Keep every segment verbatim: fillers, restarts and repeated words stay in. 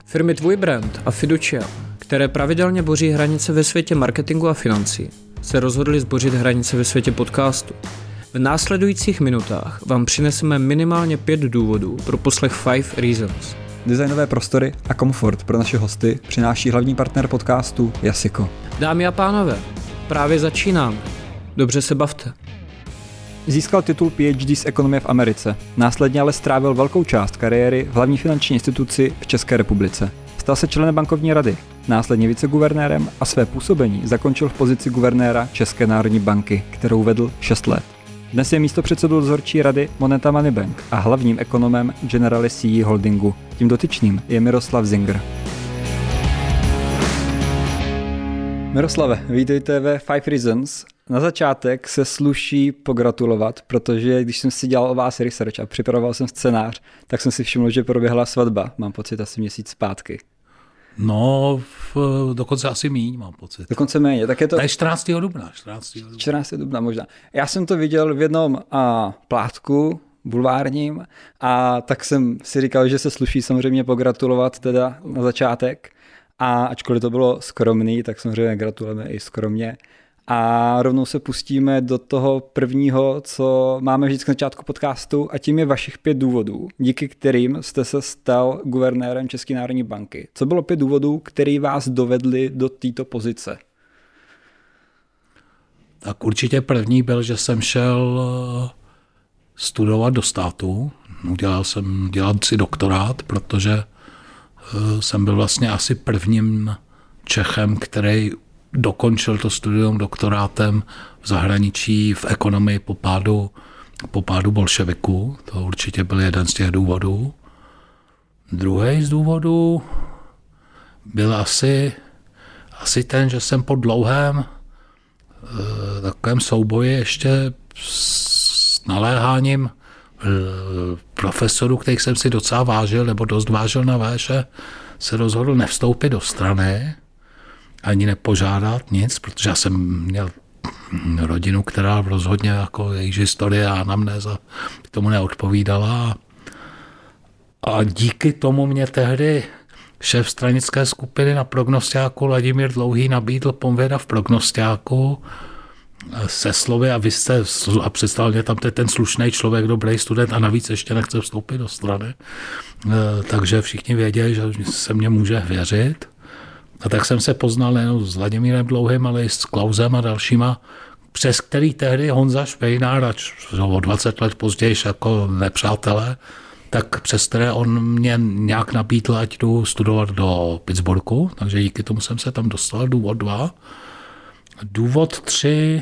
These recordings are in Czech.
Firmy Tvůj brand a Fiducia, které pravidelně boří hranice ve světě marketingu a financí, se rozhodly zbořit hranice ve světě podcastu. V následujících minutách vám přineseme minimálně pět důvodů pro poslech Five Reasons. Designové prostory a komfort pro naše hosty přináší hlavní partner podcastu Yasiko. Dámy a pánové, právě začínáme. Dobře se bavte. Získal titul P H D z ekonomie v Americe, následně ale strávil velkou část kariéry v hlavní finanční instituci v České republice. Stal se členem bankovní rady, následně viceguvernérem a své působení zakončil v pozici guvernéra České národní banky, kterou vedl šest let. Dnes je místopředsedou dozorčí rady Moneta Money Bank a hlavním ekonomem Generali C E Holdingu. Tím dotyčným je Miroslav Zinger. Miroslave, vítejte ve Five Reasons. Na začátek se sluší pogratulovat, protože když jsem si dělal o vás research a připravoval jsem scénář, tak jsem si všiml, že proběhla svatba. Mám pocit asi měsíc zpátky. No, v, dokonce asi míň, mám pocit. Dokonce méně. Tak je to... To je čtrnáctého dubna. čtrnáctého dubna. čtrnáctého dubna možná. Já jsem to viděl v jednom a, plátku bulvárním a tak jsem si říkal, že se sluší samozřejmě pogratulovat teda na začátek. A ačkoliv to bylo skromný, tak samozřejmě gratulujeme i skromně. A rovnou se pustíme do toho prvního, co máme vždycky na začátku podcastu, a tím je vašich pět důvodů, díky kterým jste se stal guvernérem České národní banky. Co bylo pět důvodů, které vás dovedly do této pozice? Tak určitě první byl, že jsem šel studovat do státu. Udělal jsem dělat si doktorát, protože jsem byl vlastně asi prvním Čechem, který dokončil to studium doktorátem v zahraničí v ekonomii po pádu, po pádu bolševiků. To určitě byl jeden z těch důvodů. Druhý z důvodů byl asi, asi ten, že jsem po dlouhém eh, takovém souboji ještě s naléháním eh, profesorů, kterých jsem si docela vážil, nebo dost vážil na véše, se rozhodl nevstoupit do strany, ani nepožádat nic, protože já jsem měl rodinu, která rozhodně jako jejich historie a anamnéza k tomu neodpovídala. A díky tomu mě tehdy šéf stranické skupiny na prognostiáku Vladimír Dlouhý nabídl pověda v prognostiáku se slovy a vy jste, a představil mě tam ten slušný člověk, dobrý student a navíc ještě nechce vstoupit do strany. Takže všichni věděli, že se mě může věřit. A tak jsem se poznal nejen s Vladimírem Dlouhým, ale i s Klausem a dalšíma, přes který tehdy Honza Špejnár, ač o dvacet let později jako nepřátelé, tak přes které on mě nějak nabídl, ať jdu studovat do Pittsburghu, takže díky tomu jsem se tam dostal, důvod dva. Důvod tři,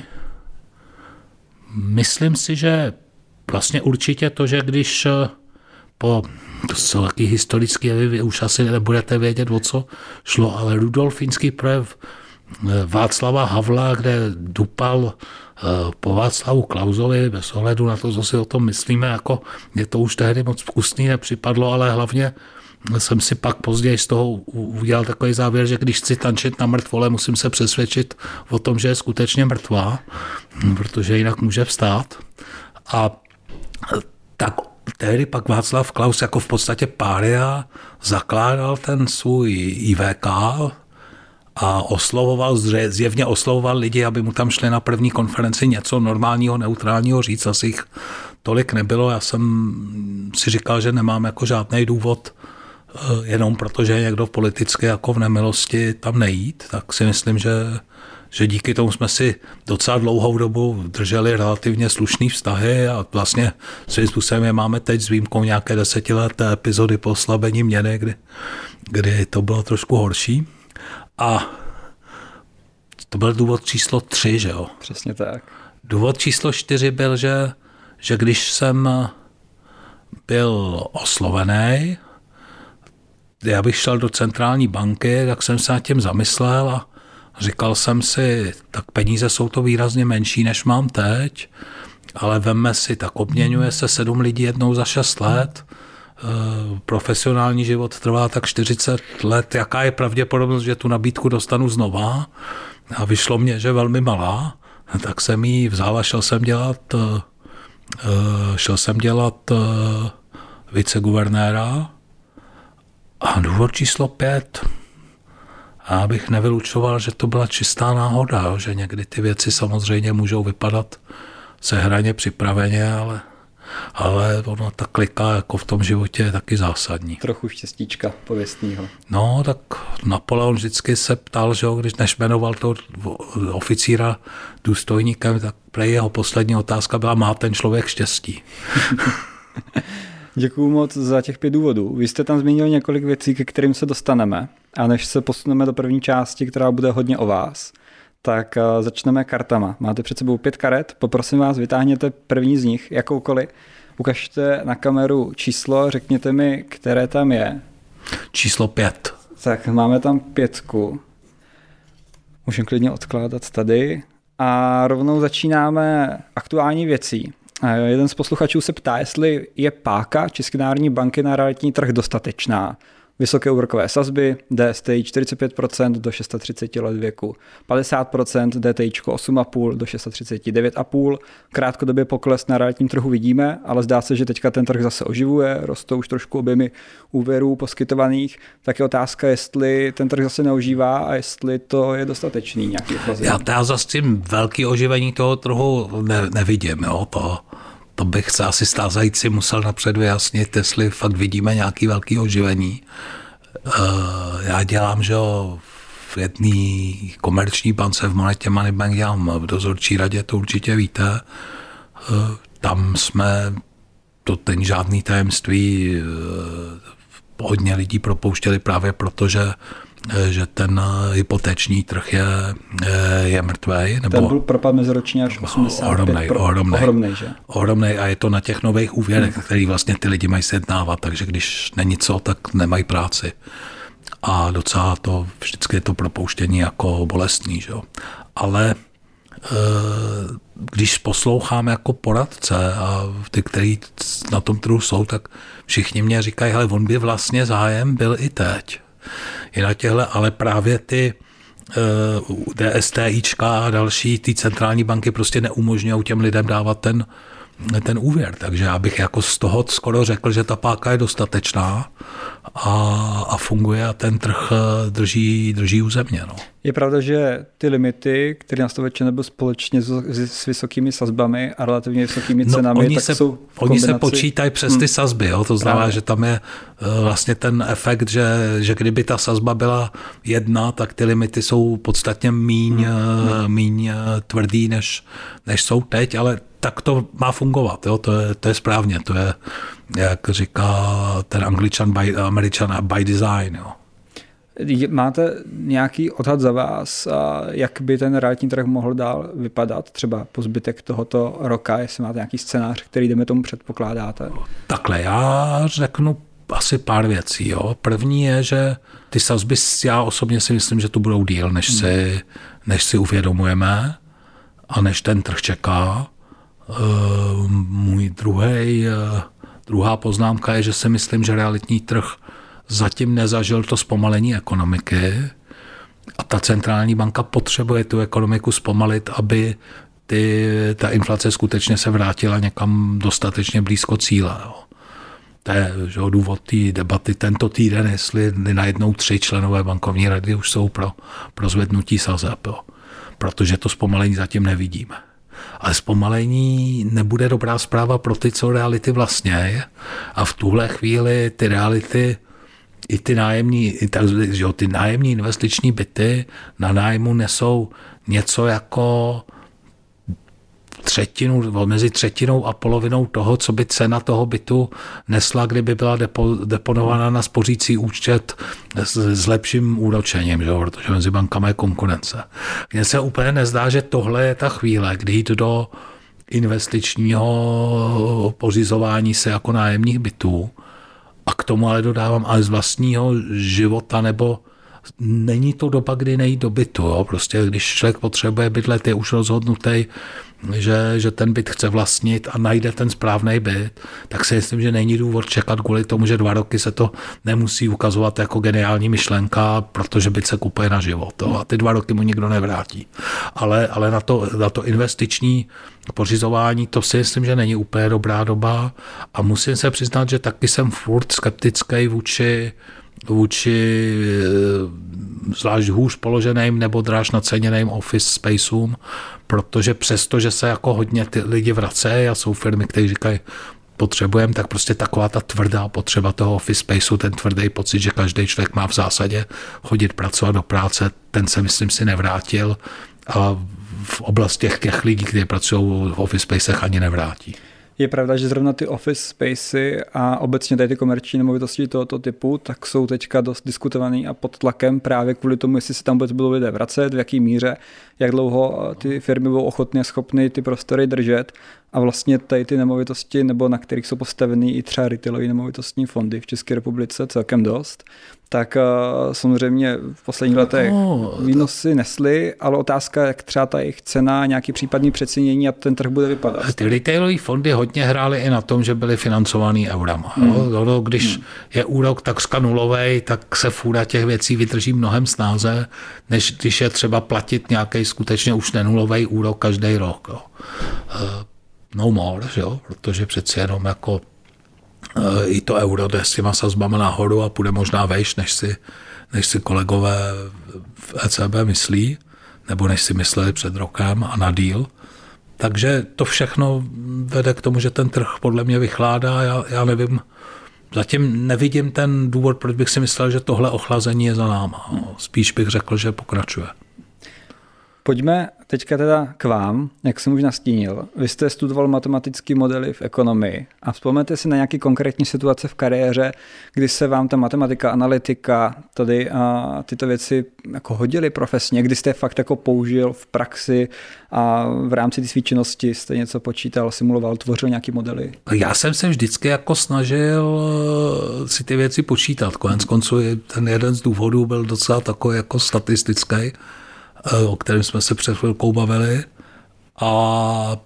myslím si, že vlastně určitě to, že když po, to jsou taky historické, vy už asi nebudete vědět, o co šlo, ale rudolfínský projev Václava Havla, kde dupal po Václavu Klausovi, bez ohledu na to, co si o tom myslíme, jako mě to už tehdy moc vkusný nepřipadlo, ale hlavně jsem si pak později z toho udělal takový závěr, že když chci tančit na mrtvole, musím se přesvědčit o tom, že je skutečně mrtvá, protože jinak může vstát. A tak tehdy pak Václav Klaus jako v podstatě pária zakládal ten svůj I V K a oslovoval, zjevně oslovoval lidi, aby mu tam šli na první konferenci něco normálního, neutrálního říct. Asi jich tolik nebylo. Já jsem si říkal, že nemám jako žádný důvod, jenom protože je někdo politicky jako v nemilosti tam nejít, tak si myslím, že že díky tomu jsme si docela dlouhou dobu drželi relativně slušný vztahy a vlastně svým způsobem je máme teď s výjimkou nějaké desetileté epizody po oslabení měny, kdy, kdy to bylo trošku horší. A to byl důvod číslo tři, že jo? Přesně tak. Důvod číslo čtyři byl, že, že když jsem byl oslovený, já bych šel do centrální banky, tak jsem se nad tím zamyslel a říkal jsem si, tak peníze jsou to výrazně menší, než mám teď, ale vemme si, tak obměňuje se sedm lidí jednou za šest let, profesionální život trvá tak čtyřicet let, jaká je pravděpodobnost, že tu nabídku dostanu znova, a vyšlo mě, že velmi malá, tak jsem jí vzal a šel jsem dělat, šel jsem dělat viceguvernéra A důvod číslo pět, já bych nevylučoval, že to byla čistá náhoda, jo? Že někdy ty věci samozřejmě můžou vypadat sehraně připraveně, ale, ale ono ta klika jako v tom životě je taky zásadní. Trochu štěstíčka pověstního. No, tak Napoleon vždycky se ptal, že jo, když než jmenoval toho oficíra důstojníkem, tak prej jeho poslední otázka byla, má ten člověk štěstí? Děkuju moc za těch pět důvodů. Vy jste tam zmínil několik věcí, ke kterým se dostaneme. A než se posuneme do první části, která bude hodně o vás, tak začneme kartama. Máte před sebou pět karet, poprosím vás, vytáhněte první z nich, jakoukoliv. Ukažte na kameru číslo, řekněte mi, které tam je. Číslo pět. Tak máme tam pětku. Můžeme klidně odkládat tady. A rovnou začínáme aktuální věcí. Jeden z posluchačů se ptá, jestli je páka České národní banky na realitní trh dostatečná. Vysoké úrokové sazby, D S T I čtyřicet pět procent do třicet šest let věku, padesát procent D T I osm celá pět do třicet šest devět celá pět. Krátkodobě pokles na realitním trhu vidíme, ale zdá se, že teďka ten trh zase oživuje, rostou už trošku objemy úvěrů poskytovaných. Tak je otázka, jestli ten trh zase neožívá a jestli to je dostatečný nějaký ochlazení. Já, já zase tím velký oživení toho trhu ne, nevidím, jo, to... To bych se asi stázající musel napřed vyjasnit, jestli fakt vidíme nějaký velký oživení. Já dělám, že v jedné komerční bance v Monetě Money Bank dělám v dozorčí radě, to určitě víte. Tam jsme, to není žádný tajemství, hodně lidí propouštěli právě proto, že že ten hypotéční trh je, je mrtvej. Nebo ten byl propad meziročně až osmdesát pět procent. Ohromnej, ohromnej, že? Ohromnej a je to na těch nových úvěrech, hmm. který vlastně ty lidi mají sjednávat, takže když není co, tak nemají práci. A docela to, vždycky je to propouštění jako bolestný, že jo. Ale když poslouchám jako poradce a ty, kteří na tom trhu jsou, tak všichni mě říkají, hele, on by vlastně zájem byl i teď. I na těhle, ale právě ty uh, DSTIčka a další, ty centrální banky prostě neumožňují těm lidem dávat ten, ten úvěr. Takže já bych jako z toho skoro řekl, že ta páka je dostatečná a, a funguje a ten trh drží, drží u země. No. Je pravda, že ty limity, které nastavuje ČNB společně s, s vysokými sazbami a relativně vysokými cenami, no, oni tak se, jsou v Oni se počítají přes ty hmm. sazby, jo? To znamená, Právě. že tam je vlastně ten efekt, že, že kdyby ta sazba byla jedna, tak ty limity jsou podstatně míň, hmm. míň tvrdý, než, než jsou teď, ale tak to má fungovat, jo? To je, to je správně, to je, jak říká ten Angličan, by, Američan by design, jo. Máte nějaký odhad za vás, jak by ten realitní trh mohl dál vypadat, třeba po zbytek tohoto roka, jestli máte nějaký scénář, který jdeme tomu předpokládáte? Takhle, já řeknu asi pár věcí. Jo. První je, že ty sazby, já osobně si myslím, že to budou díl, než si, než si uvědomujeme a než ten trh čeká. Můj druhý, druhá poznámka je, že si myslím, že realitní trh zatím nezažil to zpomalení ekonomiky a ta centrální banka potřebuje tu ekonomiku zpomalit, aby ty, ta inflace skutečně se vrátila někam dostatečně blízko cíle. Jo. To je že, důvod té debaty tento týden, jestli najednou tři členové bankovní rady už jsou pro, pro zvednutí sazeb, jo. Protože to zpomalení zatím nevidíme. Ale zpomalení nebude dobrá zpráva pro ty, co reality vlastně je. A v tuhle chvíli ty reality i ty nájemní, i tak, že ty nájemní investiční byty na nájmu nesou něco jako třetinu, mezi třetinou a polovinou toho, co by cena toho bytu nesla, kdyby byla depo, deponována na spořící účet s, s lepším úročením, že? Protože mezi bankami je konkurence. Mně se úplně nezdá, že tohle je ta chvíle, kdy jít do investičního pořizování se jako nájemních bytů. A k tomu ale dodávám, ale z vlastního života, nebo není to doba, kdy nejít do bytu. Jo? Prostě když člověk potřebuje bydlet, je už rozhodnutý, že, že ten byt chce vlastnit a najde ten správný byt, tak si myslím, že není důvod čekat kvůli tomu, že dva roky se to nemusí ukazovat jako geniální myšlenka, protože byt se kupuje na život. Jo? A ty dva roky mu nikdo nevrátí. Ale, ale na, to, na to investiční pořizování, to si myslím, že není úplně dobrá doba a musím se přiznat, že taky jsem furt skeptický vůči vůči zvlášť hůř položeným nebo dráž naceněným office spaceům, protože přesto, že se jako hodně ty lidi vracejí a jsou firmy, které říkají, potřebujeme, tak prostě taková ta tvrdá potřeba toho office spaceu, ten tvrdý pocit, že každý člověk má v zásadě chodit pracovat do práce, ten se myslím si nevrátil a v oblasti těch lidí, kteří pracují v office spacech, ani nevrátí. Je pravda, že zrovna ty office spacey a obecně tady ty komerční nemovitosti tohoto typu, tak jsou teďka dost diskutovaný a pod tlakem právě kvůli tomu, jestli se tam budou lidé vracet, v jaký míře, jak dlouho ty firmy budou ochotné a schopny ty prostory držet. A vlastně tady ty nemovitosti, nebo na kterých jsou postavený i třeba retailové nemovitostní fondy v České republice celkem dost, tak uh, samozřejmě v posledních letech no, minusy nesly, ale otázka, jak třeba ta jejich cena, nějaký případný přecenění a ten trh bude vypadat. Ty retailové fondy hodně hrály i na tom, že byly financovaný eurama. Mm. No, když mm. je úrok takřka nulovej, tak se fůra těch věcí vydrží mnohem snáze, než když je třeba platit nějaký skutečně už nenulovej úrok každý rok. Jo. Uh, no more, jo, protože přeci jenom jako i to euro jde s těma sazbama nahoru a půjde možná vejš, než si, než si kolegové v E C B myslí, nebo než si mysleli před rokem a na díl. Takže to všechno vede k tomu, že ten trh podle mě vychládá. Já, já nevím, zatím nevidím ten důvod, proč bych si myslel, že tohle ochlazení je za náma. Spíš bych řekl, že pokračuje. Pojďme teďka teda k vám, jak jsem už nastínil. Vy jste studoval matematické modely v ekonomii a vzpomeňte si na nějaké konkrétní situace v kariéře, kdy se vám ta matematika, analytika, tady a tyto věci jako hodily profesně, kdy jste fakt jako použil v praxi a v rámci té své činnosti jste něco počítal, simuloval, tvořil nějaké modely? Já jsem se vždycky jako snažil si ty věci počítat. Konec konců ten jeden z důvodů byl docela takový jako statistický, o kterém jsme se před chvilkou bavili. A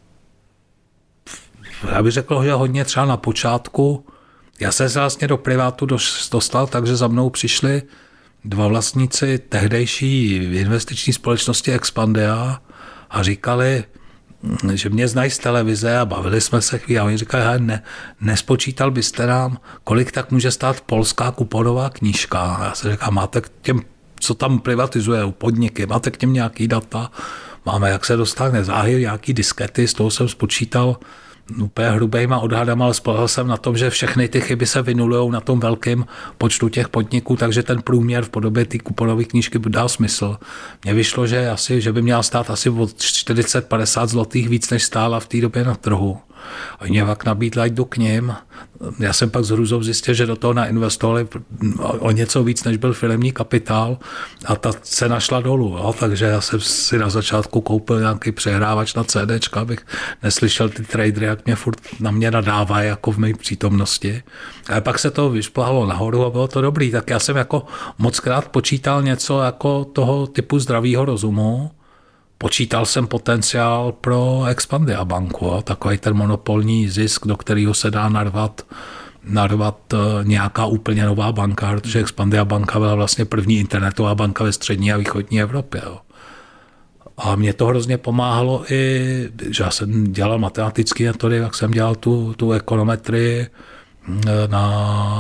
já bych řekl, že hodně třeba na počátku. Já jsem se vlastně do privátu dostal, takže za mnou přišli dva vlastníci tehdejší investiční společnosti Expandia a říkali, že mě znají z televize a bavili jsme se chvíli a oni říkali, ne, nespočítal byste nám, kolik tak může stát polská kuponová knížka. A já se říkám, máte k těm, co tam privatizuje podniky, máte k těm nějaký data, máme, jak se dostane záhy, nějaký diskety, z toho jsem spočítal úplně hrubejma odhadama, ale spolehal jsem na tom, že všechny ty chyby se vynulujou na tom velkém počtu těch podniků, takže ten průměr v podobě té kuponové knížky dá smysl. Mně vyšlo, že, asi, že by měla stát asi od čtyřicet padesát zlotých víc, než stála v té době na trhu. A mě pak nabídla, jdu k nim. Já jsem pak s hrůzou zjistil, že do toho nainvestovali o něco víc, než byl firemní kapitál a ta cena šla dolů. Jo? Takže já jsem si na začátku koupil nějaký přehrávač na CDčka, abych neslyšel ty tradery, jak mě furt na mě nadávají jako v mé přítomnosti. Ale pak se to vyšplhalo nahoru a bylo to dobrý. Tak já jsem jako mockrát počítal něco jako toho typu zdravýho rozumu. Počítal jsem potenciál pro Expandia banku, jo? Takový ten monopolní zisk, do kterého se dá narvat, narvat nějaká úplně nová banka, protože Expandia banka byla vlastně první internetová banka ve střední a východní Evropě. Jo? A mě to hrozně pomáhalo i, že já jsem dělal matematické metody, jak jsem dělal tu, tu ekonometrii na,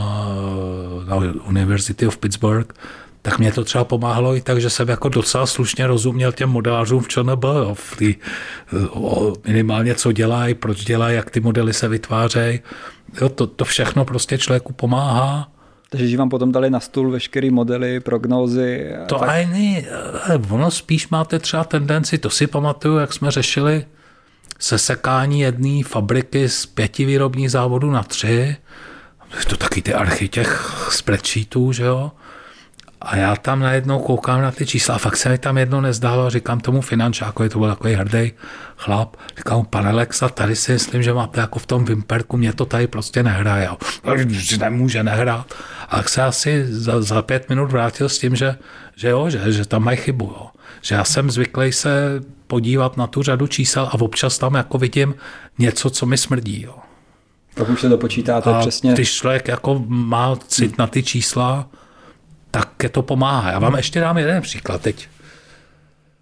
na University of Pittsburgh, tak mě to třeba pomáhalo i tak, že jsem jako docela slušně rozuměl těm modelářům v ČNB, jo, v tý, o, minimálně co dělají, proč dělají, jak ty modely se vytvářejí. Jo, to, to všechno prostě člověku pomáhá. Takže že vám potom dali na stůl veškeré modely, prognózy. To tak... ani, ono spíš máte třeba tendenci, to si pamatuju, jak jsme řešili sesekání jedné fabriky z pěti výrobních závodů na tři, to taky ty archy těch spreadsheetů, že jo. A já tam najednou koukám na ty čísla a fakt se mi tam jedno nezdálo a říkám tomu finančákovi, to byl takový hrdý chlap, říkám, pane Lexa, tady si myslím, že máte jako v tom Vimperku, mě to tady prostě nehraje. Nemůže nehrát. A tak se asi za, za pět minut vrátil s tím, že, že jo, že, že tam mají chybu. Jo. Že já jsem zvyklý se podívat na tu řadu čísel a občas tam jako vidím něco, co mi smrdí. Jo. Tak už se to počítáte a přesně. Když člověk jako má cit na ty čísla, tak je to pomáhá. Já vám ještě dám jeden příklad teď.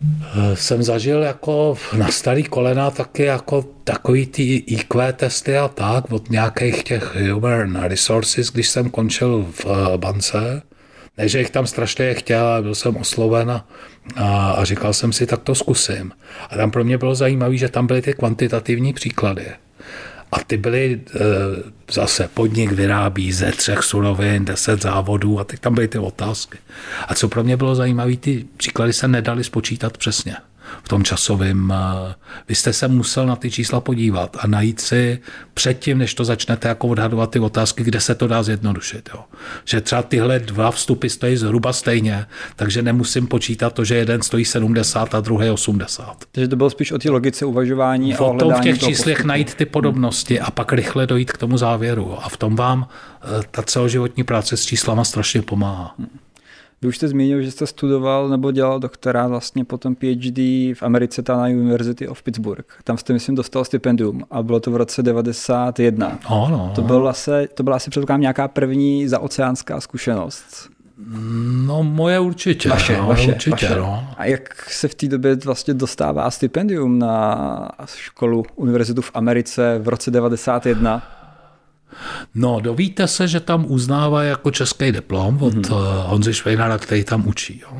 Jsem zažil jako na starý kolena taky jako takový ty í kvé testy a tak od nějakých těch human resources, když jsem končil v bance. Ne, že jich tam strašně chtěl, ale byl jsem osloven a, a, a říkal jsem si, tak to zkusím. A tam pro mě bylo zajímavé, že tam byly ty kvantitativní příklady. A ty byly e, zase podnik vyrábí ze třech surovin, deset závodů a teď tam byly ty otázky. A co pro mě bylo zajímavé, ty příklady se nedaly spočítat přesně v tom časovém. Vy jste se musel na ty čísla podívat a najít si předtím, než to začnete jako odhadovat ty otázky, kde se to dá zjednodušit. Jo. Že třeba tyhle dva vstupy stojí zhruba stejně, takže nemusím počítat to, že jeden stojí sedmdesát a druhý osmdesát. Takže to bylo spíš o té logice uvažování a o tom v těch číslech postupu. Najít ty podobnosti a pak rychle dojít k tomu závěru. A v tom vám ta celoživotní práce s číslama strašně pomáhá. Vy už jste zmínil, že jste studoval nebo dělal doktorát vlastně potom PhD v Americe, ta na University of Pittsburgh. Tam jste, myslím, dostal stipendium a bylo to v roce devadesát jedna. Ano. To, byl asi, to byla asi předpokládám nějaká první zaoceánská zkušenost. No moje určitě. Vaše, no, vaše, určitě, vaše. No. A jak se v té době vlastně dostává stipendium na školu Univerzitu v Americe v roce devadesát jedna? No, dovíte se, že tam uznává jako český diplom od mm-hmm. Honzy Švejnara, který tam učí. Jo.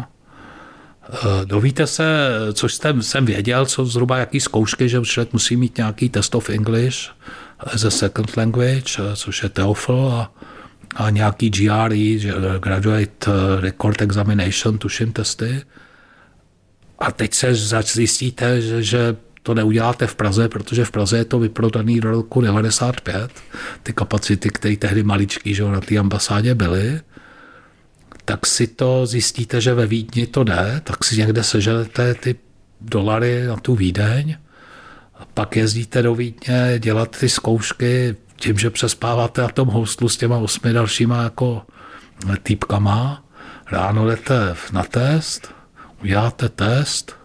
Dovíte se, což jsem, jsem věděl, co zhruba jaký zkoušky, že člověk musí mít nějaký test of English as a second language, což je TOEFL a, a nějaký G R E, Graduate Record Examination, tuším testy. A teď se zjistíte, že, že to neuděláte v Praze, protože v Praze je to vyprodaný do roku devadesát pět. Ty kapacity, které tehdy maličký, že na té ambasádě byly, tak si to zjistíte, že ve Vídni to jde, tak si někde seženete ty dolary na tu Vídeň a pak jezdíte do Vídně dělat ty zkoušky tím, že přespáváte na tom hostlu s těma osmi dalšíma jako týpkama. Ráno jdete na test, uděláte test,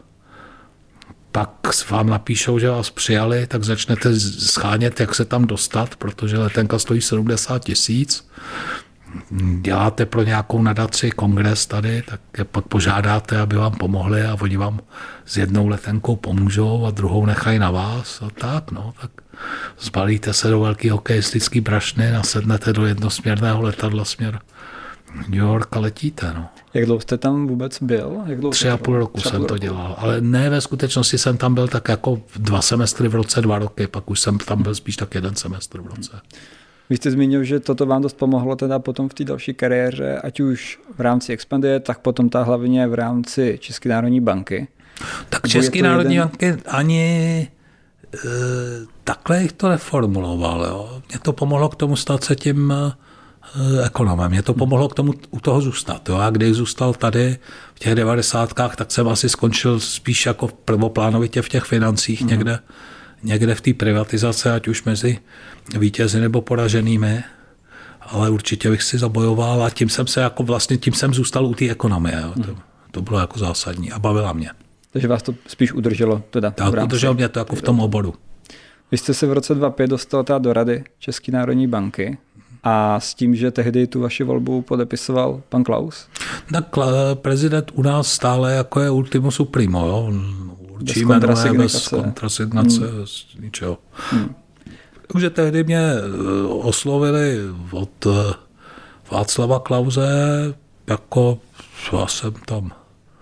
pak vám napíšou, že vás přijali, tak začnete schánět, jak se tam dostat, protože letenka stojí sedmdesát tisíc. Děláte pro nějakou nadaci kongres tady, tak je pak požádáte, aby vám pomohli a oni vám s jednou letenkou pomůžou a druhou nechají na vás a tak, no, tak zbalíte se do velký hokejistický brašny, nasednete do jednosměrného letadla směr New York a letíte, no. Jak dlouho jste tam vůbec byl? Jak dlouho Tři a půl roku jsem to dělal, ale ne, ve skutečnosti jsem tam byl tak jako dva semestry v roce, dva roky, pak už jsem tam byl spíš tak jeden semestr v roce. Vy jste zmínil, že toto vám dost pomohlo teda potom v té další kariéře, ať už v rámci Expandie, tak potom ta hlavně v rámci České národní banky. Tak České národní jeden... banky ani e, takhle jich to neformuloval. Jo. Mě to pomohlo k tomu stát se tím e, ekonomem. Mě to pomohlo k tomu u toho zůstat. Jo. A když zůstal tady v těch devadesátkách, tak jsem asi skončil spíš jako prvoplánovitě v těch financích mm. někde. Někde v té privatizace, ať už mezi vítězi nebo poraženými, ale určitě bych si zabojoval a tím jsem se jako vlastně, tím jsem zůstal u té ekonomie. Jo. To, to bylo jako zásadní a bavila mě. Takže vás to spíš udrželo teda? Tak, udrželo mě to jako v tom oboru. Vy jste se v roce dvacet pět dostal teda do Rady České národní banky a s tím, že tehdy tu vaši volbu podepisoval pan Klaus? Tak prezident u nás stále jako je ultimo supremo, jo. Bez kontrasignace. Bez kontrasignace, hmm. bez ničeho. Hmm. Takže tehdy mě oslovili od Václava Klause, jako já jsem tam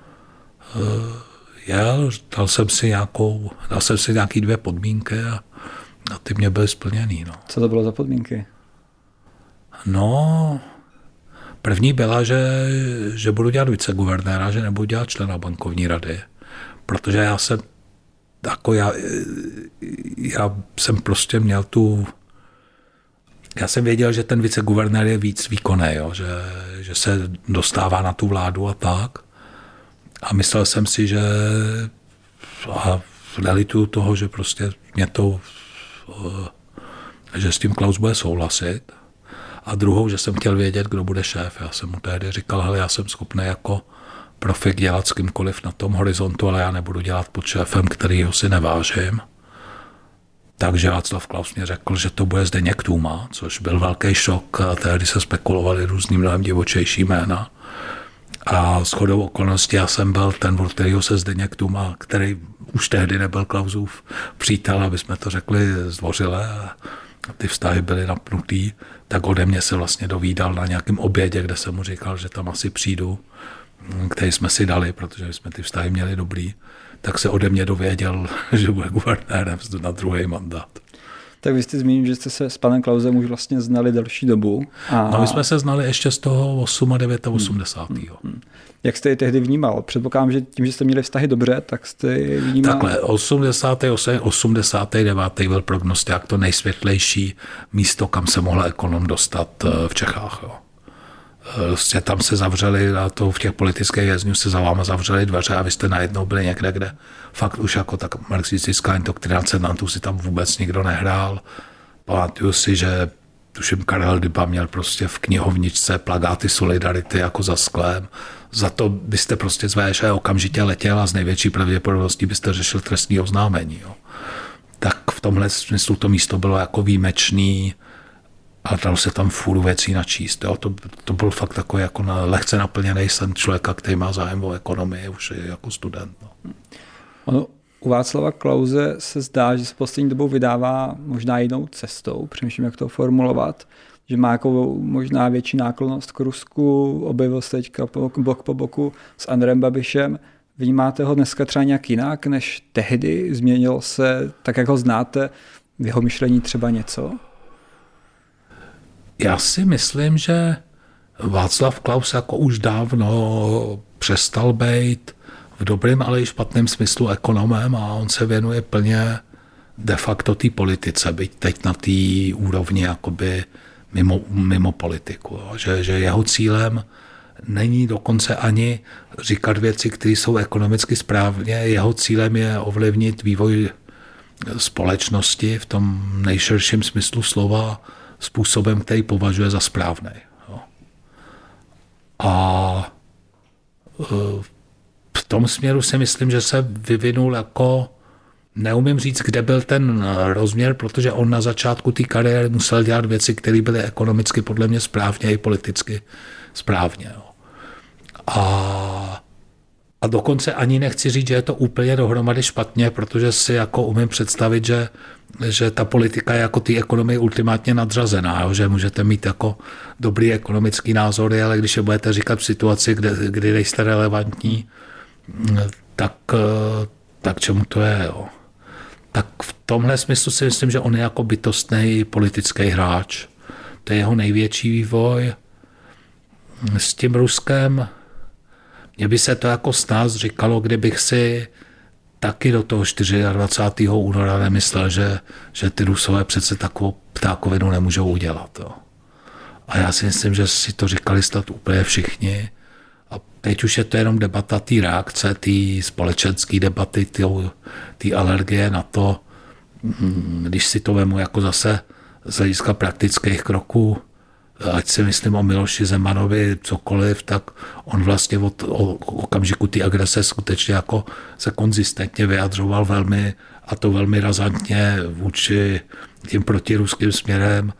jel, dal jsem si nějakou, dal jsem si nějaký dvě podmínky a, a ty mě byly splněný. No. Co to bylo za podmínky? No, první byla, že, že budu dělat viceguvernéra, že nebudu dělat člena bankovní rady. Protože já jsem jako já, já jsem prostě měl tu já jsem věděl, že ten viceguvernér je víc výkonný, jo, že, že se dostává na tu vládu a tak. A myslel jsem si, že a nelituju toho, že prostě mě to že s tím Klaus bude souhlasit. A druhou, že jsem chtěl vědět, kdo bude šéf. Já jsem mu tehdy říkal, hele, já jsem schopný jako profik dělat s kýmkoliv na tom horizontu, ale já nebudu dělat pod šéfem, kterýho si nevážím. Takže Václav Klaus mě řekl, že to bude Zdeněk Tůma, což byl velký šok. A tehdy se spekulovali různý mnohem divočejší jména. A shodou okolností já jsem byl ten, od kterého se Zdeněk Tuma, který už tehdy nebyl Klausův přítel, aby jsme to řekli zdvořile, a ty vztahy byly napnutý, tak ode mě se vlastně dovídal na nějakém obědě, kde jsem mu říkal, že tam asi přijdu, který jsme si dali, protože jsme ty vztahy měli dobrý, tak se ode mě dověděl, že bude guvernérem na druhý mandát. Tak vy jste zmínil, že jste se s panem Klausem už vlastně znali delší dobu. A... No my jsme se znali ještě z toho osmdesátého devátého Hmm, hmm. Jak jste je tehdy vnímal? Předpokládám, že tím, že jste měli vztahy dobře, tak jste je vnímal... Takhle, osmdesátý osmý, osmdesátý devátý byl prognosták to nejsvětlejší místo, kam se mohla ekonom dostat v Čechách. Jo. Vlastně tam se zavřeli, a to v těch politických vězňů se za váma zavřeli dveře a vy jste najednou byli někde, kde fakt už jako tak marxistická indoktrinace, na tu si tam vůbec nikdo nehrál. Pamatuju si, že tuším Karel Dyba měl prostě v knihovničce plakáty Solidarity jako za sklem. Za to byste prostě z V Š okamžitě letěl a z největší pravděpodobností byste řešil trestní oznámení. Jo. Tak v tomhle smyslu to místo bylo jako výjimečný a dalo se tam fůru věcí načíst. Jo. To, to byl fakt takový jako na, lehce naplněný sen člověka, který má zájem o ekonomii už jako student. No. Ono, u Václava Klause se zdá, že se poslední dobou vydává možná jinou cestou, přemýšlím, jak to formulovat, že má jako možná větší náklonnost k Rusku, objevil se teďka bok po boku s Andrejem Babišem. Vnímáte ho dneska třeba nějak jinak než tehdy? Změnil se, tak jak ho znáte, v jeho myšlení třeba něco? Já si myslím, že Václav Klaus jako už dávno přestal být v dobrém, ale i špatném smyslu ekonomem a on se věnuje plně de facto té politice, byť teď na té úrovni jakoby mimo, mimo politiku. Že, že jeho cílem není dokonce ani říkat věci, které jsou ekonomicky správně, jeho cílem je ovlivnit vývoj společnosti v tom nejširším smyslu slova způsobem, který považuje za správný. A v tom směru si myslím, že se vyvinul jako, neumím říct, kde byl ten rozměr, protože on na začátku té kariéry musel dělat věci, které byly ekonomicky podle mě správně i politicky správně. Jo. A, a dokonce ani nechci říct, že je to úplně dohromady špatně, protože si jako umím představit, že, že ta politika je jako té ekonomii ultimátně nadřazená, jo, že můžete mít jako dobrý ekonomický názory, ale když je budete říkat v situaci, kde, kdy nejste relevantní, tak, tak čemu to je? Jo? Tak v tomhle smyslu si myslím, že on je jako bytostný politický hráč. To je jeho největší vývoj. S tím Ruskem mně by se to jako s nás říkalo, kdybych si taky do toho dvacátého čtvrtého února nemyslel, že, že ty Rusové přece takovou ptákovinu nemůžou udělat. Jo? A já si myslím, že si to říkali snad úplně všichni. A teď už je to jenom debata té reakce, té společenské debaty, té alergie na to, když si to vemu jako zase z hlediska praktických kroků, ať si myslím o Miloši Zemanovi cokoliv, tak on vlastně od okamžiku té agrese skutečně jako se konzistentně vyjadřoval velmi, a to velmi razantně vůči tím protiruským směrem,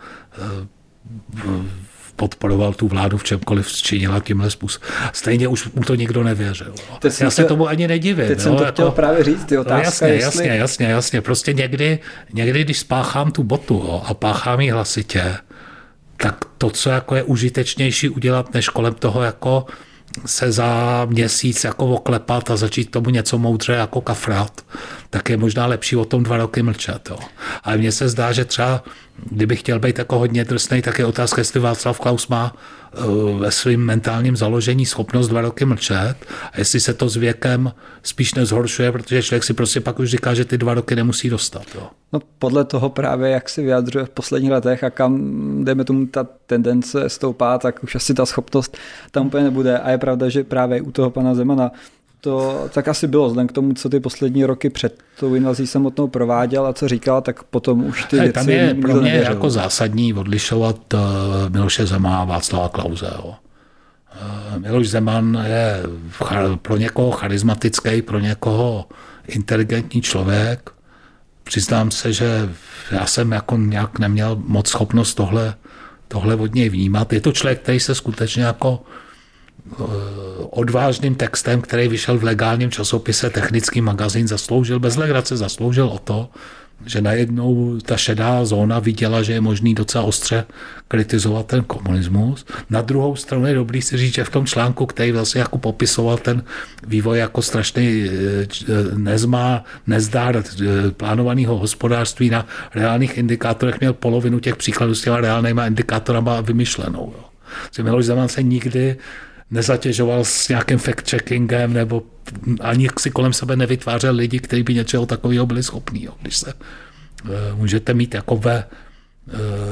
podporoval tu vládu v čemkoliv činila tímhle způsobem. Stejně už mu to nikdo nevěřil. Já se tomu ani nedivím. Teď jsem to jako, chtěl právě říct, ty otázka, no jasně, jestli... jasně, jasně, jasně. Prostě někdy, někdy, když spáchám tu botu jo, a páchám ji hlasitě, tak to, co jako je užitečnější udělat, než kolem toho jako se za měsíc jako oklepat a začít tomu něco moudře jako kafrát, tak je možná lepší o tom dva roky mlčet. Jo. Ale mně se zdá, že třeba, kdybych chtěl být jako hodně drsnej, tak je otázka, jestli Václav Klaus má uh, ve svým mentálním založení schopnost dva roky mlčet a jestli se to s věkem spíš nezhoršuje, protože člověk si prostě pak už říká, že ty dva roky nemusí dostat. Jo. No podle toho právě, jak se vyjadřuje v posledních letech a kam, dejme tomu, ta tendence stoupá, tak už asi ta schopnost tam úplně nebude. A je pravda, že právě u toho pana Zemana to tak asi bylo, vzhledem k tomu, co ty poslední roky před tou invazí samotnou prováděl a co říkal, tak potom už ty věci tam je pro mě nevěřil. Jako zásadní odlišovat Miloše Zemana a Václava Klause. Jo. Miloš Zeman je pro někoho charismatický, pro někoho inteligentní člověk. Přiznám se, že já jsem jako nějak neměl moc schopnost tohle, tohle od něj vnímat. Je to člověk, který se skutečně jako odvážným textem, který vyšel v legálním časopise Technický magazín, zasloužil, bez legrace zasloužil o to, že najednou ta šedá zóna viděla, že je možný docela ostře kritizovat ten komunismus. Na druhou stranu je dobrý si říct, že v tom článku, který vlastně jako popisoval ten vývoj jako strašný nezmá, nezdár plánovaného hospodářství na reálných indikátorech, měl polovinu těch příkladů s těma reálnýma indikátorama vymyšlenou. Jo. Miloš Zeman se nikdy nezatěžoval s nějakým fact-checkingem nebo ani si kolem sebe nevytvářel lidi, kteří by něčeho takového byli schopní. Jo. Když se uh, můžete mít jako ve uh,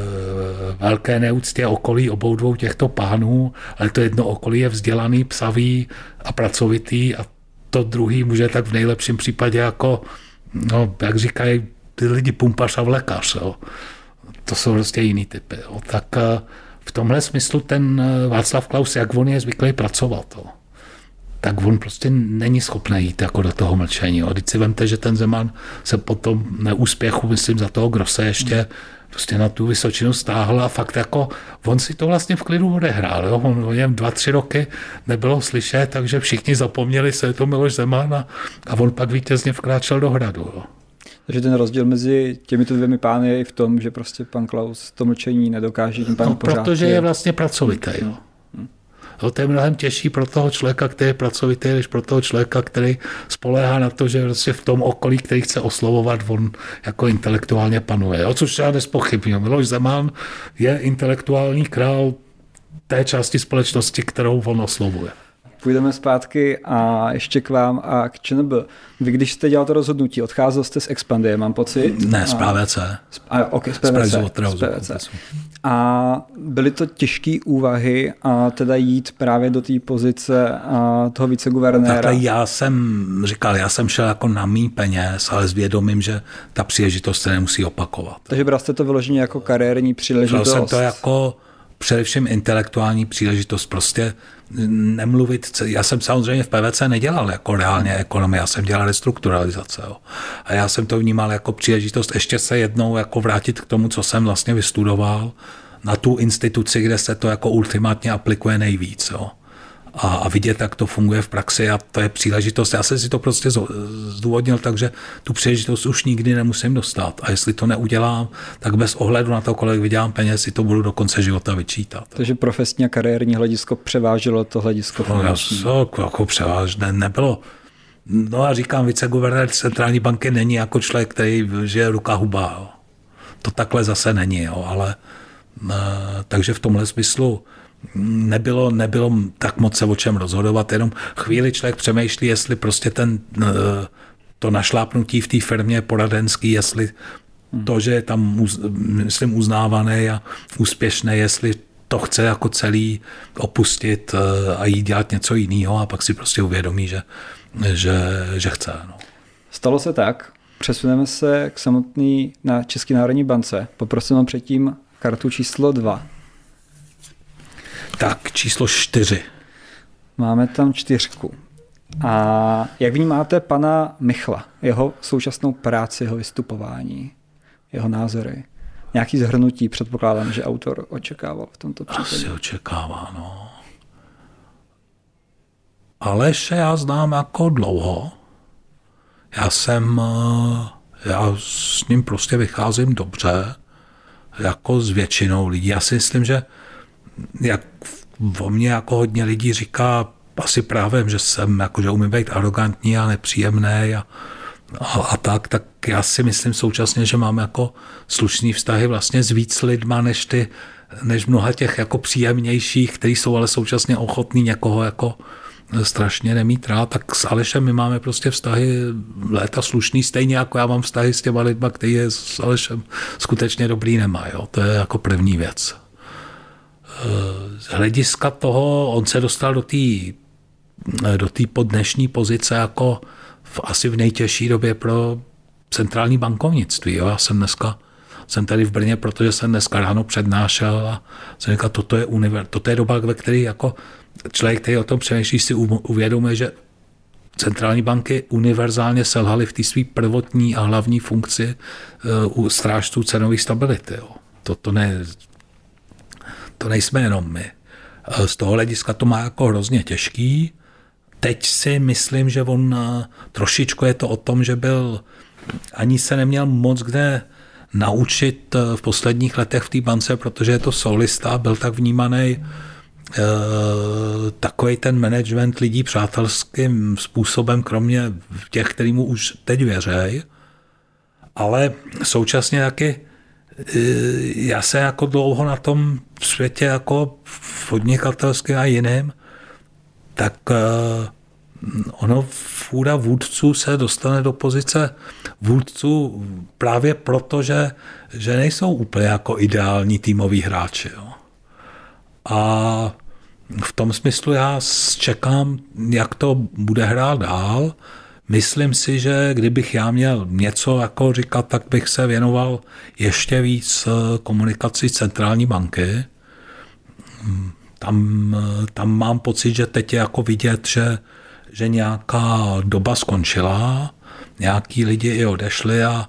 velké neúctě okolí obou dvou těchto pánů, ale to jedno okolí je vzdělaný, psavý a pracovitý a to druhý může tak v nejlepším případě jako, no, jak říkají ty lidi, pumpař a vlekař. Jo. To jsou prostě jiný typy. Jo. Tak uh, v tomhle smyslu ten Václav Klaus, jak on je zvyklý pracovat, jo, tak on prostě není schopný jít jako do toho mlčení. Jo. Když si vemte, že ten Zeman se po tom neúspěchu, myslím, za toho Grosse ještě prostě na tu Vysočinu stáhl a fakt jako on si to vlastně v klidu odehrál. Jo. On o něm dva, tři roky nebylo slyšet, takže všichni zapomněli se, je to Miloš Zeman a, a on pak vítězně vkráčel do hradu. Jo. Takže ten rozdíl mezi těmito dvěmi pány je i v tom, že prostě pan Klaus to mlčení nedokáže tím pánem no, pořád. Protože je vlastně pracovitý. Jo. Hmm. Jo, to je mnohem těžší pro toho člověka, který je pracovitý, než pro toho člověka, který spoléhá na to, že vlastně v tom okolí, který chce oslovovat, on jako intelektuálně panuje. Jo, což já nespochybňuji. Miloš Zeman je intelektuální král té části společnosti, kterou on oslovuje. Půjdeme zpátky a ještě k vám a k ČNB. Vy, když jste dělal to rozhodnutí, odcházel jste z Expandie, mám pocit? Ne, z P V C. A, okay, z P V C. Z P V C. A byly to těžké úvahy a teda jít právě do té pozice a toho viceguvernéra? Takhle já jsem říkal, já jsem šel jako na mý peněz, ale s vědomím, že ta příležitost se nemusí opakovat. Takže bral jste to vyloženě jako kariérní příležitost? Bral jsem to jako především intelektuální příležitost, prostě nemluvit. Já jsem samozřejmě v P V C nedělal jako reálně ekonomii, já jsem dělal restrukturalizace. Jo. A já jsem to vnímal jako příležitost ještě se jednou jako vrátit k tomu, co jsem vlastně vystudoval, na tu instituci, kde se to jako ultimátně aplikuje nejvíc. Jo. A, a vidět, jak to funguje v praxi a to je příležitost. Já jsem si to prostě zdůvodnil, takže tu příležitost už nikdy nemusím dostat. A jestli to neudělám, tak bez ohledu na to, kolik vydělám peněz, si to budu do konce života vyčítat. Takže profesní a kariérní hledisko převážilo to hledisko finanční? No, jako převážné nebylo. No a říkám, viceguvernér centrální banky není jako člověk, který žije ruka huba. Jo. To takhle zase není, jo, ale takže v tomhle smyslu Nebylo, nebylo tak moc se o čem rozhodovat, jenom chvíli člověk přemýšlí, jestli prostě ten, to našlápnutí v té firmě poradenský, jestli to, že je tam, myslím, uznávaný a úspěšný, jestli to chce jako celý opustit a jít dělat něco jiného a pak si prostě uvědomí, že, že, že chce. No. Stalo se tak, přesuneme se k samotný na České národní bance. Poprosím vám předtím kartu číslo dva. Tak, číslo čtyři. Máme tam čtyřku. A jak vnímáte pana Michla, jeho současnou práci, jeho vystupování, jeho názory? Nějaký zhrnutí předpokládám, že autor očekával v tomto případě. Asi očekává, no. Aleše já znám jako dlouho. Já jsem, já s ním prostě vycházím dobře, jako s většinou lidí. Já si myslím, že jak o mě jako hodně lidí říká asi právě, že jsem, jako, že umím být arrogantní a nepříjemný a, a, a tak, tak já si myslím současně, že mám jako slušný vztahy vlastně s víc lidma, než ty, než mnoha těch jako příjemnějších, kteří jsou ale současně ochotní někoho jako strašně nemít rád, tak s Alešem my máme prostě vztahy léta slušný, stejně jako já mám vztahy s těma lidma, kteří je s Alešem skutečně dobrý nemá, jo? To je jako první věc. Z hlediska toho, on se dostal do té do té podnešní pozice jako v, asi v nejtěžší době pro centrální bankovnictví. Jo? Já jsem dneska, jsem tady v Brně, protože jsem dneska ráno přednášel a jsem říkal, toto je, univer, toto je doba, ve které jako člověk, který o tom přemýšlí, si uvědomuje, že centrální banky univerzálně selhaly v té své prvotní a hlavní funkci u strážců cenové stability. Jo? Toto ne, to nejsme jenom my. Z toho hlediska to má jako hrozně těžký. teď si myslím, že on trošičku je to o tom, že byl, ani se neměl moc kde naučit v posledních letech v té bance, protože je to solista, byl tak vnímaný e, takový ten management lidí přátelským způsobem, kromě těch, který mu už teď věřej, ale současně taky e, já se jako dlouho na tom světě jako podnikatelským a jiným, tak e, ono fůra vůdců se dostane do pozice vůdců právě proto, že, že nejsou úplně jako ideální týmoví hráči. Jo. A v tom smyslu já čekám, jak to bude hrát dál. Myslím si, že kdybych já měl něco jako říkat, tak bych se věnoval ještě víc komunikaci centrální banky. Tam, tam mám pocit, že teď je jako vidět, že že nějaká doba skončila, nějaký lidi i odešli a,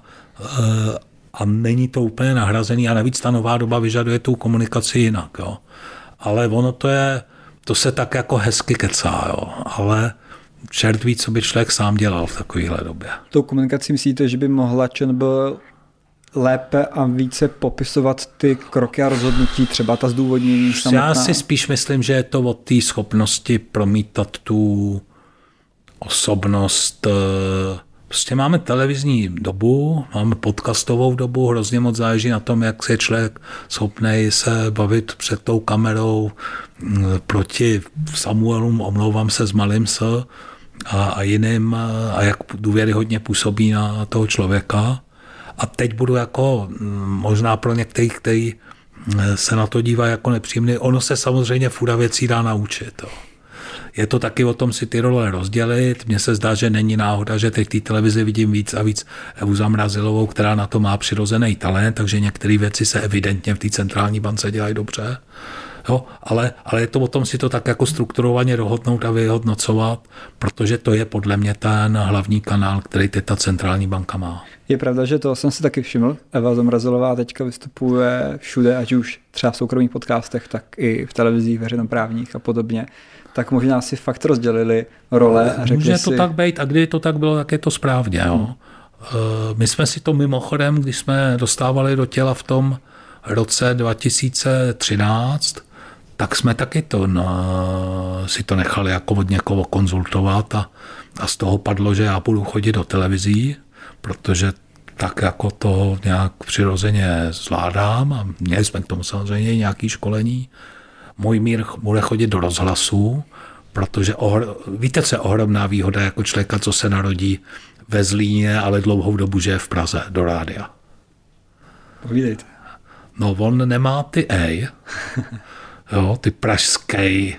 a není to úplně nahrazený a navíc ta nová doba vyžaduje tu komunikaci jinak. Jo. Ale ono to je, to se tak jako hezky kecá, jo. Ale čert ví, co by člověk sám dělal v takovéhle době. Tou komunikací myslíte, že by mohla ČNB lépe a více popisovat ty kroky a rozhodnutí, třeba ta zdůvodnění samotná? Já si spíš myslím, že je to o té schopnosti promítat tu osobnost. Prostě máme televizní dobu, máme podcastovou dobu, hrozně moc záleží na tom, jak je člověk schopný se bavit před tou kamerou proti Samuelům, omlouvám se s malým s a, a jiným a jak důvěryhodně působí na toho člověka. A teď budu jako možná pro některých, kteří se na to dívají jako nepříjemný, ono se samozřejmě fůra věcí dá naučit. Jo. Je to taky o tom si ty role rozdělit. Mně se zdá, že není náhoda, že teď v té televizi vidím víc a víc Evu Zamrazilovou, která na to má přirozený talent, takže některé věci se evidentně v té centrální bance dělají dobře. Jo, ale, ale je to o tom si to tak jako strukturovaně dohodnout a vyhodnocovat, protože to je podle mě ten hlavní kanál, který teď ta centrální banka má. Je pravda, že to jsem si taky všiml. Eva Zamrazilová teďka vystupuje všude, ať už třeba v soukromých podcastech, tak i v televizích veřejnoprávních a podobně. Tak možná si fakt rozdělili role a řekli Může si... to tak být a kdy to tak bylo, tak je to správně. Jo. Hmm. My jsme si to mimochodem, když jsme dostávali do těla v tom roce dva tisíce třináct, tak jsme taky to, no, si to nechali jako od někoho konzultovat a, a z toho padlo, že já budu chodit do televizí, protože tak jako to nějak přirozeně zvládám a měli jsme k tomu samozřejmě nějaké školení. Můj mír bude chodit do rozhlasu, protože ohr... víte, co je ohromná výhoda jako člověka, co se narodí ve Zlíně, ale dlouhou dobu žije v Praze, do rádia. Povídejte. No, on nemá ty ej, jo, ty pražský,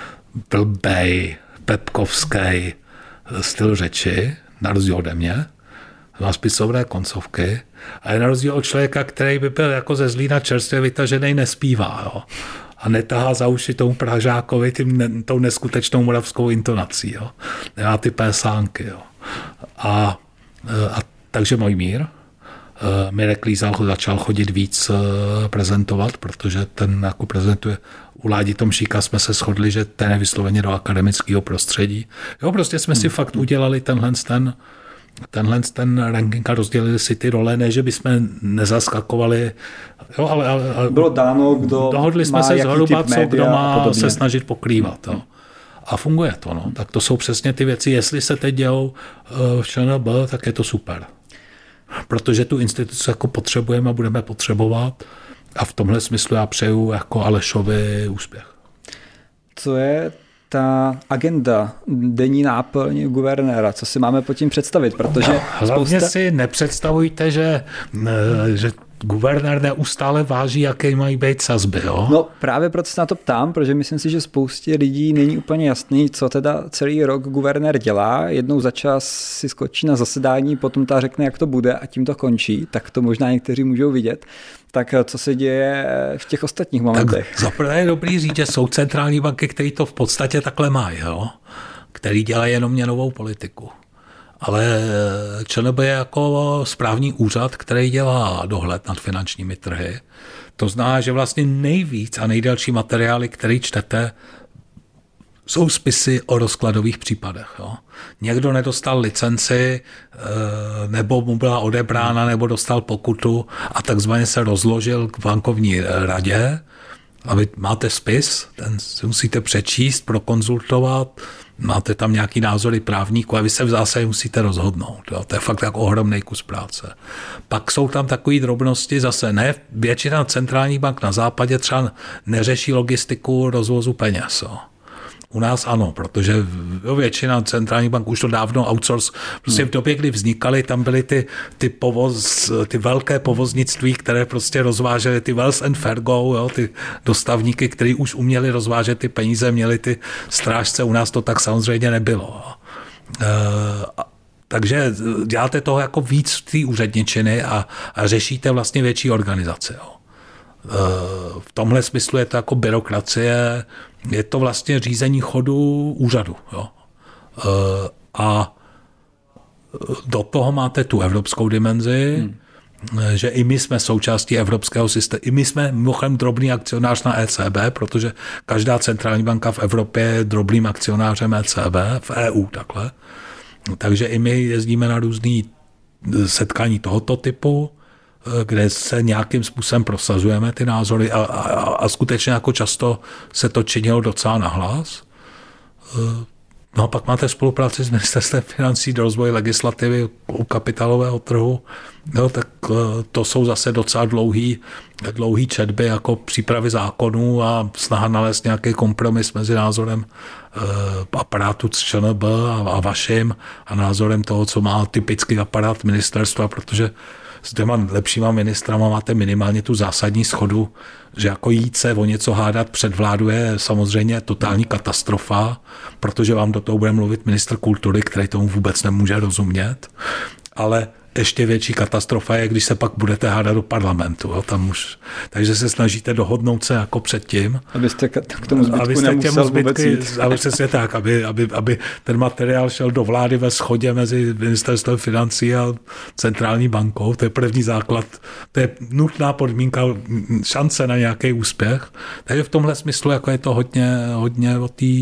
blbej, pepkovský styl řeči, na rozdíl ode mě, má spisovné koncovky, a je na rozdíl od člověka, který by byl jako ze Zlína čerstvě vytažený, nespívá, jo. A netahá za uši tomu Pražákovi tím ne, tou neskutečnou moravskou intonací. Jo. Nemá ty pésánky. Jo. A, a takže můj mír. Mirek Lízal začal chodit víc prezentovat, protože ten jako prezentuje u Ládi Tomšíka jsme se shodli, že ten je vysloveně do akademického prostředí. Jo, prostě jsme si fakt udělali tenhle ten tenhle ten ranking a rozdělili si ty role, ne, že bychom nezaskakovali, jo, ale, ale, ale bylo dáno, kdo dohodli jsme má se zhruba, co kdo má se snažit pokrývat. Jo. A funguje to. No. Tak to jsou přesně ty věci. Jestli se teď dějou v ČNB, tak je to super. Protože tu instituci jako potřebujeme a budeme potřebovat a v tomhle smyslu já přeju jako Alešovi úspěch. Co je ta agenda, denní náplň guvernéra, co si máme pod tím představit, protože hlavně spousta... si nepředstavujte, že, že guvernér neustále váží, jaké mají být sazby. Jo? No právě proto se na to ptám, protože myslím si, že spoustě lidí není úplně jasný, co teda celý rok guvernér dělá. Jednou za čas si skočí na zasedání, potom ta řekne, jak to bude a tím to končí. Tak to možná někteří můžou vidět. Tak co se děje v těch ostatních momentech? Tak zaprvé je dobrý říct, že jsou centrální banky, které to v podstatě takhle mají, jo? Který dělají jenom měnovou politiku. Ale ČNB je jako správní úřad, který dělá dohled nad finančními trhy. To znamená, že vlastně nejvíc a nejdelší materiály, který čtete, jsou spisy o rozkladových případech. Jo. Někdo nedostal licenci, nebo mu byla odebrána, nebo dostal pokutu a takzvaně se rozložil k bankovní radě. A vy máte spis, ten si musíte přečíst, prokonzultovat, máte tam nějaký názory právníků a vy se v zásadě musíte rozhodnout. Jo. To je fakt tak ohromný kus práce. Pak jsou tam takové drobnosti, zase ne, většina centrálních bank na západě třeba neřeší logistiku rozvozu peněz. Jo. U nás ano, protože většina centrálních bank už to dávno outsource. Prostě v době, kdy vznikaly, tam byly ty, ty, povoz, ty velké povoznictví, které prostě rozvážely ty Wells and Fargo, jo, ty dostavníky, kteří už uměli rozvážet ty peníze, měli ty strážce, u nás to tak samozřejmě nebylo. E, takže děláte toho jako víc v té úředničiny a, a řešíte vlastně větší organizace. Jo. V tomhle smyslu je to jako byrokracie, je to vlastně řízení chodu úřadu. Jo. A do toho máte tu evropskou dimenzi, hmm. že i my jsme součástí evropského systému, i my jsme mimochodem drobný akcionář na E C B, protože každá centrální banka v Evropě je drobným akcionářem E C B, v E U takhle. Takže i my jezdíme na různý setkání tohoto typu, kde se nějakým způsobem prosazujeme ty názory a, a, a skutečně jako často se to činilo docela nahlas. No a pak máte spolupráci s ministerstvem financí do rozvoje legislativy u kapitálového trhu. No, tak to jsou zase docela dlouhý, dlouhý četby jako přípravy zákonů a snaha nalézt nějaký kompromis mezi názorem aparátu ČNB a vaším a názorem toho, co má typický aparát ministerstva, protože s těma lepšíma ministrama máte minimálně tu zásadní shodu, že jako jít se o něco hádat před vládu je samozřejmě totální katastrofa, protože vám do toho bude mluvit ministr kultury, který tomu vůbec nemůže rozumět, ale ještě větší katastrofa je, když se pak budete hádat do parlamentu. Jo, tam už, takže se snažíte dohodnout se jako předtím. Abyste k tomu zbytku nemusel vůbec jít. Ale přesně tak, aby, aby, aby ten materiál šel do vlády ve shodě mezi ministerstvem financí a centrální bankou. To je první základ. To je nutná podmínka, šance na nějaký úspěch. Takže v tomhle smyslu jako je to hodně, hodně o té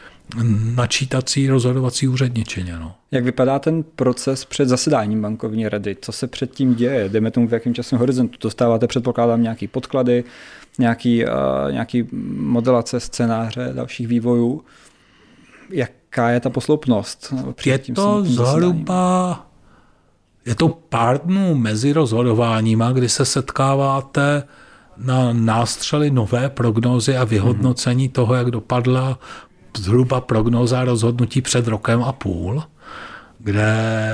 načítací rozhodovací úředničině. No. Jak vypadá ten proces před zasedáním bankovní rady? Co se předtím děje? Jdeme tomu v jakém časovém horizontu? Dostáváte, předpokládám, nějaký podklady, nějaký, uh, nějaký modelace, scénáře, dalších vývojů. Jaká je ta posloupnost? Je to zhruba, je to pár dnů mezi rozhodováníma, kdy se setkáváte na nástřely nové prognózy a vyhodnocení mm-hmm. toho, jak dopadla zhruba prognóza rozhodnutí před rokem a půl, kde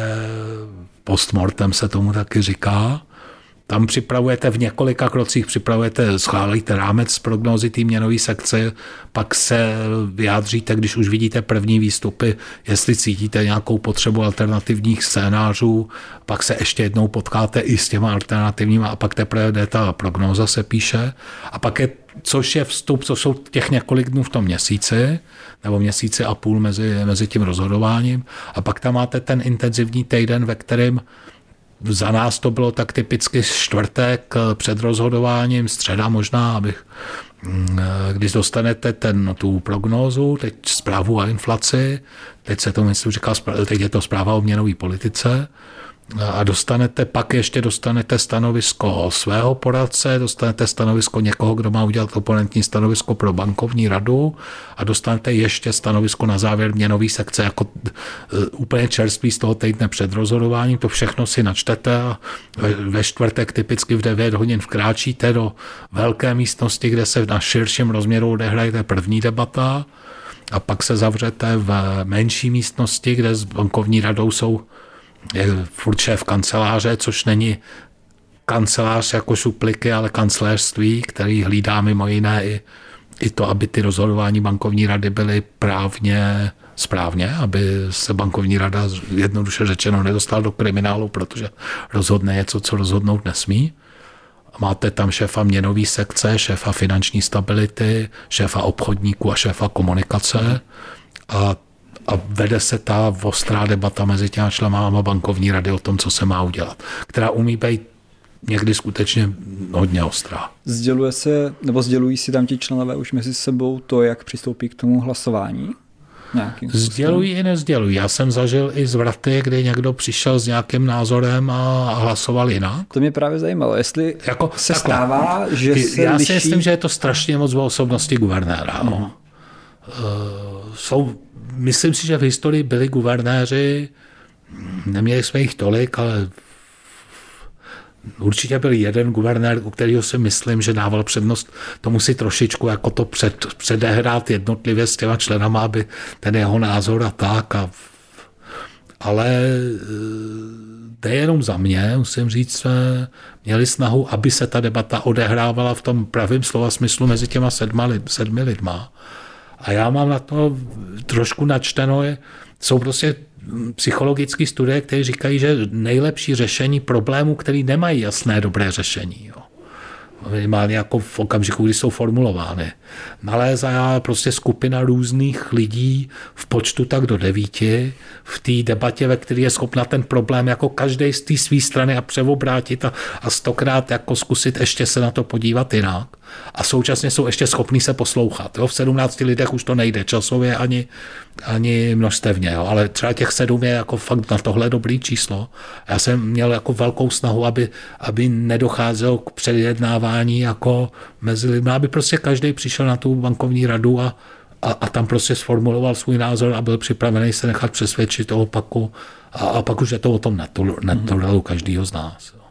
postmortem se tomu taky říká. Tam připravujete v několika krocích, připravujete, schválíte rámec z prognózy té měnové sekce, pak se vyjádříte, když už vidíte první výstupy, jestli cítíte nějakou potřebu alternativních scénářů, pak se ještě jednou potkáte i s těma alternativníma a pak teprve ta prognóza se píše. A pak je, což je vstup, co jsou těch několik dnů v tom měsíci, nebo měsíci a půl mezi, mezi tím rozhodováním. A pak tam máte ten intenzivní týden, ve kterém za nás to bylo tak typicky čtvrtek před rozhodováním, středa možná, abych, když dostanete ten, tu prognózu, teď zprávu o inflaci, teď se to myslím říká, teď je to zpráva o měnové politice, a dostanete, pak ještě dostanete stanovisko svého poradce, dostanete stanovisko někoho, kdo má udělat oponentní stanovisko pro bankovní radu a dostanete ještě stanovisko na závěr měnové sekce jako úplně čerstvý z toho týdne před rozhodováním. To všechno si načtete a ve, ve čtvrtek typicky v devět hodin vkráčíte do velké místnosti, kde se na širším rozměru odehraje první debata a pak se zavřete v menší místnosti, kde s bankovní radou jsou je furt šéf kanceláře, což není kancelář jako šupliky, ale kancléřství, který hlídá mimo jiné i, i to, aby ty rozhodování bankovní rady byly právně správně, aby se bankovní rada jednoduše řečeno nedostala do kriminálu, protože rozhodne něco, co rozhodnout nesmí. Máte tam šéfa měnové sekce, šéfa finanční stability, šéfa obchodníků a šéfa komunikace a A vede se ta ostrá debata mezi těmi členama bankovní rady o tom, co se má udělat, která umí být někdy skutečně hodně ostrá. Sděluje se, nebo sdělují si tam ti členové už mezi sebou to, jak přistoupí k tomu hlasování? Sdělují i nezdělují. Já jsem zažil i zvraty, kdy někdo přišel s nějakým názorem a hlasoval jinak. To mě právě zajímalo, jestli jako, se takhle. Stává, že se Já liší... si myslím, že je to strašně moc o osobnosti guvernéra. Uh-huh. Uh, jsou, myslím si, že v historii byli guvernéři, neměli jsme jich tolik, ale určitě byl jeden guvernér, u kterého si myslím, že dával přednost tomu si trošičku jako to před, předehrát jednotlivě s těma členama, aby ten jeho názor a tak. A, ale jde jenom za mě, musím říct, jsme měli snahu, aby se ta debata odehrávala v tom pravém slova smyslu mezi těma sedma lid, sedmi lidma. A já mám na to trošku načteno, jsou prostě psychologické studie, které říkají, že nejlepší řešení problémů, který nemají jasné dobré řešení, jo. Minimálně jako v okamžiku, kdy jsou formulovány. Nalézá prostě skupina různých lidí v počtu tak do devíti v té debatě, ve které je schopna ten problém jako každý z té své strany a přeobrátit a, a stokrát jako zkusit ještě se na to podívat jinak. A současně jsou ještě schopní se poslouchat. Jo? V sedmnácti lidech už to nejde časově ani, ani množstevně, jo? Ale třeba těch sedm je jako fakt na tohle dobrý číslo. Já jsem měl jako velkou snahu, aby, aby nedocházelo k předjednávání jako mezi lidmi, aby prostě každý přišel na tu bankovní radu a, a, a tam prostě sformuloval svůj názor a byl připravený se nechat přesvědčit o opaku a, a pak už je to o tom naturelu každýho z nás. Jo?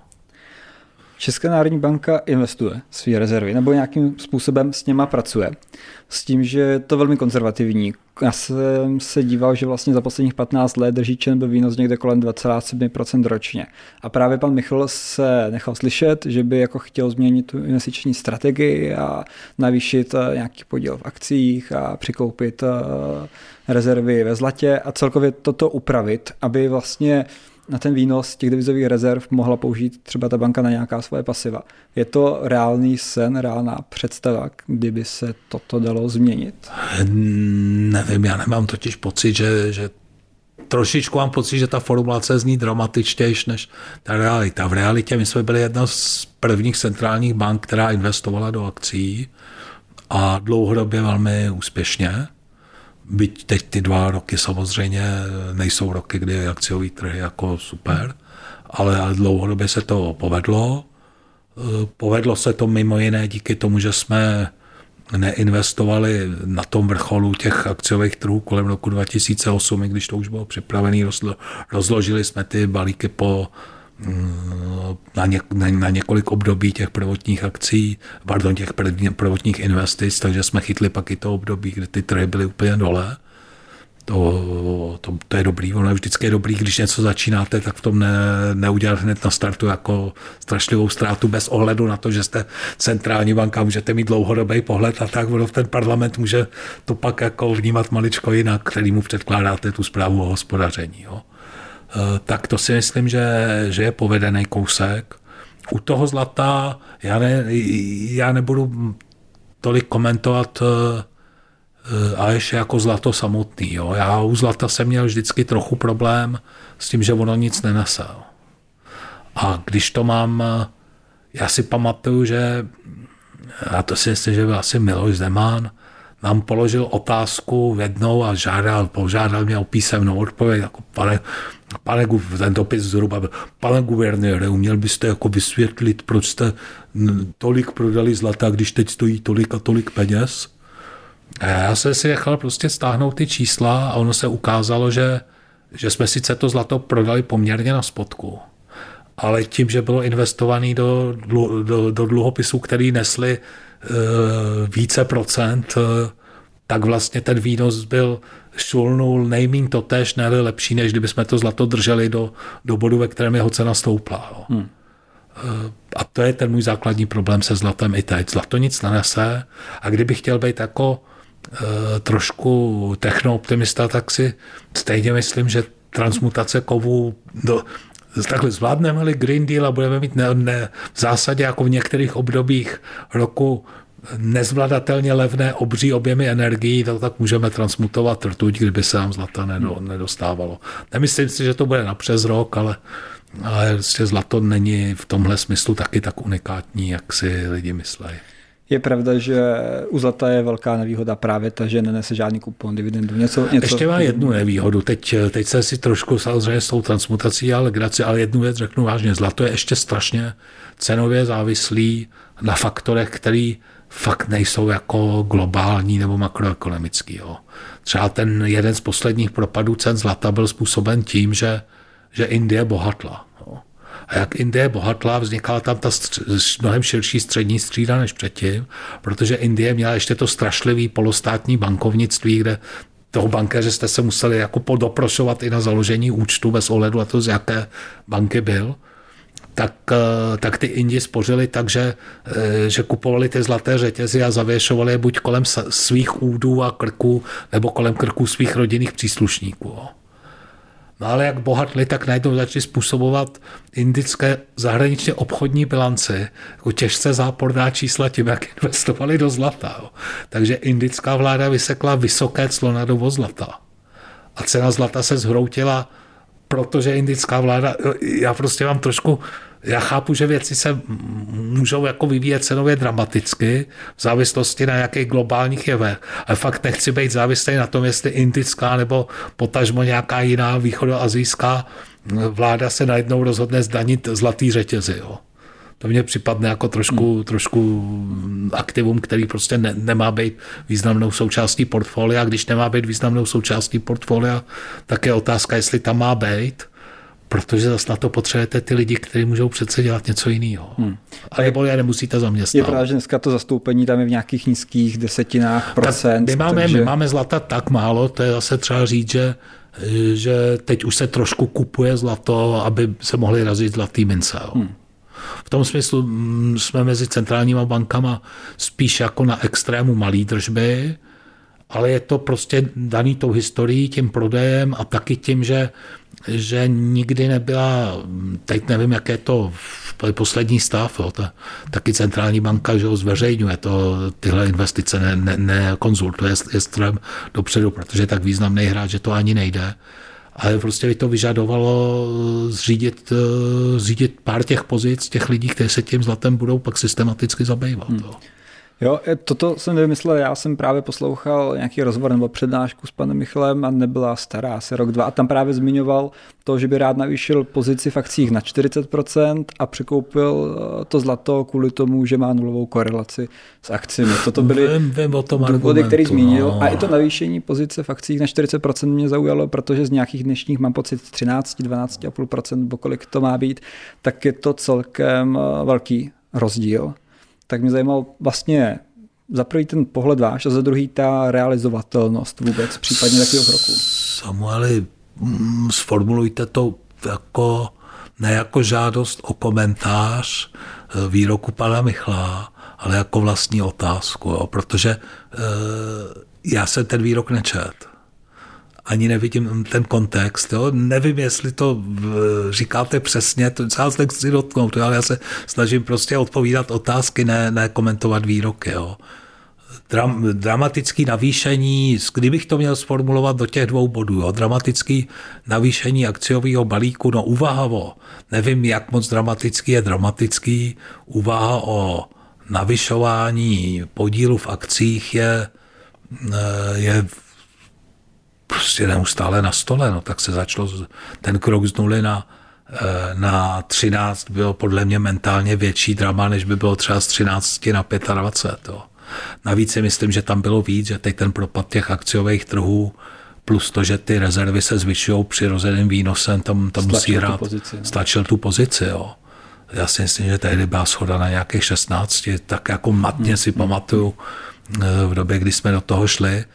Česká národní banka investuje své rezervy nebo nějakým způsobem s něma pracuje. S tím, že je to velmi konzervativní. Já jsem se díval, že vlastně za posledních patnáct let drží ČNB výnos někde kolem dva celá sedm procenta ročně. A právě pan Michl se nechal slyšet, že by jako chtěl změnit tu investiční strategii a navýšit nějaký podíl v akcích a přikoupit rezervy ve zlatě a celkově toto upravit, aby vlastně na ten výnos těch devizových rezerv mohla použít třeba ta banka na nějaká svoje pasiva. Je to reálný sen, reálná představa, kdyby se toto dalo změnit? Nevím, já nemám totiž pocit, že, že trošičku mám pocit, že ta formulace zní dramatičtější než ta realita. V realitě my jsme byli jedna z prvních centrálních bank, která investovala do akcií a dlouhodobě velmi úspěšně. Byť teď ty dva roky samozřejmě nejsou roky, kdy je akciový trhy jako super, ale dlouhodobě se to povedlo. Povedlo se to mimo jiné díky tomu, že jsme neinvestovali na tom vrcholu těch akciových trhů kolem roku dva tisíce osm, i když to už bylo připravené, rozložili jsme ty balíky po Na, něk, na několik období těch prvotních akcí, pardon, těch prvotních investic, takže jsme chytli pak i to období, kdy ty trhy byly úplně dole. To, to, to je dobrý, ono je vždycky dobrý, když něco začínáte, tak v tom ne, neudělat hned na startu jako strašlivou ztrátu bez ohledu na to, že jste centrální banka, můžete mít dlouhodobý pohled a tak, ono ten parlament může to pak jako vnímat maličko jinak, kterýmu předkládáte tu zprávu o hospodaření. Jo. Tak to si myslím, že, že je povedený kousek. U toho zlata já, ne, já nebudu tolik komentovat a ještě jako zlato samotný. Jo. Já u zlata jsem měl vždycky trochu problém s tím, že ono nic nenese. Jo. A když to mám, já si pamatuju, že já to si myslím, že byl asi Miloš Zeman, nám položil otázku jednou a žádal, požádal mě o písemnou odpověď, jako pane, pane, ten dopis zhruba byl, pane guvernére, uměl byste jako vysvětlit, proč jste tolik prodali zlata, když teď stojí tolik a tolik peněz? A já jsem si nechal prostě stáhnout ty čísla a ono se ukázalo, že, že jsme sice to zlato prodali poměrně na spodku, ale tím, že bylo investované do, do, do dluhopisů, který nesli více procent, tak vlastně ten výnos byl šulnul nejmíň totéž, ne lepší, než kdyby jsme to zlato drželi do, do bodu, ve kterém jeho cena stoupla. Hmm. A to je ten můj základní problém se zlatem i teď. Zlato nic nenese a kdybych chtěl být jako uh, trošku technooptimista, tak si stejně myslím, že transmutace kovů do takhle zvládneme-li Green Deal a budeme mít ne, ne, v zásadě jako v některých obdobích roku nezvladatelně levné obří objemy energií, tak, tak můžeme transmutovat rtuť, kdyby se nám zlata nedo, nedostávalo. Nemyslím si, že to bude na přes rok, ale, ale zlato není v tomhle smyslu taky tak unikátní, jak si lidi myslejí. Je pravda, že u zlata je velká nevýhoda právě ta, že nenese žádný kupon dividendu. Něco, něco... Ještě má jednu nevýhodu. Teď, teď se si trošku samozřejmě s tou transmutací a legraci, ale jednu věc řeknu vážně. Zlato je ještě strašně cenově závislý na faktorech, který fakt nejsou jako globální nebo makroekonomický. Jo. Třeba ten jeden z posledních propadů cen zlata byl způsoben tím, že, že Indie bohatla. Jo. A jak Indie bohatla, vznikala tam ta stř- mnohem širší střední střída než předtím, protože Indie měla ještě to strašlivý polostátní bankovnictví, kde toho bankéře jste se museli jako podoprošovat i na založení účtu bez ohledu na to, z jaké banky byl. Tak, tak ty Indi spořili tak, že, že kupovali ty zlaté řetězy a zavěšovali je buď kolem svých údů a krků, nebo kolem krků svých rodinných příslušníků. No ale jak bohatli, tak najednou začali způsobovat indické zahraničně obchodní bilanci, jako těžce záporná čísla tím, jak investovali do zlata. Jo. Takže indická vláda vysekla vysoké clo na dovoz zlata. A cena zlata se zhroutila, protože indická vláda, já prostě mám trošku, já chápu, že věci se můžou jako vyvíjet cenově dramaticky v závislosti na nějakých globálních jevech, ale fakt nechci být závislý na tom, jestli indická nebo potažmo nějaká jiná východoazijská vláda se najednou rozhodne zdanit zlatý řetězy. Jo. To mně připadne jako trošku, hmm. trošku aktivum, který prostě ne, nemá být významnou součástí portfolia. A když nemá být významnou součástí portfolia, tak je otázka, jestli tam má být, protože zase na to potřebujete ty lidi, kteří můžou přece dělat něco jiného. Hmm. A nebo je nemusíte zaměstnat. Je pravda, že dneska to zastoupení tam je v nějakých nízkých desetinách procent. My máme, takže... my máme zlata tak málo, to je zase třeba říct, že, že teď už se trošku kupuje zlato, aby se mohly razit zlatý mince. Hmm. V tom smyslu jsme mezi centrálníma bankama spíš jako na extrému malý držby, ale je to prostě daný tou historií, tím prodejem a taky tím, že, že nikdy nebyla, teď nevím, jak je to v poslední stav, jo, ta, taky centrální banka, že ho zveřejňuje to, tyhle investice ne, ne, nekonzultuje extrém dopředu, protože je tak významný hráč, že to ani nejde. Ale prostě by to vyžadovalo zřídit, zřídit pár těch pozic, těch lidí, kteří se tím zlatem budou pak systematicky zabývat. Hmm. Jo, toto jsem nevymyslel, já jsem právě poslouchal nějaký rozhovor nebo přednášku s panem Michalem a nebyla stará, asi rok, dva, a tam právě zmiňoval to, že by rád navýšil pozici v akcích na čtyřicet procent a překoupil to zlato kvůli tomu, že má nulovou korelaci s akcemi. Toto byly vím, vím důvody, který zmínil. No. A i to navýšení pozice v akcích na čtyřicet procent mě zaujalo, protože z nějakých dnešních mám pocit třináct, dvanáct celá pět procent, nebo kolik to má být, tak je to celkem velký rozdíl. Tak mě zajímalo vlastně za prvý ten pohled váš a za druhý ta realizovatelnost vůbec případně takového kroku. Samueli, sformulujte to jako, ne jako žádost o komentář výroku pana Michla, ale jako vlastní otázku, jo, protože e, já jsem ten výrok nečet. Ani nevidím ten kontext. Jo. Nevím, jestli to říkáte přesně, to já se nechci dotknout, ale já se snažím prostě odpovídat otázky, ne, ne komentovat výroky. Jo. Dram, dramatický navýšení, kdybych to měl sformulovat do těch dvou bodů, jo. Dramatický navýšení akciového balíku, no úvaha o, nevím, jak moc dramatický je dramatický, úvaha o navyšování podílu v akcích je, je prostě neustále na stole, no tak se začalo ten krok z nuly na, na třináct, bylo podle mě mentálně větší drama, než by bylo třeba z třinácti na dvacet pět. Jo. Navíc si myslím, že tam bylo víc, že teď ten propad těch akciových trhů plus to, že ty rezervy se zvyšují přirozeným výnosem, tam, tam musí hrát, stlačil tu pozici. Jo. Já si myslím, že tady byla shoda na nějakých šestnácti, tak jako matně hmm. si pamatuju v době, kdy jsme do toho šli,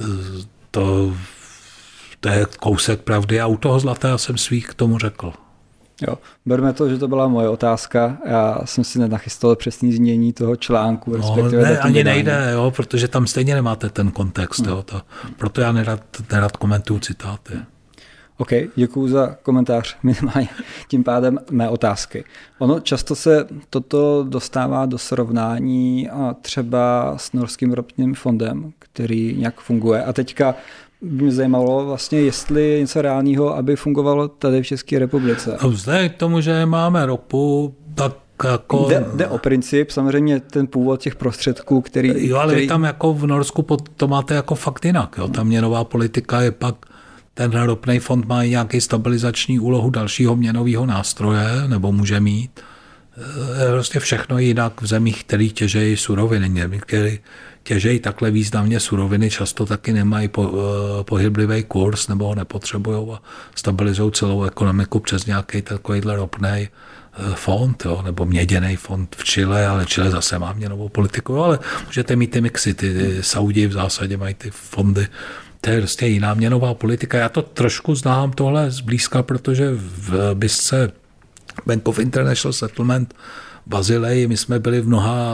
to To je kousek pravdy a u toho zlata já jsem svých k tomu řekl. Jo, berme to, že to byla moje otázka. Já jsem si nenachystal přesný znění toho článku. No, ne, ani nejde, jo, protože tam stejně nemáte ten kontext. Hmm. Jo, to, proto já nerad, nerad komentuju citáty. OK, děkuju za komentář, minimálně tím pádem mé otázky. Ono často se toto dostává do srovnání a třeba s norským ropným fondem, který nějak funguje. A teďka by mě zajímalo vlastně, jestli je něco reálného, aby fungovalo tady v České republice. No, vzhledem k tomu, že máme ropu, tak jako... Jde, jde o princip, samozřejmě ten původ těch prostředků, který... Jo, ale který... vy tam jako v Norsku to máte jako fakt jinak. Jo. Ta měnová politika je pak, ten ropný fond má i nějaký stabilizační úlohu dalšího měnového nástroje, nebo může mít. Prostě všechno jinak v zemích, který těžejí suroviny, který těžejí takhle významně suroviny, často taky nemají po, pohyblivý kurz nebo ho nepotřebují a stabilizují celou ekonomiku přes nějaký takovýhle ropný fond, jo, nebo měděný fond v Chile, ale Chile zase má měnovou politiku, jo, ale můžete mít ty mixy, ty, ty Saudi v zásadě mají ty fondy. To je prostě jiná měnová politika. Já to trošku znám tohle zblízka, protože v Bisce Bank of International Settlement v Bazileji, my jsme byli v mnoha,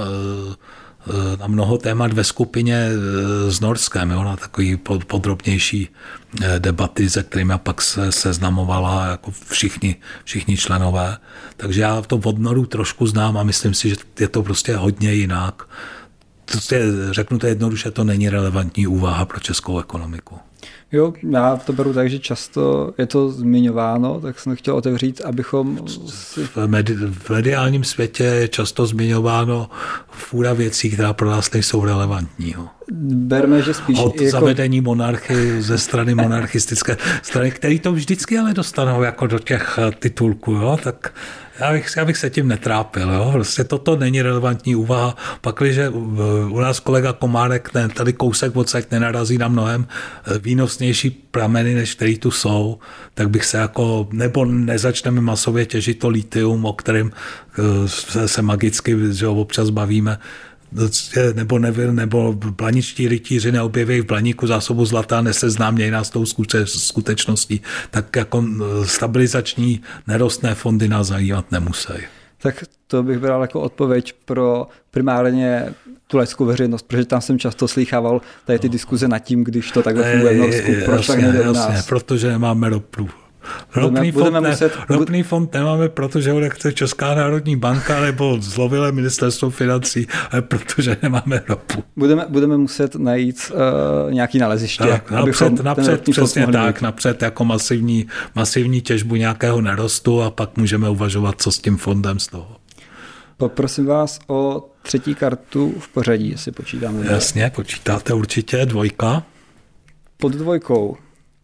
na mnoho témat ve skupině s Norskem, jo, na takový podrobnější debaty, se kterými pak se seznamovala jako všichni, všichni členové. Takže já to od Noru trošku znám a myslím si, že je to prostě hodně jinak. Prostě řeknu to jednoduše, to není relevantní úvaha pro českou ekonomiku. Jo, já to beru tak, že často je to zmiňováno, tak jsem chtěl otevřít, abychom... Si... V, medi- v mediálním světě je často zmiňováno fůra věcí, která pro nás nejsou relevantní. Jo. Berme, že spíš... Od jako... zavedení monarchy ze strany monarchistické strany, který to vždycky ale dostanou jako do těch titulků, jo, tak... Já bych, já bych se tím netrápil. Jo? Prostě toto není relevantní úvaha. Pakliže u nás kolega Komárek ne, tady kousek odsaď nenarazí na mnohem výnosnější prameny, než který tu jsou, tak bych se jako, nebo nezačneme masově těžit to litium, o kterém se, se magicky že občas bavíme, nebo nevil, nebo blaničtí rytíři neobjeví v Blaníku zásobu zlata, neseznámějí nás s tou skutečností, tak jako stabilizační nerostné fondy nás zajímat nemusí. Tak to bych bral jako odpověď pro primárně tu laickou veřejnost, protože tam jsem často slýchával tady ty diskuze nad tím, když to takhle funguje v Norsku. Proč tak nejde u nás? Protože nemáme ropu. Ropný, budeme, fond, muset, ne, ropný fond nemáme, protože ho nechce Česká národní banka nebo zlovilé ministerstvo financí, ale protože nemáme ropu. Budeme, budeme muset najít uh, nějaký naleziště. Tak, napřed, napřed přesně tak, napřed jako masivní, masivní těžbu nějakého nerostu a pak můžeme uvažovat, co s tím fondem z toho. Poprosím vás o třetí kartu v pořadí, jestli počítám. Jasně, počítáte určitě, dvojka. Pod dvojkou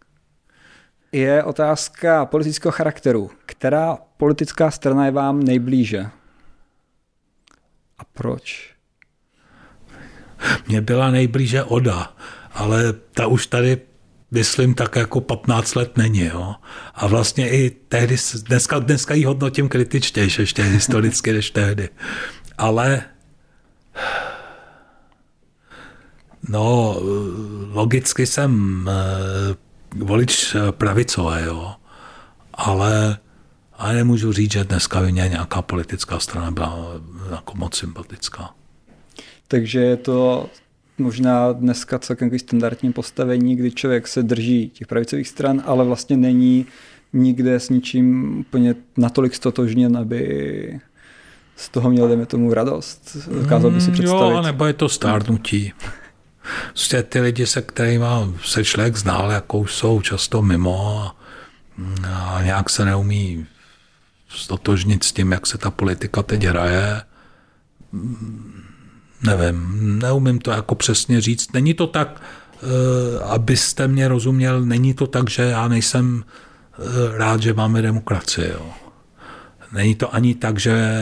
je otázka politického charakteru. Která politická strana je vám nejblíže? A proč? Mně byla nejblíže Oda, ale ta už tady, myslím, tak jako patnáct let není. Jo? A vlastně i tehdy, dneska, dneska ji hodnotím kritičtější, ještě historicky než tehdy. Ale no, logicky jsem volič pravicové, jo. Ale, ale nemůžu říct, že dneska by mě nějaká politická strana byla jako moc sympatická. Takže je to možná dneska celkem standardní postavení, kdy člověk se drží těch pravicových stran, ale vlastně není nikde s ničím úplně natolik stotožněn, aby z toho měl, dejme tomu, radost. Dokázal by si představit. Jo, nebo je to stárnutí. Prostě ty lidi, se kterými se člověk znal, jako jsou často mimo a, a nějak se neumí stotožnit s tím, jak se ta politika teď hraje. Nevím, neumím to jako přesně říct. Není to tak, abyste mě rozuměl, není to tak, že já nejsem rád, že máme demokracii. Jo. Není to ani tak, že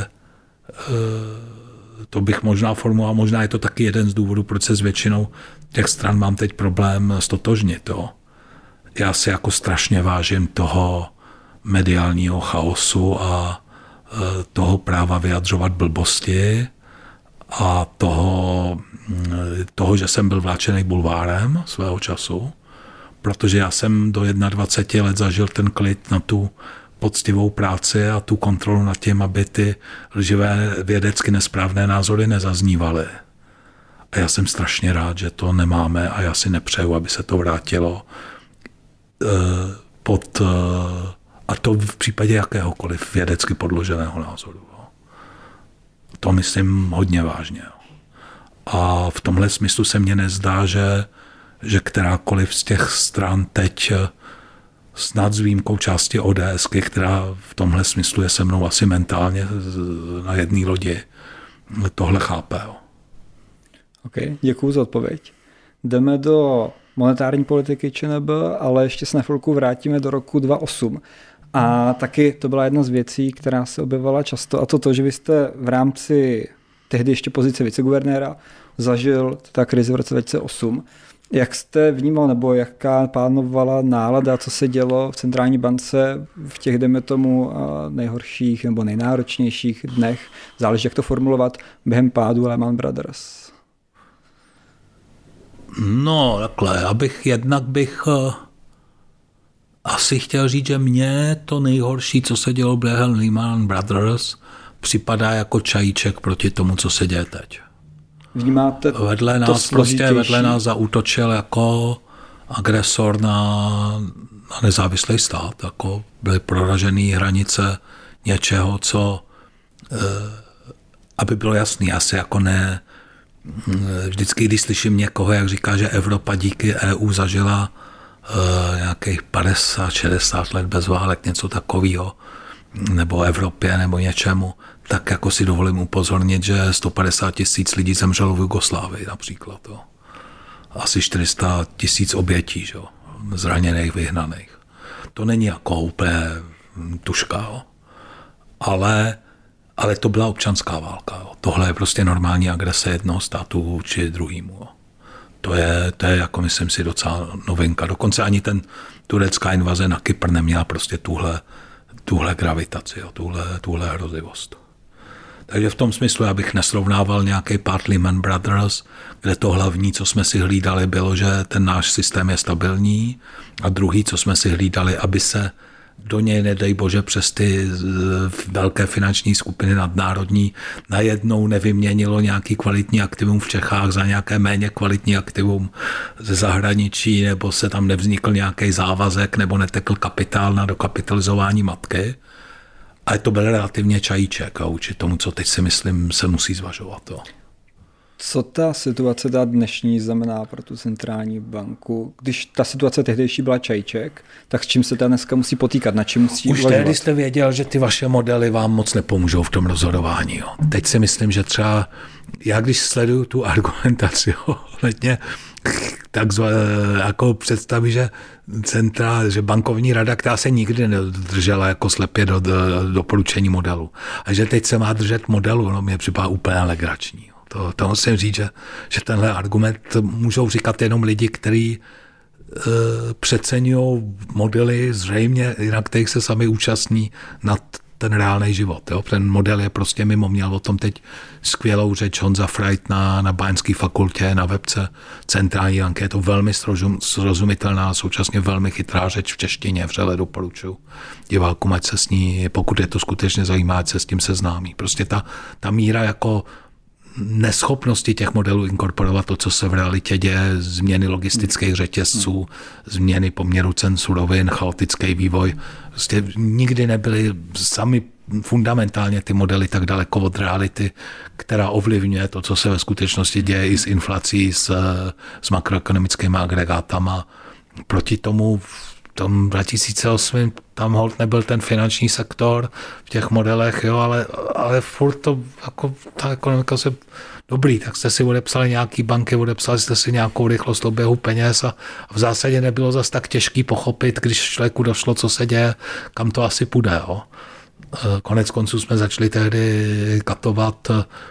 to bych možná formuloval, možná je to taky jeden z důvodů, proč se s většinou těch stran mám teď problém stotožnit. Jo. Já si jako strašně vážím toho mediálního chaosu a toho práva vyjadřovat blbosti a toho, toho, že jsem byl vláčený bulvárem svého času, protože já jsem do dvaceti jedna let zažil ten klid na tu poctivou práci a tu kontrolu nad tím, aby ty lživé vědecky nesprávné názory nezaznívaly. A já jsem strašně rád, že to nemáme a já si nepřeju, aby se to vrátilo pod, a to v případě jakéhokoliv vědecky podloženého názoru. To myslím hodně vážně. A v tomhle smyslu se mně nezdá, že, že kterákoliv z těch stran teď snad s výjimkou části ODSky, která v tomhle smyslu je se mnou asi mentálně na jedné lodi, tohle chápe. Jo. OK, děkuju za odpověď. Jdeme do monetární politiky ČNB, ale ještě se na chvilku vrátíme do roku dva tisíce osm. A taky to byla jedna z věcí, která se objevovala často, a to to, že vy jste v rámci tehdy ještě pozice viceguvernéra zažil ta krizi v roce dva tisíce osm. Jak jste vnímal, nebo jaká plánovala nálada, co se dělo v centrální bance v těch, dejme tomu, nejhorších nebo nejnáročnějších dnech, záleží, jak to formulovat, během pádu Lehman Brothers? No, takhle, abych jednak bych uh, asi chtěl říct, že mně to nejhorší, co se dělo během Lehman Brothers, připadá jako čajíček proti tomu, co se děje teď. Vnímáte vedle nás prostě vedle nás zaútočil jako agresor na, na nezávislý stát, jako byly proražené hranice něčeho, co uh, aby bylo jasný, asi jako ne. Vždycky, když slyším někoho, jak říká, že Evropa díky E U zažila uh, nějakých padesát šedesát let bez válek, něco takového, nebo Evropě, nebo něčemu, tak jako si dovolím upozornit, že sto padesát tisíc lidí zemřelo v Jugoslávii například. Jo. Asi čtyři sta tisíc obětí, že? Zraněných, vyhnaných. To není jako úplně tuška, jo. Ale Ale to byla občanská válka. Jo. Tohle je prostě normální agrese jednoho státu vůči druhému. Jo. To je, to je, jako myslím si, docela novinka. Dokonce ani ten turecká invaze na Kypr neměla prostě tuhle, tuhle gravitaci, jo, tuhle, tuhle hrozivost. Takže v tom smyslu, abych nesrovnával nějaký pád Lehman Brothers, kde to hlavní, co jsme si hlídali, bylo, že ten náš systém je stabilní, a druhý, co jsme si hlídali, aby se do něj, nedej bože, přes ty velké finanční skupiny nadnárodní najednou nevyměnilo nějaký kvalitní aktivum v Čechách za nějaké méně kvalitní aktivum ze zahraničí, nebo se tam nevznikl nějaký závazek, nebo netekl kapitál na dokapitalizování matky. Ale to byl relativně čajíček, vůči tomu, co teď si myslím, se musí zvažovat. Jo. Co ta situace ta dnešní znamená pro tu centrální banku? Když ta situace tehdejší byla čajíček, tak s čím se ta dneska musí potýkat? Na čím musí Už uvažovat? tehdy jste věděl, že ty vaše modely vám moc nepomůžou v tom rozhodování. Jo. Teď si myslím, že třeba já když sleduju tu argumentaci ohledně tak jako představí, že centra, že bankovní rada, která se nikdy nedržela jako slepě do, do doporučení modelu. A že teď se má držet modelu, no mě připadá úplně legrační. Jo. To, to musím říct, že, že tenhle argument můžou říkat jenom lidi, kteří e, přeceňují modely zřejmě, na kterých se sami účastní nad ten reálný život. Jo? Ten model je prostě mimo. Měl o tom teď skvělou řeč Honza Freit na, na Báňské fakultě, na webce Centrální banky. Je to velmi srozumitelná, současně velmi chytrá řeč v češtině. Vřele doporučuji divákům, ať se s ní, pokud je to skutečně zajímá, ať se s tím seznámí. Prostě ta, ta míra jako neschopnosti těch modelů inkorporovat to, co se v realitě děje, změny logistických řetězců, změny poměru cen surovin, chaotický vývoj. Prostě nikdy nebyly sami fundamentálně ty modely tak daleko od reality, která ovlivňuje to, co se ve skutečnosti děje i s inflací, s, s makroekonomickými agregátama. Proti tomu v tom dva tisíce osm tam holt nebyl ten finanční sektor v těch modelech, jo, ale, ale furt to, jako ta ekonomika se dobrý, tak jste si odepsali nějaký banky, odepsali jste si nějakou rychlost oběhu peněz a v zásadě nebylo zas tak těžký pochopit, když člověku došlo, co se děje, kam to asi půjde. Jo. Konec konců jsme začali tehdy katovat,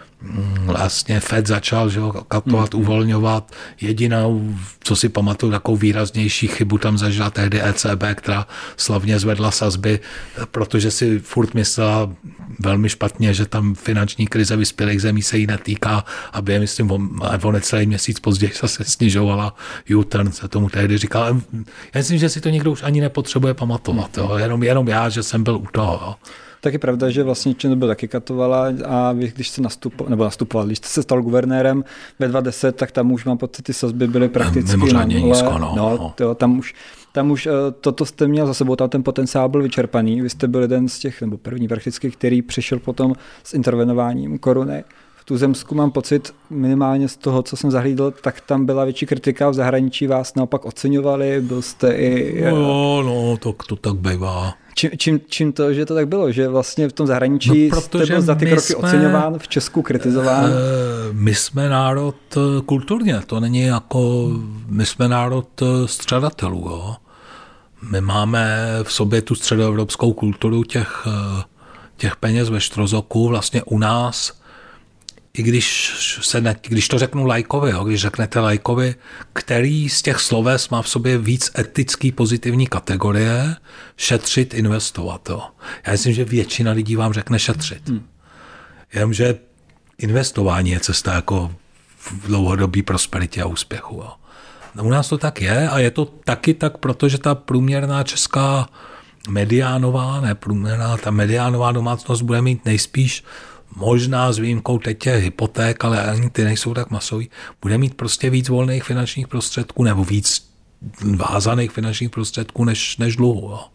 vlastně Fed začal, že ho, katovat, hmm. uvolňovat. Jedinou, co si pamatuju, takovou výraznější chybu tam zažila tehdy E C B, která slavně zvedla sazby, protože si furt myslela velmi špatně, že tam finanční krize vyspělých zemí se jí netýká, aby je, myslím, o, o necelý měsíc později se snižovala U-turn, se tomu tehdy říkal. Já myslím, že si to nikdo už ani nepotřebuje pamatovat. Jo. Jenom, jenom já, že jsem byl u toho. Jo. Tak je pravda, že vlastně ČNB taky katovala a vy, když jste nastupoval, nebo nastupoval, když jste se stal guvernérem ve dva tisíce deset, tak tam už mám pocit, ty sazby byly prakticky mimořádně nízko, no. no, to, tam už tam už toto jste měl za sebou, tam ten potenciál byl vyčerpaný. Vy jste byl jeden z těch, nebo první prakticky, který přišel potom s intervenováním koruny tuzemsku mám pocit, minimálně z toho, co jsem zahlídl, tak tam byla větší kritika, v zahraničí vás naopak oceňovali, byl jste i... No, no, to, to tak bývá. Čím, čím, čím to, že to tak bylo, že vlastně v tom zahraničí no, jste byl za ty kroky jsme, oceňován, v Česku kritizován? My jsme národ kulturně, to není jako, my jsme národ střadatelů, jo. My máme v sobě tu středoevropskou kulturu těch, těch peněz ve štrozoku, vlastně u nás, i když, se ne, když to řeknu lajkovi, jo, když řeknete lajkovi, který z těch sloves má v sobě víc etický pozitivní kategorie, šetřit, investovat. Jo. Já myslím, že většina lidí vám řekne šetřit. Hmm. Jenomže investování je cesta jako v dlouhodobý prosperitě a úspěchu. Jo. U nás to tak je a je to taky tak, protože ta průměrná česká mediánová, ne průměrná, ta mediánová domácnost bude mít nejspíš možná s výjimkou teď těch hypoték, ale ani ty nejsou tak masový, bude mít prostě víc volných finančních prostředků nebo víc vázaných finančních prostředků než, než dluhu. Jo.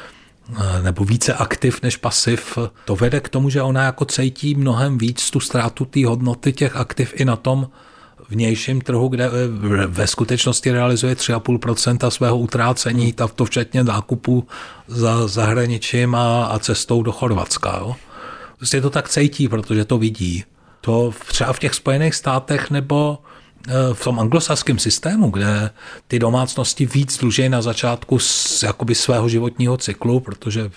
Nebo více aktiv než pasiv. To vede k tomu, že ona jako cítí mnohem víc tu ztrátu té hodnoty těch aktiv i na tom vnějším trhu, kde ve skutečnosti realizuje tři a půl procenta svého utrácení, to včetně nákupu za zahraničím a, a cestou do Chorvatska. Jo. Prostě to tak cítí, protože to vidí. To třeba v těch Spojených státech nebo v tom anglosaském systému, kde ty domácnosti víc dluží na začátku z, jakoby svého životního cyklu, protože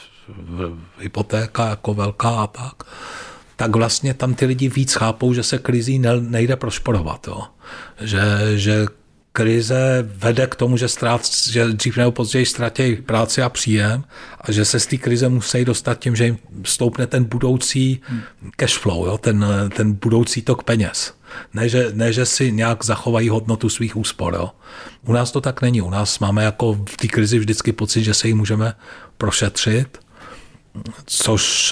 hypotéka jako velká a tak, tak vlastně tam ty lidi víc chápou, že se krizí nejde prošporovat. Jo. Že, že krize vede k tomu, že, ztrát, že dřív nebo později ztratí práci a příjem a že se z té krize musí dostat tím, že jim stoupne ten budoucí cash flow, jo, ten, ten budoucí tok peněz. Ne že, ne, že si nějak zachovají hodnotu svých úspor. Jo. U nás to tak není. U nás máme jako v té krizi vždycky pocit, že se ji můžeme prošetřit, což...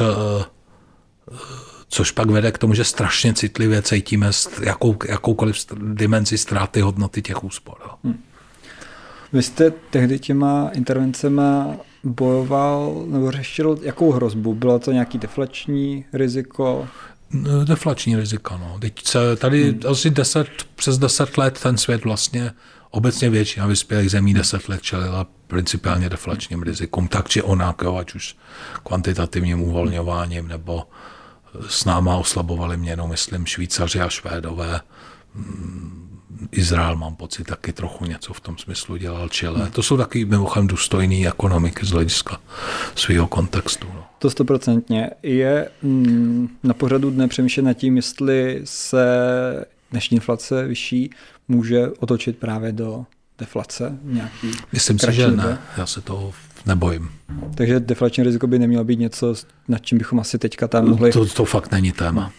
což pak vede k tomu, že strašně citlivě cítíme jakou, jakoukoliv dimenzi ztráty hodnoty těch úspor. Hmm. Vy jste tehdy těma intervencema bojoval nebo řešil jakou hrozbu? Bylo to nějaký deflační riziko? Deflační riziko, no. Teď se tady hmm. asi deset, přes deset let ten svět vlastně obecně většina vyspělých zemí deset let čelila principiálně deflačním rizikům, tak či onak, jo, ať už kvantitativním uvolňováním nebo s náma oslabovali měnu, myslím, Švýcaři a Švédové. Izrael, mám pocit, taky trochu něco v tom smyslu dělal, Chile. To jsou taky mimochodem důstojný ekonomiky z hlediska svého kontextu. No. To stoprocentně. Je mm, na pořadu dne přemýšlet nad tím, jestli se dnešní inflace vyšší může otočit právě do deflace nějaký. Myslím si, že ne. Já se toho nebojím. Takže deflační riziko by nemělo být něco, nad čím bychom asi teďka tam mohli... To, to fakt není téma.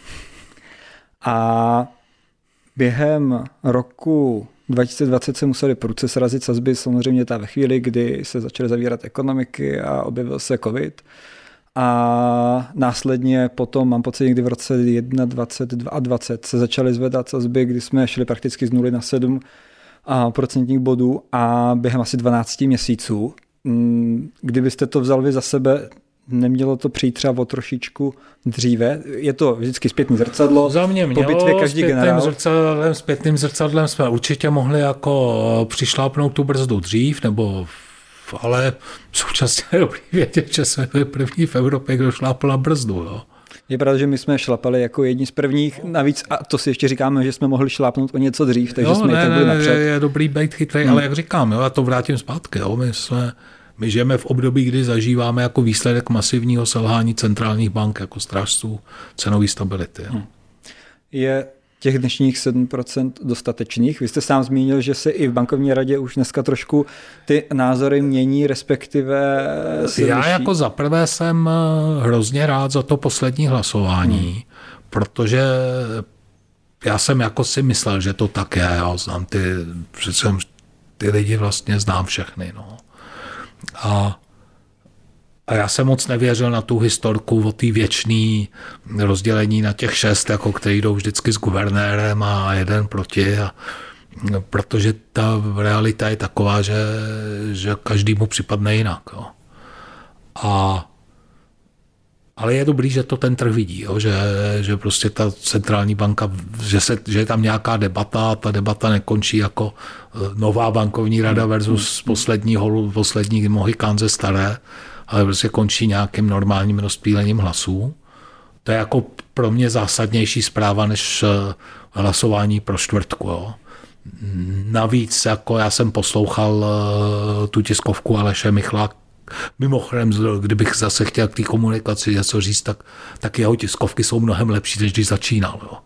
A během roku dva tisíce dvacet se museli prudce srazit sazby, samozřejmě ta ve chvíli, kdy se začaly zavírat ekonomiky a objevil se covid. A následně potom, mám pocit, někdy v roce dvacet jedna, dvacet, dvacet se začaly zvedat sazby, kdy jsme šli prakticky z nuly na sedm procentních bodů a během asi dvanáct měsíců. Kdybyste to vzal vy za sebe, nemělo to přijít třeba o trošičku dříve? Je to vždycky zpětný zrcadlo? Za mě mělo, po bitvě každý generál. Zrcadlem, zpětným zrcadlem jsme určitě mohli jako přišlápnout tu brzdu dřív, nebo ale současně je dobrý vědět, že jsme byli první v Evropě, kdo šlápl na brzdu. Jo. Je pravda, že my jsme šlapali jako jedni z prvních, navíc a to si ještě říkáme, že jsme mohli šlápnout o něco dřív, takže jo, jsme ne, i tak byli napřed. Je, je dobrý být chytrý, hmm. ale jak říkám, jo, já to vrátím zpátky. Jo, my, jsme, my žijeme v období, kdy zažíváme jako výsledek masivního selhání centrálních bank jako strážců cenové stability. Jo. Hmm. Je těch dnešních sedm procent dostatečných? Vy jste sám zmínil, že se i v bankovní radě už dneska trošku ty názory mění, respektive se Já liší. jako zaprvé jsem hrozně rád za to poslední hlasování, hmm. protože já jsem jako si myslel, že to tak je. Já znám ty, přece ty lidi vlastně znám všechny. No. A A já jsem moc nevěřil na tu historku o té věčný rozdělení na těch šest, jako který jdou vždycky s guvernérem a jeden proti. A, protože ta realita je taková, že, že každému připadne jinak. Jo. A, Ale je dobrý, že to ten trh vidí, jo? Že, že prostě ta centrální banka, že, se, že je tam nějaká debata a ta debata nekončí jako nová bankovní rada versus poslední, hol, poslední Mohikán ze staré, ale prostě končí nějakým normálním rozptýlením hlasů. To je jako pro mě zásadnější zpráva než hlasování pro čtvrtku. Jo? Navíc jako já jsem poslouchal tu tiskovku Aleše Michla. Mimochodem, kdybych zase chtěl k té komunikaci něco říct, tak, tak jeho tiskovky jsou mnohem lepší, než když začínal. Jo.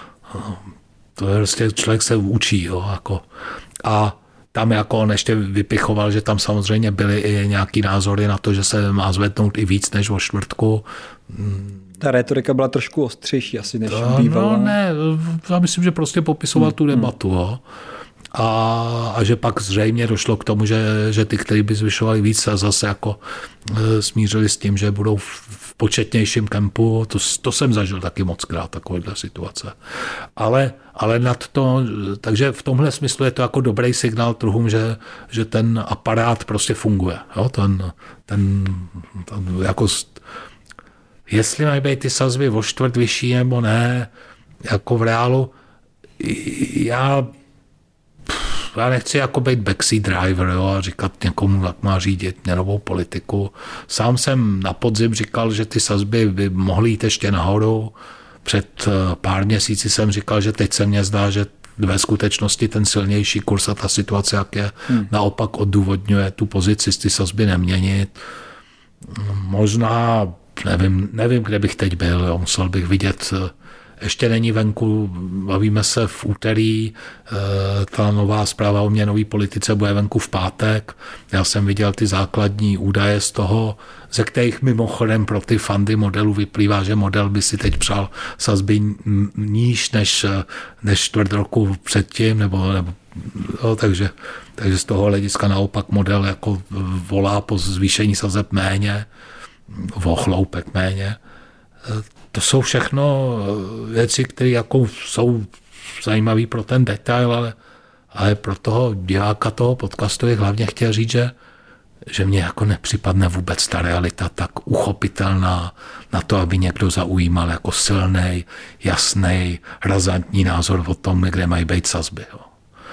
To je prostě, člověk se učí. Jo, jako. A tam jako on ještě vypichoval, že tam samozřejmě byly i nějaký názory na to, že se má zvednout i víc než o čtvrtku. Ta rétorika byla trošku ostřejší asi než to, bývala. No ne, já myslím, že prostě popisoval hmm, tu debatu. Hmm. Jo. A, a že pak zřejmě došlo k tomu, že, že ty, kteří by zvyšovali víc, a zase jako e, smířili s tím, že budou v, v početnějším kempu. To, to jsem zažil taky moc krát, takovéhle situace. Ale, ale nad to, takže v tomhle smyslu je to jako dobrý signál trhům, že, že ten aparát prostě funguje. Jo? Ten, ten, ten jako, jestli mají být ty sazby o čtvrt vyšší nebo ne, jako v reálu, já Já nechci jako být backseat driver, jo, a říkat někomu, jak má řídit měnovou politiku. Sám jsem na podzim říkal, že ty sazby by mohly jít ještě nahoru. Před pár měsíci jsem říkal, že teď se mně zdá, že ve skutečnosti ten silnější kurz a ta situace, jak je, hmm. naopak odůvodňuje tu pozici ty sazby neměnit. Možná, nevím, nevím, kde bych teď byl, jo, musel bych vidět. Ještě není venku, bavíme se v úterý, ta nová zpráva o měnové politice bude venku v pátek. Já jsem viděl ty základní údaje z toho, ze kterých mimochodem pro ty fundy modelu vyplývá, že model by si teď přál sazby níž než, než čtvrt roku předtím, nebo, nebo no, takže, takže z toho hlediska naopak model jako volá po zvýšení sazeb méně, o chloupek méně. To jsou všechno věci, které jako jsou zajímavé pro ten detail, ale, ale pro toho diváka toho podcastu bych hlavně chtěl říct, že, že mně jako nepřipadne vůbec ta realita tak uchopitelná na to, aby někdo zaujímal jako silnej, jasnej, razantní názor o tom, kde mají být sazby. Jo.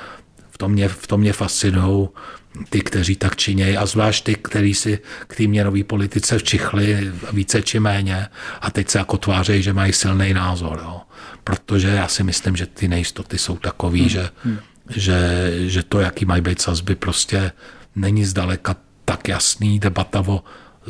V tom mě, v tom mě fascinují ty, kteří tak činějí, a zvlášť ty, kteří si k té měnové politice včichli více či méně a teď se jako tvářejí, že mají silný názor. Jo. Protože já si myslím, že ty nejistoty jsou takový, hmm. Že, hmm. Že, že to, jaký mají být sazby, prostě není zdaleka tak jasný. Debata o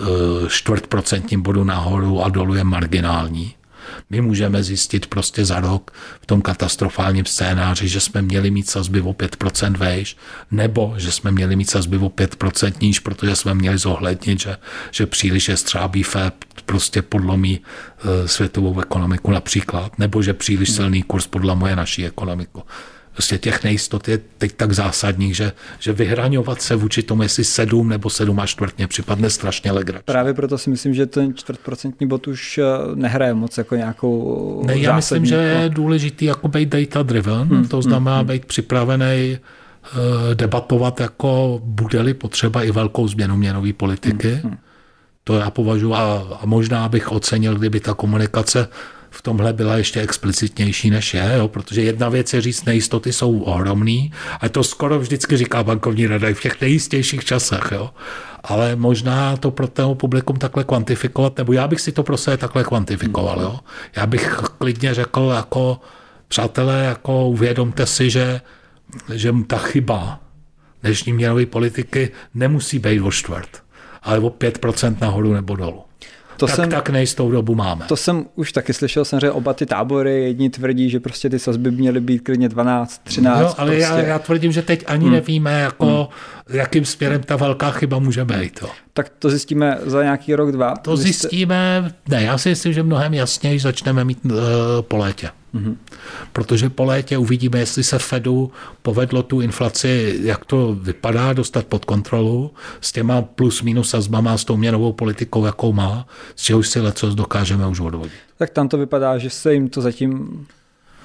čtvrt procentním bodu nahoru a dolů je marginální. My můžeme zjistit prostě za rok v tom katastrofálním scénáři, že jsme měli mít sazby o pět procent vejš, nebo že jsme měli mít sazby o pět procent níž, protože jsme měli zohlednit, že, že příliš jestřábý Fed prostě podlomí e, světovou ekonomiku například, nebo že příliš silný kurz podlamuje naší ekonomiku. Prostě těch nejistot je teď tak zásadních, že, že vyhraňovat se vůči tomu, jestli sedm nebo sedm a čtvrtně připadne strašně legrační. Právě proto si myslím, že ten čtvrtprocentní bod už nehraje moc jako nějakou ne, já myslím, že je důležitý jako být data driven, hmm, to znamená hmm, být připravený uh, debatovat, jako bude-li potřeba i velkou změnu měnové politiky. Hmm, hmm. To já považuji a, a možná bych ocenil, kdyby ta komunikace v tomhle byla ještě explicitnější, než je, jo? Protože jedna věc je říct, nejistoty jsou ohromný, a to skoro vždycky říká bankovní rada i v těch nejistějších časech, jo? Ale možná to pro toho publikum takhle kvantifikovat, nebo já bych si to pro sebe takhle kvantifikoval. Jo? Já bych klidně řekl, jako přátelé, jako uvědomte si, že, že ta chyba dnešní měnové politiky nemusí být o čtvrt, ale o pět procent nahoru nebo dolů. To tak, jsem, tak nejistou dobu máme. To jsem už taky slyšel, jsem řekl oba ty tábory, jedni tvrdí, že prostě ty sazby měly být klidně dvanáct, třináct. No, ale prostě. já, já tvrdím, že teď ani hmm. nevíme, jako, hmm. jakým směrem ta velká chyba může být. Jo. Tak to zjistíme za nějaký rok, dva? To Vy zjistíme, jste... ne, já si myslím, že mnohem jasněji začneme mít uh, po létě. Mm-hmm. Protože po létě uvidíme, jestli se Fedu povedlo tu inflaci, jak to vypadá, dostat pod kontrolu s těma plus minus sazbama, s tou měnovou politikou, jakou má, z čeho si lecos dokážeme už odvodit. Tak tam to vypadá, že se jim to zatím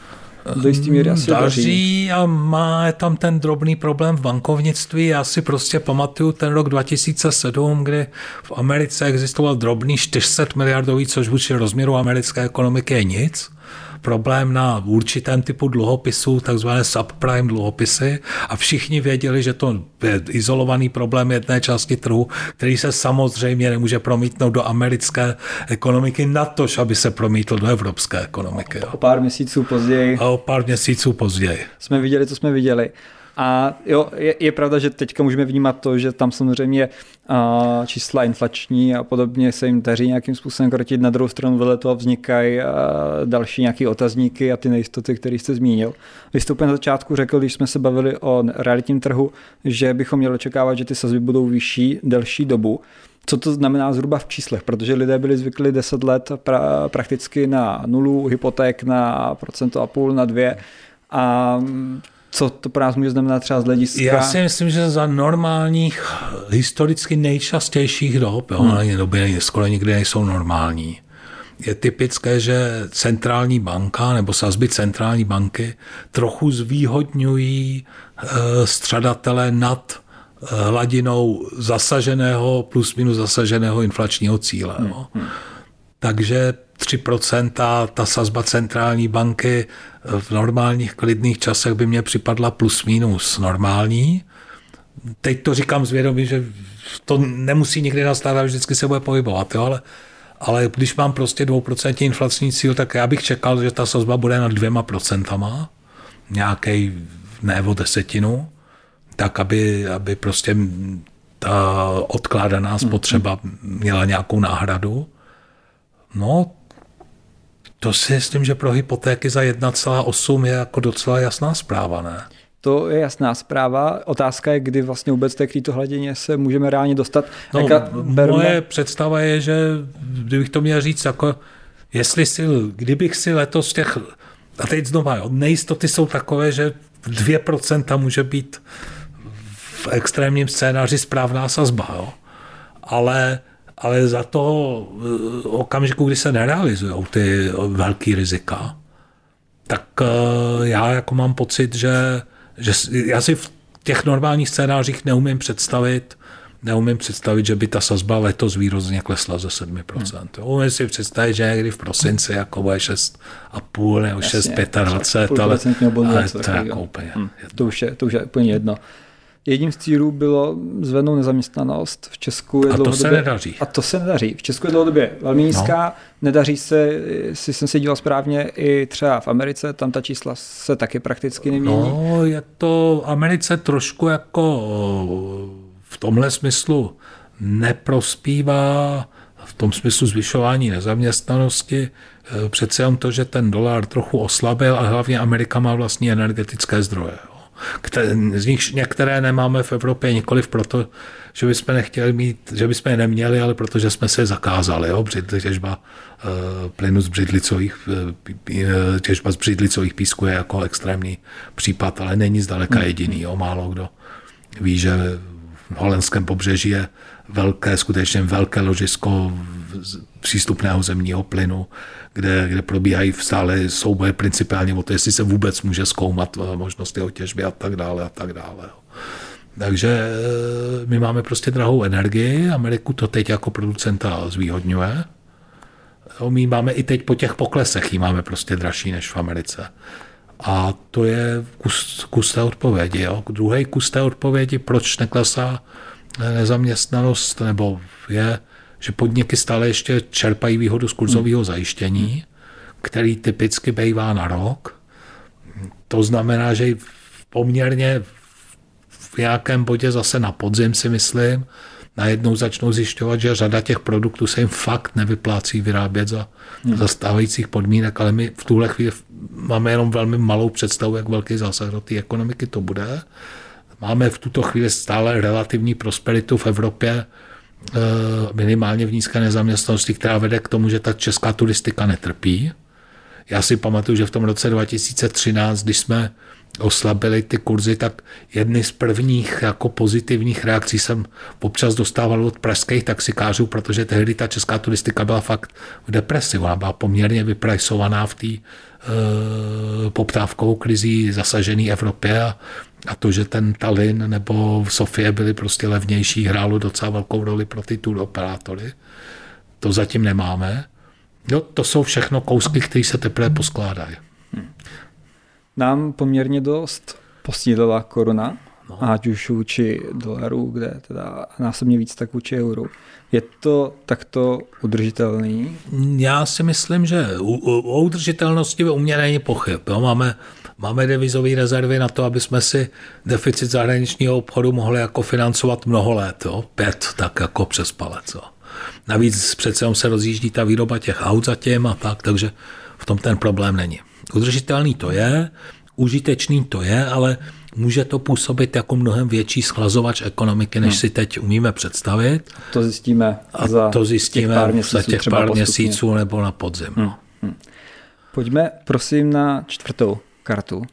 do jistý míry asi daří. daří. A má tam ten drobný problém v bankovnictví. Já si prostě pamatuju ten rok dva tisíce sedm, kdy v Americe existoval drobný čtyři sta miliardový, což vůči rozměru americké ekonomiky je nic. Problém na určitém typu dluhopisů, takzvané subprime dluhopisy, a všichni věděli, že to je izolovaný problém jedné části trhu, který se samozřejmě nemůže promítnout do americké ekonomiky, natož, aby se promítl do evropské ekonomiky. O pár měsíců později. A o pár měsíců později. Jsme viděli, co jsme viděli. A jo, je, je pravda, že teďka můžeme vnímat to, že tam samozřejmě uh, čísla inflační a podobně se jim daří nějakým způsobem krotit. Na druhou stranu vedle toho vznikají uh, další nějaké otazníky a ty nejistoty, které jste zmínil. Vy jste úplně na začátku řekl, když jsme se bavili o realitním trhu, že bychom měli očekávat, že ty sazby budou vyšší delší dobu. Co to znamená zhruba v číslech? Protože lidé byli zvyklí deset let pra, prakticky na nulu, hypoték na procento a půl, na dvě. A co to pro nás může znamenat třeba z hlediska? Já si myslím, že za normálních, historicky nejčastějších dob, jo, hmm. doby skoro nikdy nejsou normální, je typické, že centrální banka nebo sazby centrální banky trochu zvýhodňují střadatele nad hladinou zasaženého plus minus zasaženého inflačního cíle. Hmm. Jo. Takže tři procenta ta sazba centrální banky v normálních klidných časech by mě připadla plus minus normální. Teď to říkám zvědomí, že to nemusí nikdy nastat a vždycky se bude pohybovat, jo? Ale, ale když mám prostě dvouprocentní inflační cíl, tak já bych čekal, že ta sazba bude na dvěma procentama, nějaký ne o desetinu, tak aby, aby prostě ta odkládaná spotřeba měla nějakou náhradu. No, to si myslím, že pro hypotéky za jedna celá osm je jako docela jasná zpráva, ne? To je jasná zpráva. Otázka je, kdy vlastně vůbec té k této hladině se můžeme reálně dostat. No, Jaka, berme... Moje představa je, že kdybych to měl říct, jako jestli si, kdybych si letos těch, a teď znova, jo, nejistoty jsou takové, že dvě procenta může být v extrémním scénáři správná sazba, jo? Ale ale za to okamžiku, kdy se nerealizují ty velký rizika, tak já jako mám pocit, že, že já si v těch normálních scénářích neumím představit, neumím představit, že by ta sazba letos výrazně klesla ze sedm procent. Hmm. Umím si představit, že někdy v prosinci jako bude šest a půl nebo šest dvacet pět, ale, ale to je jako úplně hmm. to, už je, to už je úplně jedno. Jedním z cílů bylo zvednout nezaměstnanost. V Česku je a dlouhodobě... to se nedaří. A to se nedaří. V Česku je dlouhodobě velmi nízká. No. Nedaří se, jestli jsem se díval správně, i třeba v Americe. Tam ta čísla se taky prakticky nemění. No, je to Americe trošku jako v tomhle smyslu neprospívá, v tom smyslu zvyšování nezaměstnanosti. Přece jen to, že ten dolar trochu oslabil a hlavně Amerika má vlastní energetické zdroje. Které, z nich některé nemáme v Evropě nikoliv proto, že bychom nechtěli mít, že bychom je neměli, ale protože jsme se je zakázali. Jo? Břidli, těžba uh, plynu z břidlicových, uh, těžba z břidlicových písků je jako extrémní případ, ale není zdaleka jediný. Jo? Málo kdo ví, že v holandském pobřeží je velké, skutečně velké ložisko přístupného zemního plynu, kde, kde probíhají stále souboje principiálně o to, jestli se vůbec může zkoumat možnosti o těžbě a tak dále a tak dále. Takže my máme prostě drahou energii, Ameriku to teď jako producenta zvýhodňuje. My máme i teď po těch poklesech, ji máme prostě dražší než v Americe. A to je kus, kus té odpovědi. Jo. Druhý kus té odpovědi, proč neklesá nezaměstnanost, nebo je, že podniky stále ještě čerpají výhodu z kurzového zajištění, který typicky bývá na rok. To znamená, že poměrně v nějakém bodě zase na podzim si myslím, najednou začnou zjišťovat, že řada těch produktů se jim fakt nevyplácí vyrábět za, hmm. za stávajících podmínek, ale my v tuhle chvíli máme jenom velmi malou představu, jak velký zásah do té ekonomiky to bude. Máme v tuto chvíli stále relativní prosperitu v Evropě, minimálně v nízké nezaměstnanosti, která vede k tomu, že ta česká turistika netrpí. já si pamatuju, že v tom roce dva tisíce třináct, když jsme oslabili ty kurzy, tak jedny z prvních jako pozitivních reakcí jsem občas dostával od pražských taxikářů, protože tehdy ta česká turistika byla fakt v depresi. Ona byla poměrně vyprajsovaná v té e, poptávkovou krizí zasažené Evropě a, a to, že ten Tallinn nebo Sofie byly prostě levnější, hrálo docela velkou roli pro ty tour operátory. To zatím nemáme. No, to jsou všechno kousky, které se teprve poskládají. Hmm. Nám poměrně dost posílila koruna, no. Ať už vůči dolaru, kde teda násobně víc, tak vůči euru. Je to takto udržitelný? Já si myslím, že o udržitelnosti u mě není pochyb. Jo? Máme, máme devizové rezervy na to, aby jsme si deficit zahraničního obchodu mohli jako financovat mnoho let. Jo? Pět, tak jako přes palec. Jo? Navíc přece se rozjíždí ta výroba těch aut zatím a tak, takže v tom ten problém není. Udržitelný to je, užitečný to je, ale může to působit jako mnohem větší schlazovač ekonomiky, než hmm. si teď umíme představit. To zjistíme a za to zjistíme těch pár měsíců, za těch pár měsíců nebo na podzim. Hmm. Hmm. Pojďme prosím na čtvrtou kartu.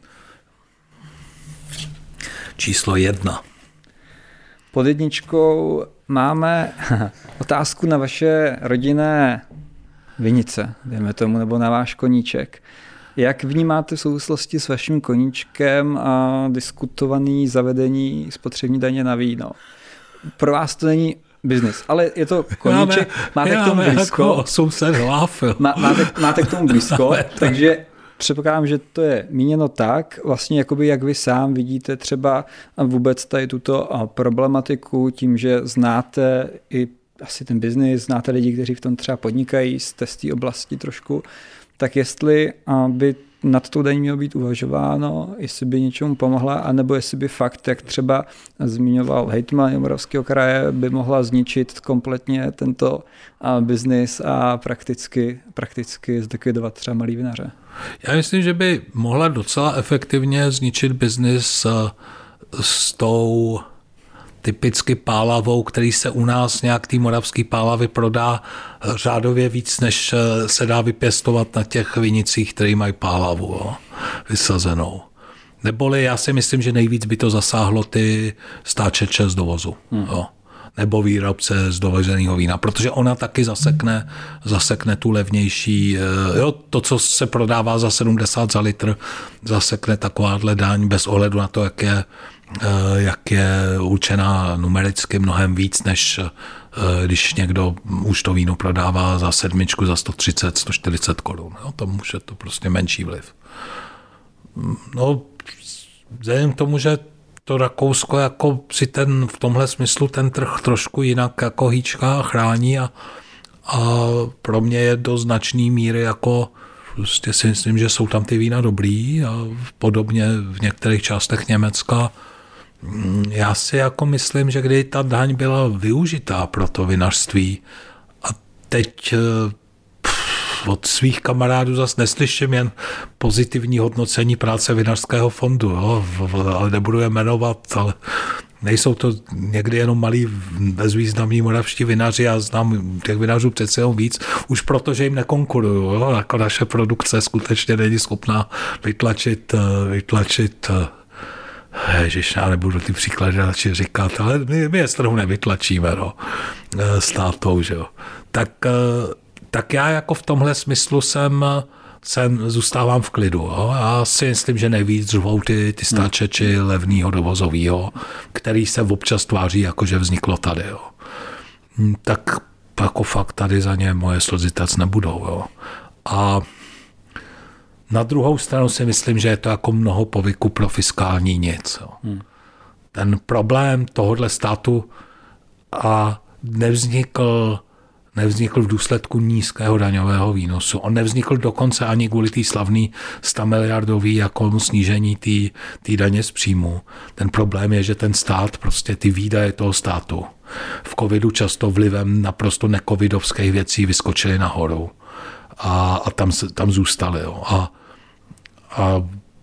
Číslo jedna. Pod jedničkou máme otázku na vaše rodinné vinice, dejme tomu, nebo na váš koníček. Jak vnímáte v souvislosti s vaším koníčkem a diskutovaný zavedení spotřební daně na víno? Pro vás to není biznis, ale je to koníček, máte k tomu blízko. Jako osm set hlav. Má, máte, máte k tomu blízko, takže předpokládám, že to je míněno tak, vlastně jakoby jak vy sám vidíte třeba vůbec tady tuto problematiku tím, že znáte i asi ten biznis, znáte lidi, kteří v tom třeba podnikají, jste z té oblasti trošku, tak jestli by nad tou daní mělo být uvažováno, jestli by něčemu pomohla, anebo jestli by fakt, jak třeba zmiňoval hejtman Jihomoravského kraje, by mohla zničit kompletně tento biznis a prakticky, prakticky zlikvidovat třeba malý vinaře. Já myslím, že by mohla docela efektivně zničit biznis s tou typicky pálavou, který se u nás nějak tý moravský pálavy prodá řádově víc, než se dá vypěstovat na těch vinicích, který mají pálavu jo, vysazenou. Neboli já si myslím, že nejvíc by to zasáhlo ty stáčeče z dovozu. Hmm. Jo. Nebo výrobce z dovezeného vína, protože ona taky zasekne, zasekne tu levnější, jo, to, co se prodává za sedmdesát za litr, zasekne takováhle daň bez ohledu na to, jak je jak je určená numericky mnohem víc, než když někdo už to víno prodává za sedmičku, za sto třicet, sto čtyřicet korun. No, to může to prostě menší vliv. No, vzhledem k tomu, že to Rakousko jako si ten, v tomhle smyslu ten trh trošku jinak jako hýčká chrání a, a pro mě je do značné míry jako prostě si myslím, že jsou tam ty vína dobrý a podobně v některých částech Německa. Já si jako myslím, že kdy ta daň byla využitá pro to vinařství a teď pff, od svých kamarádů zase neslyším jen pozitivní hodnocení práce vinařského fondu, jo, ale nebudu je jmenovat, ale nejsou to někdy jenom malí bezvýznamní moravští vinaři, já znám těch vinařů přece jenom víc, už proto, že jim nekonkuruju, jo, jako naše produkce skutečně není schopná vytlačit, vytlačit Ježiš, já nebudu ty příklady radši říkat, ale my, my je z trhu nevytlačíme, no, s tátou, že jo. Tak, tak já jako v tomhle smyslu jsem, jsem zůstávám v klidu. Jo. Já si myslím, že nejvíc řvou ty, ty stáčeči levnýho dovozovýho, který se občas tváří, jako že vzniklo tady. Jo. Tak jako fakt tady za ně moje slzy tec nebudou. Jo. A na druhou stranu si myslím, že je to jako mnoho povyku pro fiskální nic. Hmm. Ten problém tohohle státu a nevznikl, nevznikl v důsledku nízkého daňového výnosu. On nevznikl dokonce ani kvůli té slavné sto miliardový jako snížení té daně z příjmu. Ten problém je, že ten stát, prostě ty výdaje toho státu v covidu často vlivem naprosto necovidovských věcí vyskočily nahoru. A, a tam, tam zůstali. Jo. A, a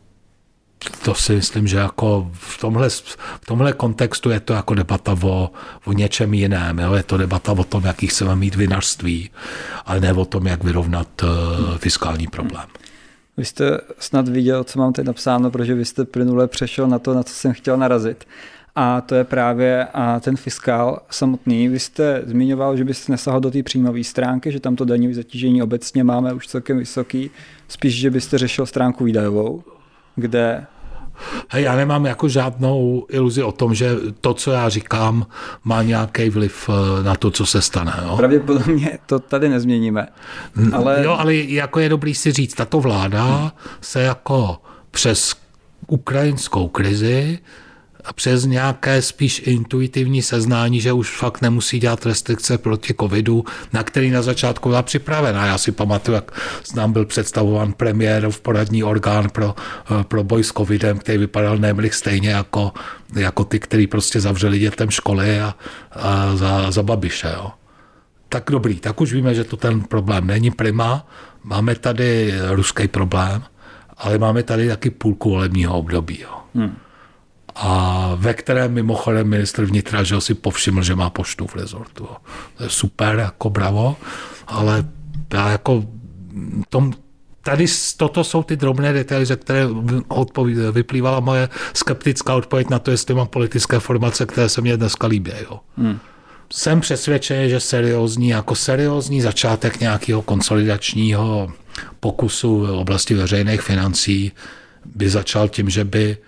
to si myslím, že jako v tomhle, v tomhle kontextu je to jako debata o, o něčem jiném. Jo. Je to debata o tom, jaký chceme mít vinařství, ale ne o tom, jak vyrovnat uh, fiskální problém. Vy jste snad viděl, co mám teď napsáno, protože vy jste plynule přešel na to, na co jsem chtěl narazit. A to je právě a ten fiskál samotný. Vy jste zmiňoval, že byste nesahal do té příjmové stránky, že tam to daňové zatížení obecně máme už celkem vysoký. Spíš, že byste řešil stránku výdajovou, kde... Hej, já nemám jako žádnou iluzi o tom, že to, co já říkám, má nějaký vliv na to, co se stane. Jo? Pravděpodobně to tady nezměníme. Ale... Jo, ale jako je dobrý si říct, tato vláda se jako přes ukrajinskou krizi a přes nějaké spíš intuitivní seznání, že už fakt nemusí dělat restrikce proti covidu, na který na začátku byla připravená. Já si pamatuju, jak nám byl představován premiérov poradní orgán pro, pro boj s covidem, který vypadal nemlich stejně jako, jako ty, který prostě zavřeli dětem školy a, a za, za Babiše. Jo. Tak dobrý, tak už víme, že to ten problém není prima. Máme tady ruský problém, ale máme tady taky půlku volebního období. Jo. Hmm. A ve kterém mimochodem ministr vnitra, že si povšiml, že má poštu v rezortu. To je super, jako bravo, ale já jako tom, tady toto jsou ty drobné detaily, ze které odpověd, vyplývala moje skeptická odpověď na to, jestli mám politické formace, které se mě dneska líbí. Jo. Hmm. Jsem přesvědčený, že seriózní, jako seriózní začátek nějakého konsolidačního pokusu v oblasti veřejných financí by začal tím, že by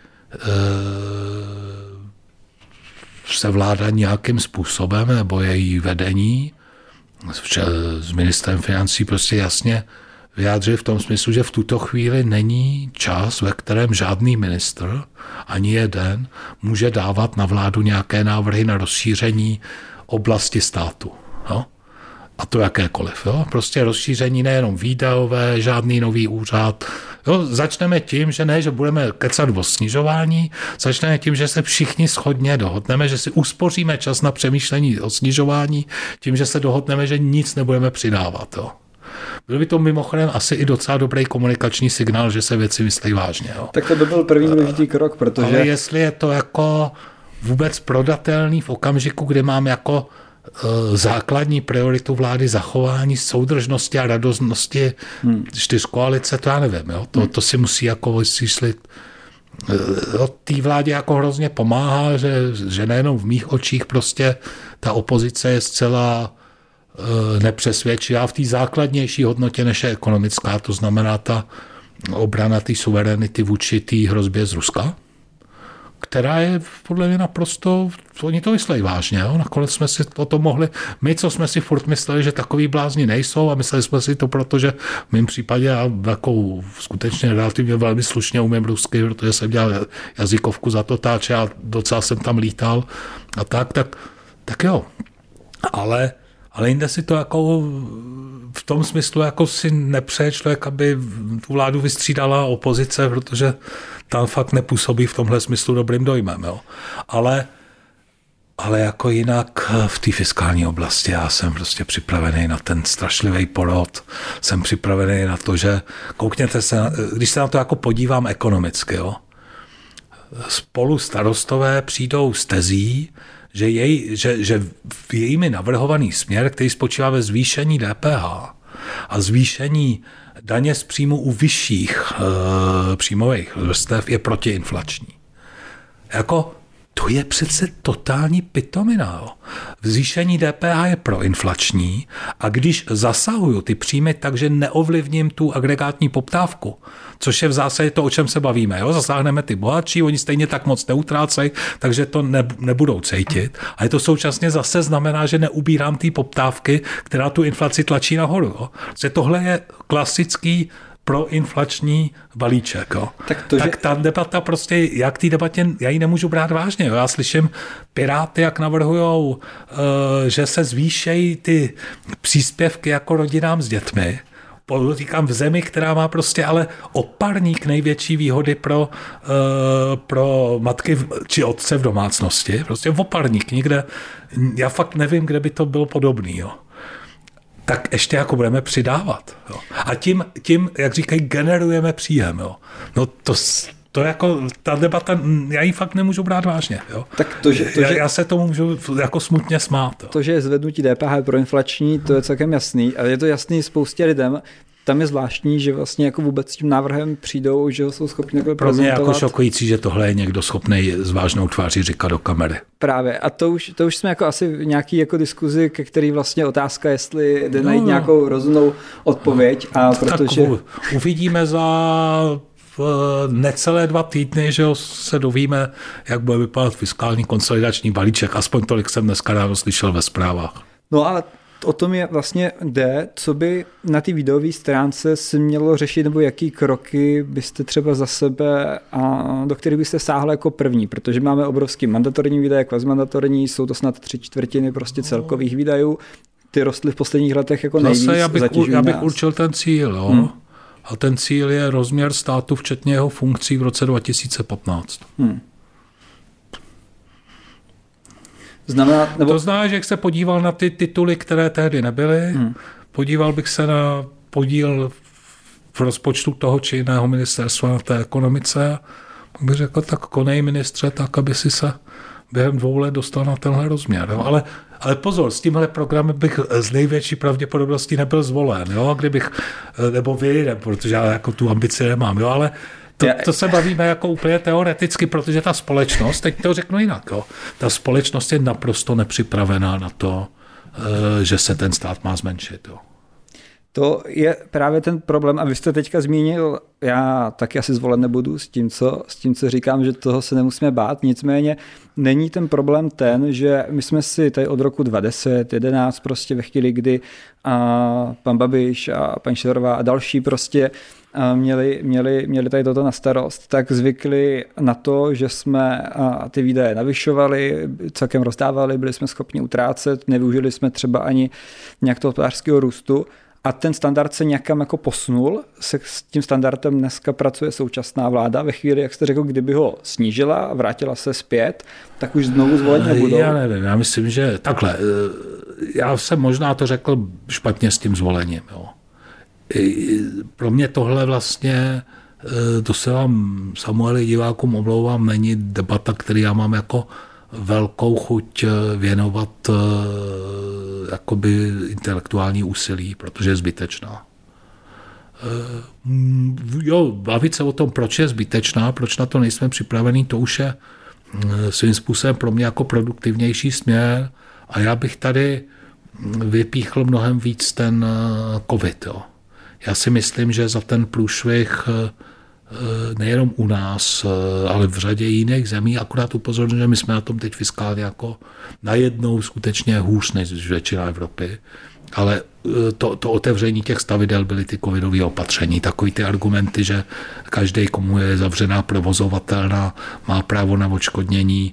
se vláda nějakým způsobem nebo její vedení s ministrem financí prostě jasně vyjádřili v tom smyslu, že v tuto chvíli není čas, ve kterém žádný ministr, ani jeden, může dávat na vládu nějaké návrhy na rozšíření oblasti státu. Jo? A to jakékoliv. Jo? Prostě rozšíření nejenom výdajové, žádný nový úřad. Jo? Začneme tím, že ne, že budeme kecat o snižování, začneme tím, že se všichni shodně dohodneme, že si uspoříme čas na přemýšlení o snižování, tím, že se dohodneme, že nic nebudeme přidávat. Jo? Byl by to mimochodem asi i docela dobrý komunikační signál, že se věci myslí vážně. Jo? Tak to by byl první důležitý krok, protože... Ale jestli je to jako vůbec prodatelný v okamžiku, kdy mám jako základní prioritu vlády zachování soudržnosti a radostnosti hmm. čtyřkoalice, to já nevím. Jo? To, to si musí jako vysvětlit. Té vládě jako hrozně pomáhá, že, že nejenom v mých očích prostě ta opozice je zcela uh, nepřesvědčivá v té základnější hodnotě, než je ekonomická, to znamená ta obrana té suverenity vůči té hrozbě z Ruska, která je podle mě naprosto, oni to myslejí vážně, jo? Nakonec jsme si o to mohli, my, co jsme si furt mysleli, že takový blázni nejsou a mysleli jsme si to, protože v mém případě já jako skutečně relativně velmi slušně umím rusky, protože jsem dělal jazykovku za totáče a docela jsem tam lítal a tak, tak, tak jo. Ale, ale jinde si to jako v tom smyslu, jako si nepřeje člověk, aby tu vládu vystřídala opozice, protože tam fakt nepůsobí v tomhle smyslu dobrým dojmem. Jo. Ale, ale jako jinak v té fiskální oblasti já jsem prostě připravený na ten strašlivý porod, jsem připravený na to, že koukněte se, když se na to jako podívám ekonomicky, jo, spolu starostové přijdou s tezí, že, jej, že, že v jejími navrhovaný směr, který spočívá ve zvýšení D P H a zvýšení daně z příjmu u vyšších e, příjmových vrstev, je protiinflační. Jako, to je přece totální pitomina. Jo. Zvýšení D P H je proinflační a když zasahuju ty příjmy, takže neovlivním tu agregátní poptávku, což je v zásadě to, o čem se bavíme. Jo. Zasáhneme ty bohatší, oni stejně tak moc neutrácejí, takže to ne, nebudou cítit. A je to současně zase znamená, že neubírám ty poptávky, která tu inflaci tlačí nahoru. Jo. Protože tohle je klasický proinflační balíček. Jo. Tak, to, tak že... ta debata prostě, jak té debatě, já ji nemůžu brát vážně. Jo. Já slyším Piráty, jak navrhujou, uh, že se zvýšejí ty příspěvky jako rodinám s dětmi. Říkám v zemi, která má prostě ale oparník největší výhody pro, uh, pro matky či otce v domácnosti. Prostě oparník. Nikde, já fakt nevím, kde by to bylo podobný. Jo. Tak ještě jako budeme přidávat. Jo. A tím, tím, jak říkají, generujeme příjem. Jo. No to, to jako, ta debata, já ji fakt nemůžu brát vážně. Jo. Tak to, že, to, já, že, já se tomu můžu jako smutně smát. Jo. To, že je zvednutí D P H proinflační, to je celkem jasný, ale je to jasný spoustě lidem. tam je zvláštní, že vlastně jako vůbec s tím návrhem přijdou, že ho jsou schopni takhle prezentovat. Pro mě prezentovat. jako šokující, že tohle je někdo schopný s vážnou tváří říkat do kamery. Právě. A to už, to už jsme jako asi v nějaký jako diskuzi, ke který vlastně otázka, jestli jde najít no, nějakou rozumnou odpověď. A protože... Tak uvidíme za necelé dva týdny, že se dovíme, jak bude vypadat fiskální konsolidační balíček. Aspoň tolik jsem dneska ráno slyšel ve zprávách. No a o tom je vlastně jde, co by na té videové stránce si mělo řešit, nebo jaký kroky byste třeba za sebe, a do kterých byste sáhli jako první, protože máme obrovský mandatorní výdaje, kvazmandatorní, jsou to snad tři čtvrtiny prostě celkových výdajů, ty rostly v posledních letech jako nejvíc. Zase já bych, já bych nás. určil ten cíl, jo. Hmm. A ten cíl je rozměr státu, včetně jeho funkcí v roce dva tisíce patnáct. Hmm. Znamená, nebo... To znamená, že jak se podíval na ty tituly, které tehdy nebyly, hmm. podíval bych se na podíl v rozpočtu toho či jiného ministerstva na té ekonomice, bych řekl, tak konej ministře, tak, aby si se během dvou let dostal na tenhle rozměr. Jo? Ale, ale pozor, s tímhle programem bych z největší pravděpodobností nebyl zvolen, jo? Kdybych, nebo vy, ne, protože já jako tu ambici nemám, jo? Ale To, to se bavíme jako úplně teoreticky, protože ta společnost, teď to řeknu jinak, jo, ta společnost je naprosto nepřipravená na to, že se ten stát má zmenšit. Jo. To je právě ten problém a vy jste teďka zmínil, já taky asi zvolen nebudu s tím, co, s tím, co říkám, že toho se nemusíme bát, nicméně není ten problém ten, že my jsme si tady od roku dva tisíce deset, jedenáct prostě ve chvíli, kdy a pan Babiš a paní Schillerová a další prostě Měli, měli, měli tady toto na starost, tak zvykli na to, že jsme ty výdaje navyšovali, celkem rozdávali, byli jsme schopni utrácet, nevyužili jsme třeba ani nějak toho hospodářského růstu a ten standard se nějakam jako posunul, se s tím standardem dneska pracuje současná vláda. Ve chvíli, jak jste řekl, kdyby ho snížila a vrátila se zpět, tak už znovu zvolit nebudou. Já nevím, já myslím, že takhle, já jsem možná to řekl špatně s tím zvolením, jo. Pro mě tohle vlastně, to se vám Samueli divákům omlouvám, není debata, který já mám jako velkou chuť věnovat jakoby intelektuální úsilí, protože je zbytečná. Jo, bavit se o tom, proč je zbytečná, proč na to nejsme připravení, to už je svým způsobem pro mě jako produktivnější směr a já bych tady vypíchl mnohem víc ten covid, jo. Já si myslím, že za ten průšvih nejenom u nás, ale v řadě jiných zemí, akorát upozorňuji, že my jsme na tom teď fiskálně jako najednou skutečně hůř než většina Evropy, ale to, to otevření těch stavidel byly ty covidové opatření, takový ty argumenty, že každý, komu je zavřená provozovatelna, má právo na odškodnění,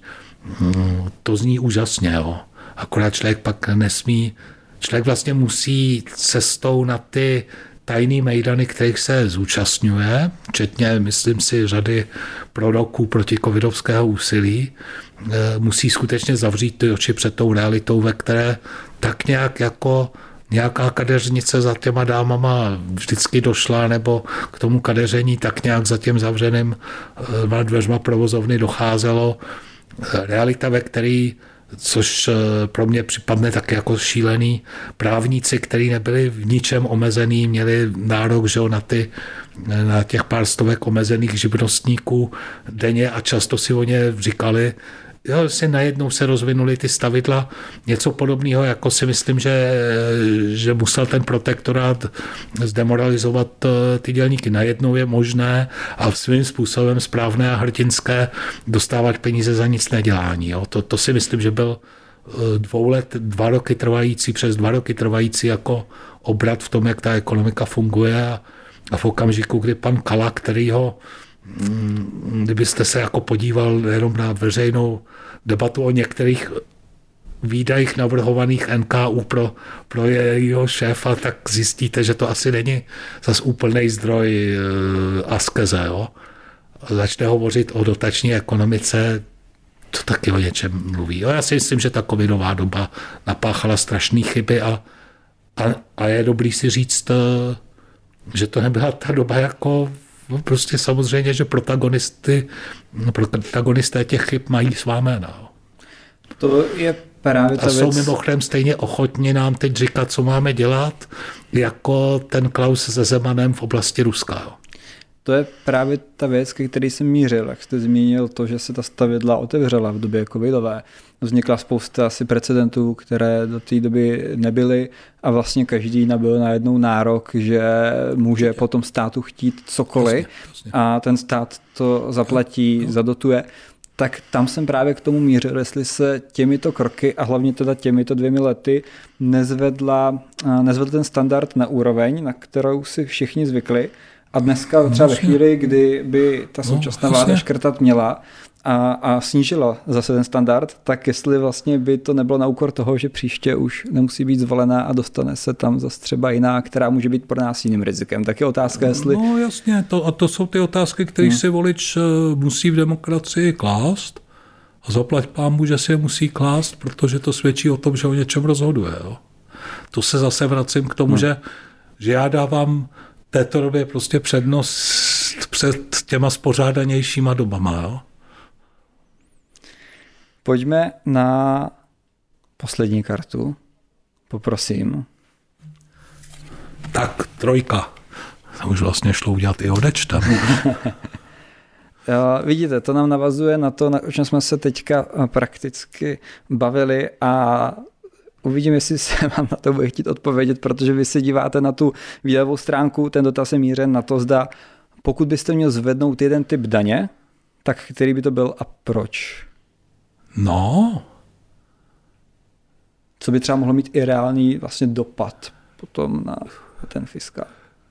to zní úžasně, jo. Akorát člověk pak nesmí, člověk vlastně musí cestou na ty tajný mejdany, kterých se zúčastňuje, včetně, myslím si, řady proroků proti covidovského úsilí, musí skutečně zavřít ty oči před tou realitou, ve které tak nějak jako nějaká kadeřnice za těma dámama vždycky došla, nebo k tomu kadeření tak nějak za těm zavřeným dveřma provozovny docházelo. Realita, ve které, což pro mě připadne tak jako šílený, právníci, kteří nebyli v ničem omezený, měli nárok, že na, ty, na těch pár stovek omezených živnostníků denně a často si o ně říkali, jo, si najednou se rozvinuly ty stavidla, něco podobného, jako si myslím, že, že musel ten protektorát zdemoralizovat ty dělníky. Najednou je možné a svým způsobem správné a hrdinské dostávat peníze za nic nedělání. Jo. To, to si myslím, že byl dvou let, dva roky trvající, přes dva roky trvající jako obrat v tom, jak ta ekonomika funguje a, a v okamžiku, kdy pan Kala, který ho kdybyste se jako podíval jenom na veřejnou debatu o některých výdajích navrhovaných N K U pro, pro jejího šéfa, tak zjistíte, že to asi není zas úplný zdroj askeze. Jo? Začne hovořit o dotační ekonomice, to taky o něčem mluví. Jo? Já si myslím, že ta covidová doba napáchala strašné chyby a, a, a je dobrý si říct, že to nebyla ta doba jako no prostě samozřejmě, že protagonisty, protagonisté těch chyb mají svá jména. To je právě ta a jsou věc... mimochodem stejně ochotni nám teď říkat, co máme dělat, jako ten Klaus se Zemanem v oblasti Ruska. Jo. To je právě ta věc, ke který jsem mířil, jak jste zmínil to, že se ta stavidla otevřela v době covidové. Vznikla spousta asi precedentů, které do té doby nebyly a vlastně každý nabyl najednou nárok, že může po tom státu chtít cokoliv a ten stát to zaplatí, zadotuje. Tak tam jsem právě k tomu mířil, jestli se těmito kroky a hlavně teda těmito dvěmi lety nezvedla, nezvedl ten standard na úroveň, na kterou si všichni zvykli. A dneska třeba ve chvíli, kdy by ta současná vláda škrtat měla a, a snížila zase ten standard, tak jestli vlastně by to nebylo na úkor toho, že příště už nemusí být zvolená a dostane se tam zase třeba jiná, která může být pro nás jiným rizikem. Tak je otázka, jestli... No jasně, to, a to jsou ty otázky, které hmm. si volič musí v demokracii klást a zaplať pánbu, že si je musí klást, protože to svědčí o tom, že o něčem rozhoduje. Jo. To se zase vracím k tomu, hmm. že, že já dávám této době prostě přednost před těma spořádanějšíma dobama. Jo? Pojďme na poslední kartu. Poprosím. Tak, trojka. To už vlastně šlo udělat i odečtem. Vidíte, to nám navazuje na to, o čem jsme se teďka prakticky bavili a uvidím, jestli se vám na to bude chtít odpovědět, protože vy se díváte na tu výdajovou stránku, ten dotaz je mířen na to, zda pokud byste měl zvednout jeden typ daně, tak který by to byl a proč? No. Co by třeba mohlo mít i reálný vlastně dopad potom na ten fiskál?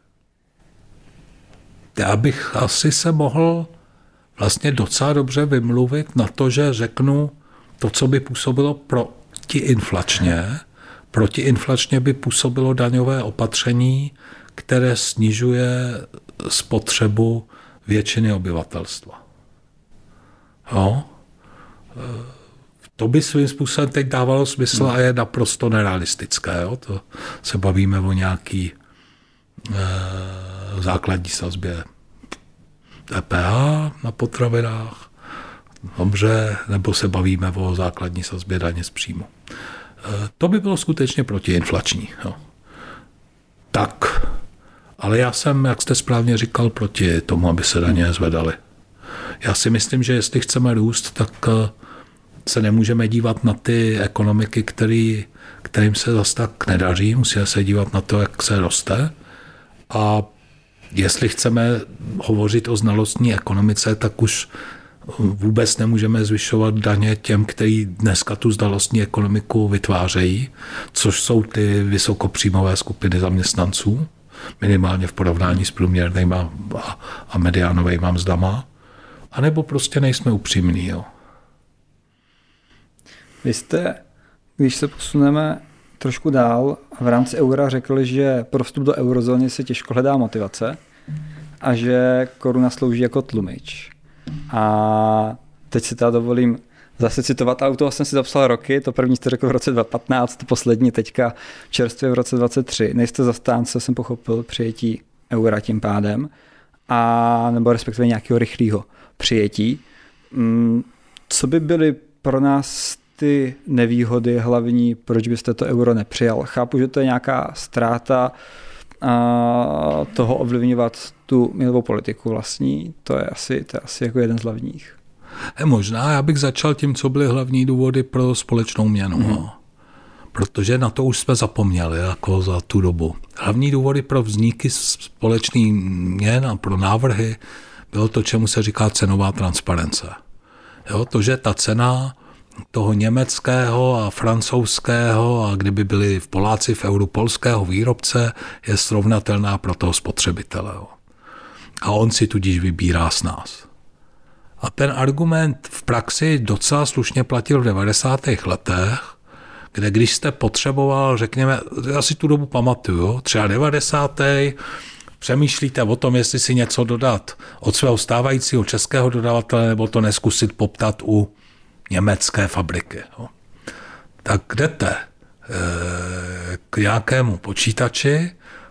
Já bych asi se mohl vlastně docela dobře vymluvit na to, že řeknu to, co by působilo protiinflačně. Protiinflačně by působilo daňové opatření, které snižuje spotřebu většiny obyvatelstva. Jo? To by svým způsobem teď dávalo smysl a je naprosto nerealistické. Jo? To se bavíme o nějaký e, základní sazbě D P H na potravinách, dobře, nebo se bavíme o základní sazbě daně z příjmu. E, to by bylo skutečně protiinflační. Jo? Tak, ale já jsem, jak jste správně říkal, proti tomu, aby se daně zvedaly. Já si myslím, že jestli chceme růst, tak se nemůžeme dívat na ty ekonomiky, který, kterým se zase tak nedaří, musíme se dívat na to, jak se roste. A jestli chceme hovořit o znalostní ekonomice, tak už vůbec nemůžeme zvyšovat daně těm, kteří dneska tu znalostní ekonomiku vytvářejí, což jsou ty vysokopříjmové skupiny zaměstnanců, minimálně v porovnání s průměrnýma a, a mediánovejma mzdama, anebo prostě nejsme upřímní. Jo. Vy jste, když se posuneme trošku dál, v rámci eura řekli, že pro vstup do eurozóny se těžko hledá motivace a že koruna slouží jako tlumič. A teď si teda dovolím zase citovat, ale u toho jsem si zapsal roky, to první jste řekl v roce dva tisíce patnáct, to poslední teďka čerstvě v roce dvacet tři. Nejste zastánce, jsem pochopil, přijetí eura tím pádem, a nebo respektive nějakého rychlého přijetí. Co by byly pro nás ty nevýhody hlavní, proč byste to euro nepřijal? Chápu, že to je nějaká ztráta a toho ovlivňovat tu měnovou politiku vlastní. To je asi, to je asi jako jeden z hlavních. Je možná, já bych začal tím, co byly hlavní důvody pro společnou měnu. Hmm. No. Protože na to už jsme zapomněli jako za tu dobu. Hlavní důvody pro vzniky společných měn a pro návrhy bylo to, čemu se říká cenová transparence. Jo, to, že ta cena toho německého a francouzského a kdyby byli v Poláci v euru polského výrobce, je srovnatelná pro toho spotřebitele. Jo. A on si tudíž vybírá s nás. A ten argument v praxi docela slušně platil v devadesátých letech, kde když jste potřeboval, řekněme, já si tu dobu pamatuju, třeba devadesátých přemýšlíte o tom, jestli si něco dodat od svého stávajícího českého dodavatele, nebo to neskusit poptat u německé fabriky. Jo. Tak jdete k nějakému počítači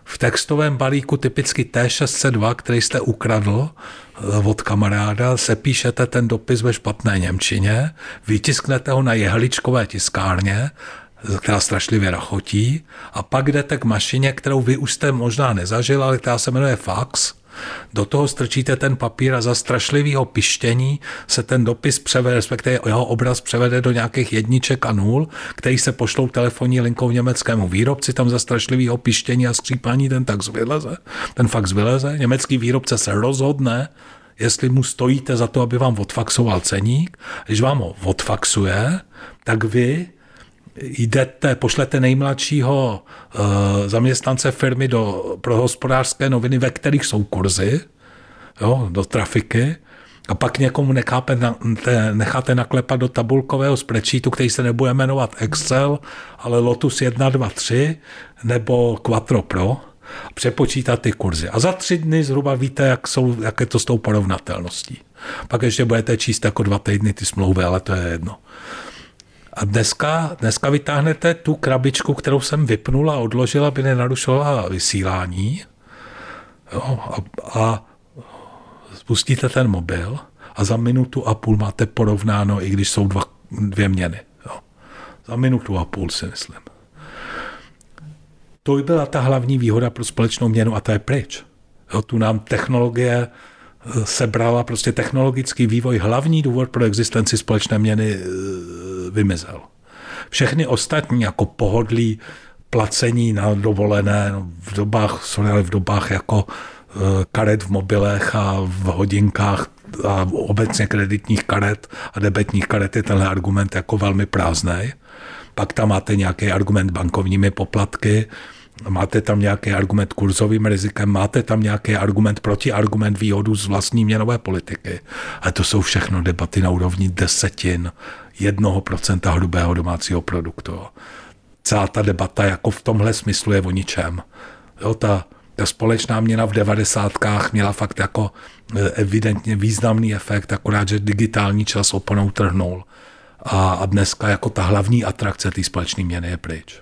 v textovém balíku typicky T šest set dva, který jste ukradl od kamaráda, se píšete ten dopis ve špatné němčině, vytisknete ho na jehličkové tiskárně, která strašlivě rachotí, a pak jdete k mašině, kterou vy už jste možná nezažil, ale která se jmenuje fax. Do toho strčíte ten papír a za strašlivého pištění se ten dopis převede, respektive jeho obraz převede do nějakých jedniček a nul, který se pošlou telefonní linkou německému výrobci, tam za strašlivého pištění a skřípání ten fax vyleze. Ten fax vyleze, německý výrobce se rozhodne, jestli mu stojíte za to, aby vám odfaxoval ceník. Když vám ho odfaxuje, tak vy jdete, pošlete nejmladšího uh, zaměstnance firmy do, pro hospodářské noviny, ve kterých jsou kurzy, jo, do trafiky, a pak někomu nechápe, necháte naklepat do tabulkového spreadsheetu, který se nebude jmenovat Excel, ale Lotus jedna, dva, tři nebo Quattro Pro, přepočítat ty kurzy. A za tři dny zhruba víte, jak, jsou, jak je to s tou porovnatelností. Pak ještě budete číst jako dva týdny ty smlouvy, ale to je jedno. A dneska, dneska vytáhnete tu krabičku, kterou jsem vypnul a odložil, aby nenarušovala vysílání, jo, a, a spustíte ten mobil a za minutu a půl máte porovnáno, i když jsou dva, dvě měny. Jo. Za minutu a půl si myslím. To by byla ta hlavní výhoda pro společnou měnu a ta je pryč. Jo, tu nám technologie sebrala, prostě technologický vývoj, hlavní důvod pro existenci společné měny vymizel. Všechny ostatní jako pohodlí placení na dovolené v dobách, sorry, v dobách jako karet v mobilech a v hodinkách a obecně kreditních karet a debetních karet je tenhle argument jako velmi prázdnej. Pak tam máte nějaký argument bankovními poplatky, máte tam nějaký argument kurzovým rizikem, máte tam nějaký argument protiargument výhodu z vlastní měnové politiky. A to jsou všechno debaty na úrovni desetin, jednoho procenta hrubého domácího produktu. Celá ta debata jako v tomhle smyslu je o ničem. Jo, ta, ta společná měna v devadesátkách měla fakt jako evidentně významný efekt, akorát, že digitální čas oponou trhnul. A, a dneska jako ta hlavní atrakce té společné měny je pryč.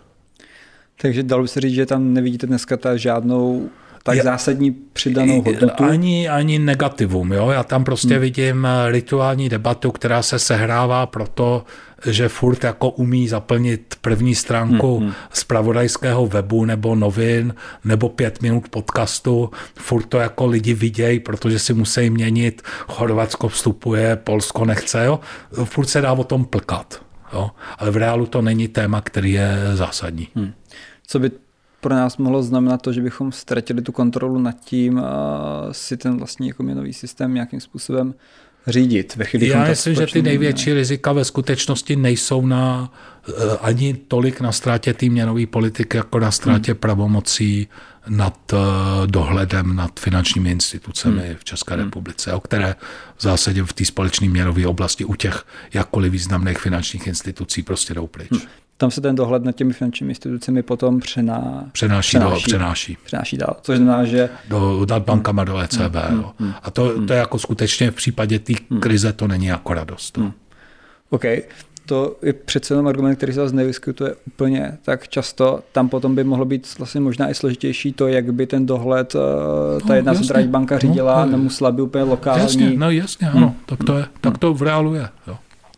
Takže dalo by se říct, že tam nevidíte dneska ta žádnou tak je, zásadní přidanou hodnotu? Ani, ani negativum. Jo? Já tam prostě hmm. vidím rituální debatu, která se sehrává proto, že furt jako umí zaplnit první stránku hmm. zpravodajského webu nebo novin nebo pět minut podcastu. Furt to jako lidi vidějí, protože si musí měnit. Chorvatsko vstupuje, Polsko nechce. Jo? Furt se dá o tom plkat. Jo? Ale v reálu to není téma, který je zásadní. Hmm. Co by pro nás mohlo znamenat to, že bychom ztratili tu kontrolu nad tím uh, si ten vlastní jako měnový systém nějakým způsobem řídit. Ve chvíli, Já myslím, že ty největší ne. rizika ve skutečnosti nejsou na, uh, ani tolik na ztrátě té měnové politiky, jako na ztrátě hmm. pravomocí nad uh, dohledem nad finančními institucemi hmm. v České hmm. republice, o které v zásadě v té společné měnové oblasti u těch jakkoliv významných finančních institucí prostě jdou pryč. Hmm. Tam se ten dohled nad těmi finančními institucemi potom přená, přenáší, přenáší, do, přenáší. přenáší dál. Což znamená, že... Do, nad bankama do E C B. Hmm, hmm, a to, hmm. to je jako skutečně v případě té hmm. krize to není jako radost. Hmm. OK. To je přece jenom argument, který se vás nevyskytuje úplně tak často. Tam potom by mohlo být vlastně možná i složitější to, jak by ten dohled ta no, jedna centrální banka řídila, no, nemusela by úplně lokální... Jasně, no jasně, ano. Hmm. Tak to je, tak to v reálu je. Jo.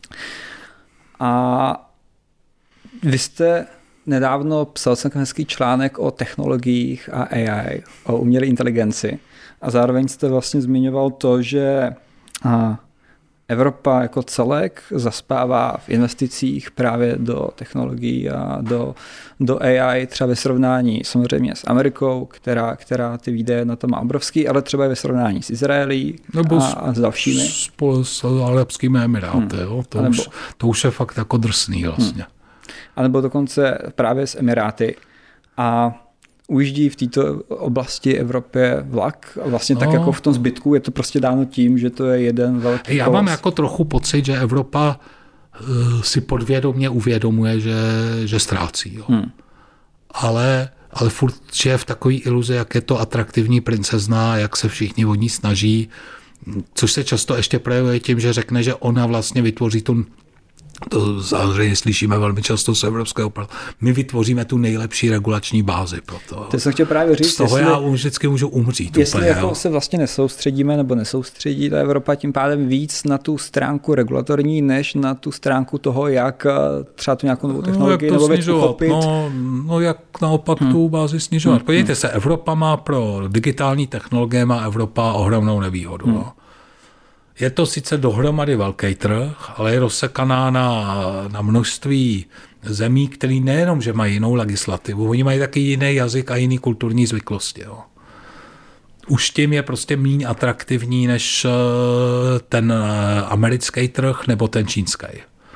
A vy jste nedávno psal celkem hezký článek o technologiích a A I, o umělé inteligenci. A zároveň jste vlastně zmiňoval to, že Evropa jako celek zaspává v investicích právě do technologií a do, do A I, třeba ve srovnání samozřejmě s Amerikou, která, která ty výdaje na to má obrovský, ale třeba i ve srovnání s Izraelí a, a s dalšími. Spolu s Arabskými Emiráty, hmm. jo? To, nebo, už, to už je fakt jako drsný vlastně. Hmm. A nebo dokonce právě s Emiráty. A ujíždí v této oblasti Evropě vlak a vlastně no. tak jako v tom zbytku je to prostě dáno tím, že to je jeden velký Já kolos. Mám jako trochu pocit, že Evropa uh, si podvědomě uvědomuje, že, že ztrácí. Jo. Hmm. Ale, ale furt je v takové iluzi, jak je to atraktivní princezna, jak se všichni od ní snaží, což se často ještě projevuje tím, že řekne, že ona vlastně vytvoří tu to samozřejmě slyšíme velmi často z Evropského parlamentu. My vytvoříme tu nejlepší regulační bázi pro to. To jsem chtěl právě říct. Z toho jestli, já vždycky můžu umřít. Jestli úplně, jako se vlastně nesoustředíme nebo nesoustředí ta Evropa tím pádem víc na tu stránku regulatorní, než na tu stránku toho, jak třeba tu nějakou novou technologii no, nebo věc uchopit. No, no jak naopak hmm. tu bázi snižovat. Hmm. Podívejte se, Evropa má pro digitální technologie má Evropa ohromnou nevýhodu. Hmm. No. Je to sice dohromady velký trh, ale je rozsekaná na, na množství zemí, které nejenom, že mají jinou legislativu, oni mají taky jiný jazyk a jiný kulturní zvyklosti. Jo. Už tím je prostě méně atraktivní než ten americký trh nebo ten čínský.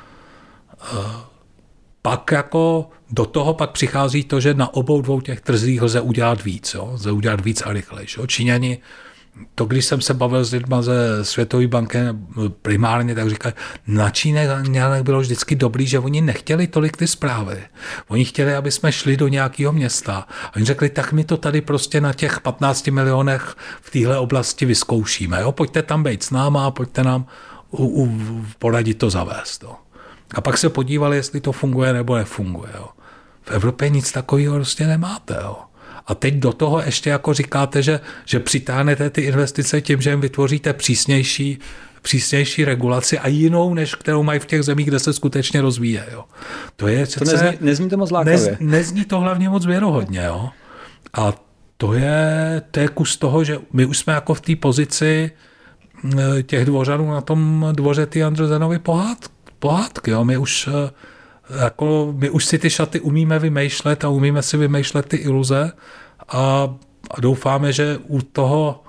Pak jako do toho pak přichází to, že na obou dvou těch trzích lze udělat víc. Jo. Lze udělat víc a rychlejš. Číňani, to, když jsem se bavil s lidma ze Světové banky primárně, tak říkají, na Číňanech bylo vždycky dobrý, že oni nechtěli tolik ty zprávy. Oni chtěli, aby jsme šli do nějakého města. A oni řekli, tak my to tady prostě na těch patnácti milionech v téhle oblasti vyzkoušíme. Jo? Pojďte tam být s náma, pojďte nám u, u, poradit to zavést. Jo? A pak se podívali, jestli to funguje nebo nefunguje. Jo? V Evropě nic takového prostě nemáte. Jo? A teď do toho ještě jako říkáte, že, že přitáhnete ty investice tím, že jim vytvoříte přísnější, přísnější regulaci a jinou, než kterou mají v těch zemích, kde se skutečně rozvíje. Jo. To je přece, to nezní, nezní to moc lákavě. Nez, nezní to hlavně moc věrohodně. Jo. A to je, to je kus toho, že my už jsme jako v té pozici těch dvořanů na tom dvoře ty Andrzenovy pohád, pohádky. Jo. My už Jako my už si ty šaty umíme vymýšlet a umíme si vymýšlet ty iluze a, a doufáme, že u toho,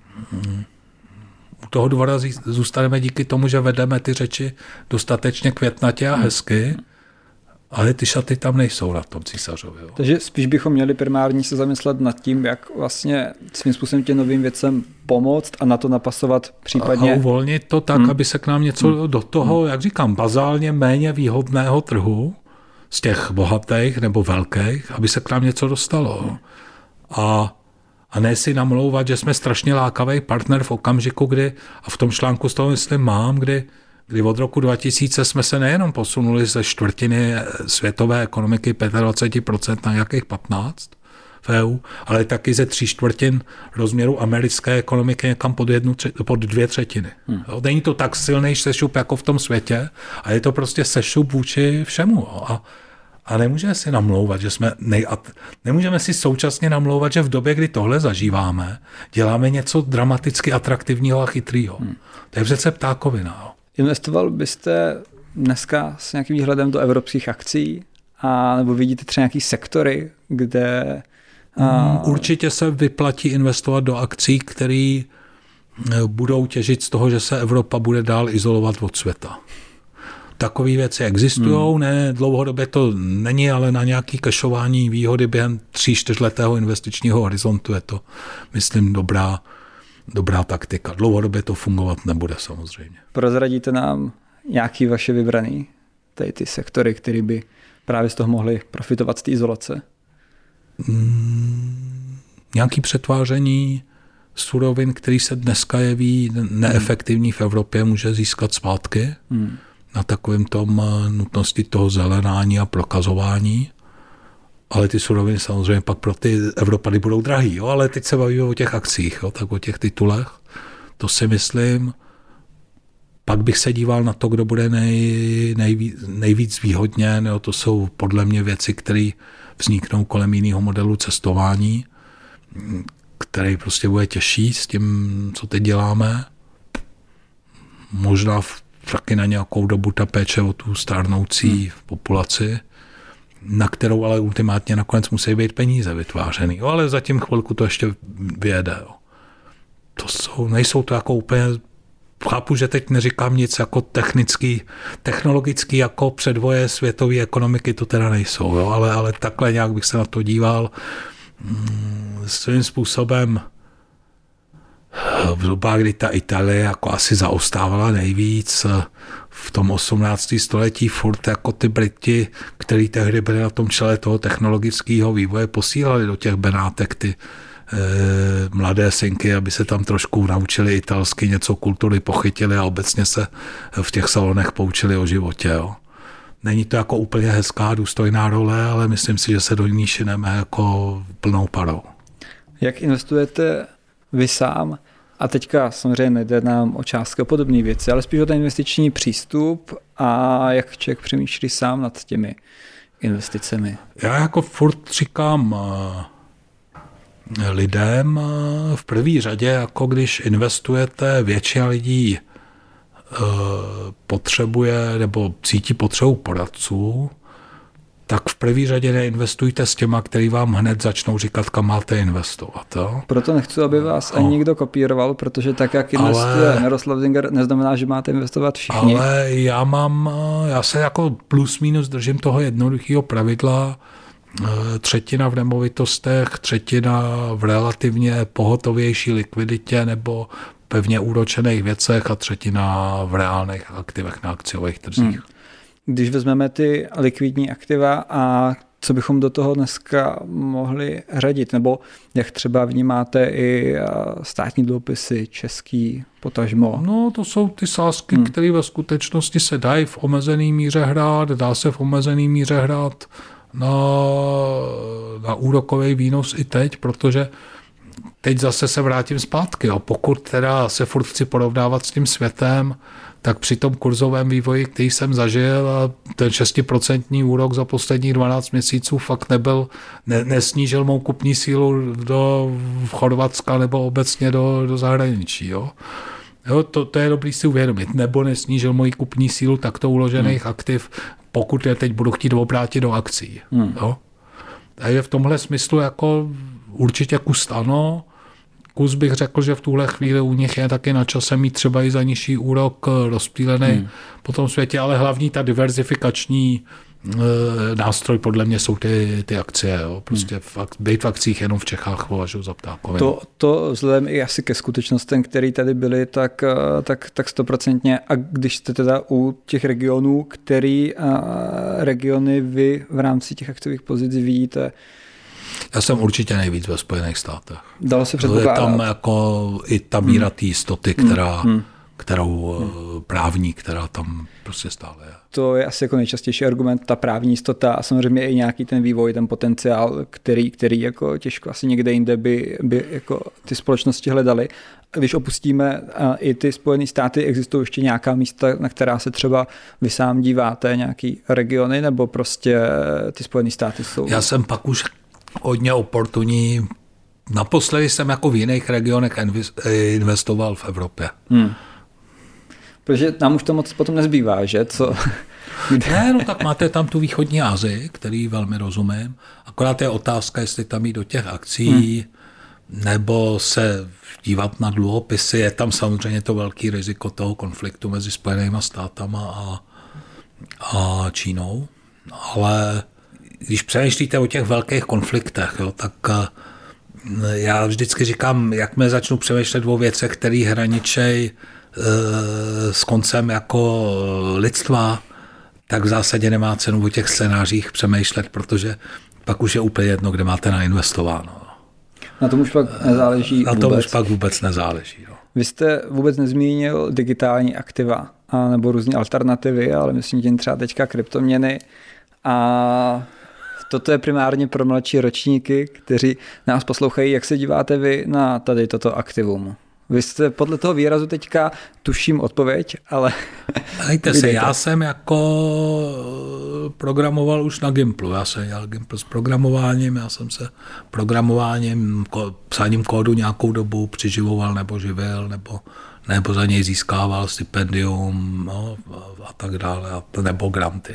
u toho dvora zůstaneme díky tomu, že vedeme ty řeči dostatečně květnatě a hezky, ale ty šaty tam nejsou na tom císařovi. Jo. Takže spíš bychom měli primárně se zamyslet nad tím, jak vlastně svým způsobem těm novým věcem pomoct a na to napasovat případně. A uvolnit to tak, hmm. aby se k nám něco hmm. do toho, jak říkám, bazálně méně výhodného trhu z těch bohatých nebo velkých, aby se k nám něco dostalo. Hmm. A, a ne si namlouvat, že jsme strašně lákavý partner v okamžiku, kdy, a v tom článku z toho myslím mám, kdy kdy od roku dva tisíce jsme se nejenom posunuli ze čtvrtiny světové ekonomiky dvacet pět procent na nějakých patnáct v E U, ale taky ze tří čtvrtin rozměru americké ekonomiky někam pod, jednu, pod dvě třetiny. Hmm. Není to tak silný sešup jako v tom světě, a je to prostě sešup vůči všemu. A, a nemůžeme si namlouvat, že jsme nej, nemůžeme si současně namlouvat, že v době, kdy tohle zažíváme, děláme něco dramaticky atraktivního a chytrýho. Hmm. To je přece ptákovina. Jo. Investoval byste dneska s nějakým výhledem do evropských akcí, a nebo vidíte třeba nějaký sektory, kde... A... Určitě se vyplatí investovat do akcí, které budou těžit z toho, že se Evropa bude dál izolovat od světa. Takové věci existují, hmm. ne, dlouhodobě to není, ale na nějaké kašování výhody během tří, čtyřletého investičního horizontu je to, myslím, dobrá Dobrá taktika. Dlouhodobě to fungovat nebude samozřejmě. Prozradíte nám nějaký vaše vybraný, tady ty sektory, které by právě z toho mohly profitovat z té izolace? Hmm, nějaký přetváření surovin, který se dneska jeví neefektivní v Evropě, může získat zpátky hmm. na takovém tom nutnosti toho zelenání a prokazování. Ale ty suroviny samozřejmě pak pro ty Evropany budou drahý, jo? Ale teď se bavíme o těch akcích, jo? Tak o těch titulech. To si myslím. Pak bych se díval na to, kdo bude nej, nejvíc, nejvíc výhodněn. Jo? To jsou podle mě věci, které vzniknou kolem jiného modelu cestování, který prostě bude těžší s tím, co teď děláme. Možná taky na nějakou dobu ta péče o tu stárnoucí hmm. populaci, na kterou ale ultimátně nakonec musí být peníze vytvářený. Jo, ale zatím chvilku to ještě vyjede. Jo. To jsou, nejsou to jako úplně, chápu, že teď neříkám nic jako technický, technologický jako předvoje světové ekonomiky, to teda nejsou, jo, ale, ale takhle nějak bych se na to díval. Svým způsobem v dobách, kdy ta Itálie jako asi zaostávala nejvíc, v tom osmnáctém století furt jako ty Briti, kteří tehdy byli na tom čele toho technologického vývoje, posílali do těch Benátek ty e, mladé synky, aby se tam trošku naučili italsky, něco kultury pochytili a obecně se v těch salonech poučili o životě. Jo. není to jako úplně hezká, důstojná role, ale myslím si, že se do ní šineme jako plnou parou. Jak investujete vy sám? A teďka samozřejmě nejde nám o částky a podobné věci, ale spíš o ten investiční přístup a jak člověk přemýšlí sám nad těmi investicemi. Já jako furt říkám lidem v první řadě, jako když investujete, většina lidí potřebuje nebo cítí potřebu poradců, tak v první řadě neinvestujte s těma, který vám hned začnou říkat, kam máte investovat. Jo? Proto nechci, aby vás ani někdo kopíroval, protože tak, jak investuje ale, Miroslav Zinger, neznamená, že máte investovat všichni. Ale já mám, já se jako plus minus držím toho jednoduchého pravidla, třetina v nemovitostech, třetina v relativně pohotovější likviditě nebo pevně úročených věcech a třetina v reálných aktivech na akciových trzích. Hmm. Když vezmeme ty likvidní aktiva a co bychom do toho dneska mohli řadit, nebo jak třeba vnímáte i státní dluhopisy, český, potažmo? No to jsou ty sázky, hmm. které ve skutečnosti se dají v omezené míře hrát, dá se v omezené míře hrát na, na úrokový výnos i teď, protože teď zase se vrátím zpátky. Jo. Pokud teda se furt chci porovnávat s tím světem, tak při tom kurzovém vývoji, který jsem zažil, a ten šestiprocentní úrok za posledních dvanáct měsíců fakt nebyl, ne, nesnížil mou kupní sílu do Chorvatska nebo obecně do, do zahraničí. Jo. Jo, to, to je dobrý si uvědomit. Nebo nesnížil moji kupní sílu takto uložených hmm. aktiv, pokud je teď budu chtít obrátit do akcí. Hmm. Jo. Takže v tomhle smyslu jako určitě kus ano. Kus bych řekl, že v tuhle chvíli u nich je taky na čase mít třeba i za nižší úrok rozptýlený hmm. po tom světě, ale hlavní ta diverzifikační e, nástroj podle mě jsou ty, ty akcie. Jo. Prostě hmm. fakt, být v akcích jenom v Čechách považuji za ptákovinu. To, to vzhledem i asi ke skutečnostem, které tady byly, tak, tak, tak stoprocentně. A když jste teda u těch regionů, který a, regiony vy v rámci těch akciových pozic vidíte? Já jsem určitě nejvíc ve Spojených státech. Dalo se předpokládat. Je tam jako i ta míra hmm. té jistoty, která, hmm. kterou hmm. právní, která tam prostě stále je. To je asi jako nejčastější argument, ta právní jistota a samozřejmě i nějaký ten vývoj, ten potenciál, který, který jako těžko asi někde jinde by, by jako ty společnosti hledaly. Když opustíme i ty Spojené státy, existují ještě nějaká místa, na která se třeba vy sám díváte, nějaký regiony, nebo prostě ty Spojené státy jsou? Já jsem pak už hodně oportunní. Naposledy jsem jako v jiných regionech investoval v Evropě. Hmm. Protože nám už to moc potom nezbývá, že? Co? Ne, no tak máte tam tu východní Asii, který velmi rozumím. Akorát je otázka, jestli tam jít do těch akcí, hmm. nebo se dívat na dluhopisy. Je tam samozřejmě to velký riziko toho konfliktu mezi Spojenými státama a, a Čínou. Ale když přemýšlíte o těch velkých konfliktech, jo, tak já vždycky říkám, jakmile začnu přemýšlet o věcech, které hraničej e, s koncem jako lidstva, tak v zásadě nemá cenu o těch scénářích přemýšlet, protože pak už je úplně jedno, kde máte nainvestováno. Na tom už pak nezáleží Na tom vůbec. už pak vůbec nezáleží. Jo. Vy jste vůbec nezmínil digitální aktiva a nebo různé alternativy, ale myslím tím třeba teďka kryptoměny. A toto je primárně pro mladší ročníky, kteří nás poslouchají. Jak se díváte vy na tady toto aktivum? Vy jste podle toho výrazu teďka tuším odpověď, ale... Hejte se, já jsem jako programoval už na Gimplu. Já jsem dělal Gimpl s programováním, já jsem se programováním, psáním kódu nějakou dobu přiživoval nebo živil, nebo, nebo za něj získával stipendium, no, a tak dále, nebo granty.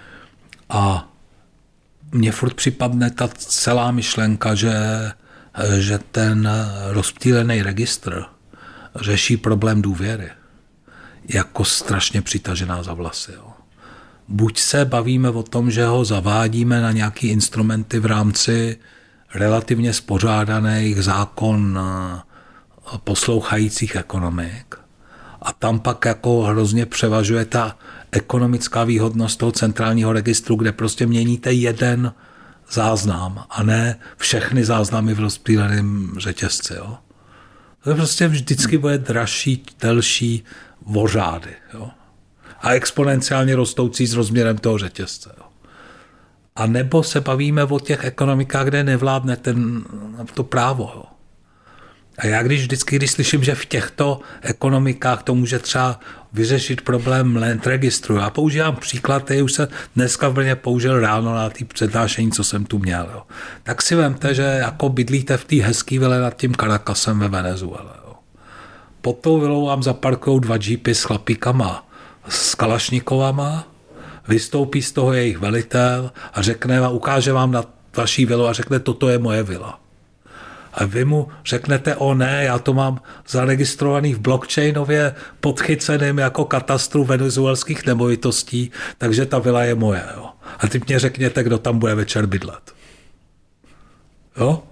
A mně furt připadne ta celá myšlenka, že, že ten rozptýlený registr řeší problém důvěry jako strašně přitažená za vlasy. Jo. Buď se bavíme o tom, že ho zavádíme na nějaké instrumenty v rámci relativně spořádaných zákon poslouchajících ekonomik, a tam pak jako hrozně převažuje ta ekonomická výhodnost toho centrálního registru, kde prostě měníte jeden záznam a ne všechny záznamy v rozptýleném řetězci. Jo. To prostě vždycky bude dražší, delší vořády. Jo. a exponenciálně rostoucí s rozměrem toho řetězce. Jo. A nebo se bavíme o těch ekonomikách, kde nevládne ten, to právo. Jo. A já když vždycky, když slyším, že v těchto ekonomikách to může třeba vyřešit problém land registru, já používám příklad, který už se dneska v Brně použil ráno na té přednášení, co jsem tu měl. Jo. Tak si vemte, že jako bydlíte v té hezký vile nad tím Caracasem ve Venezuele. Jo. Pod tou vilou vám zaparkujou dva džípy s chlapíkama, s kalašnikovama, vystoupí z toho jejich velitel a řekne a ukáže vám na vaší vilu a řekne, toto je moje vila. A vy mu řeknete, o ne, já to mám zaregistrovaný v blockchainově podchyceným jako katastru venezuelských nemovitostí, takže ta vila je moje. Jo. A teď mě řekněte, kdo tam bude večer bydlet. Jo?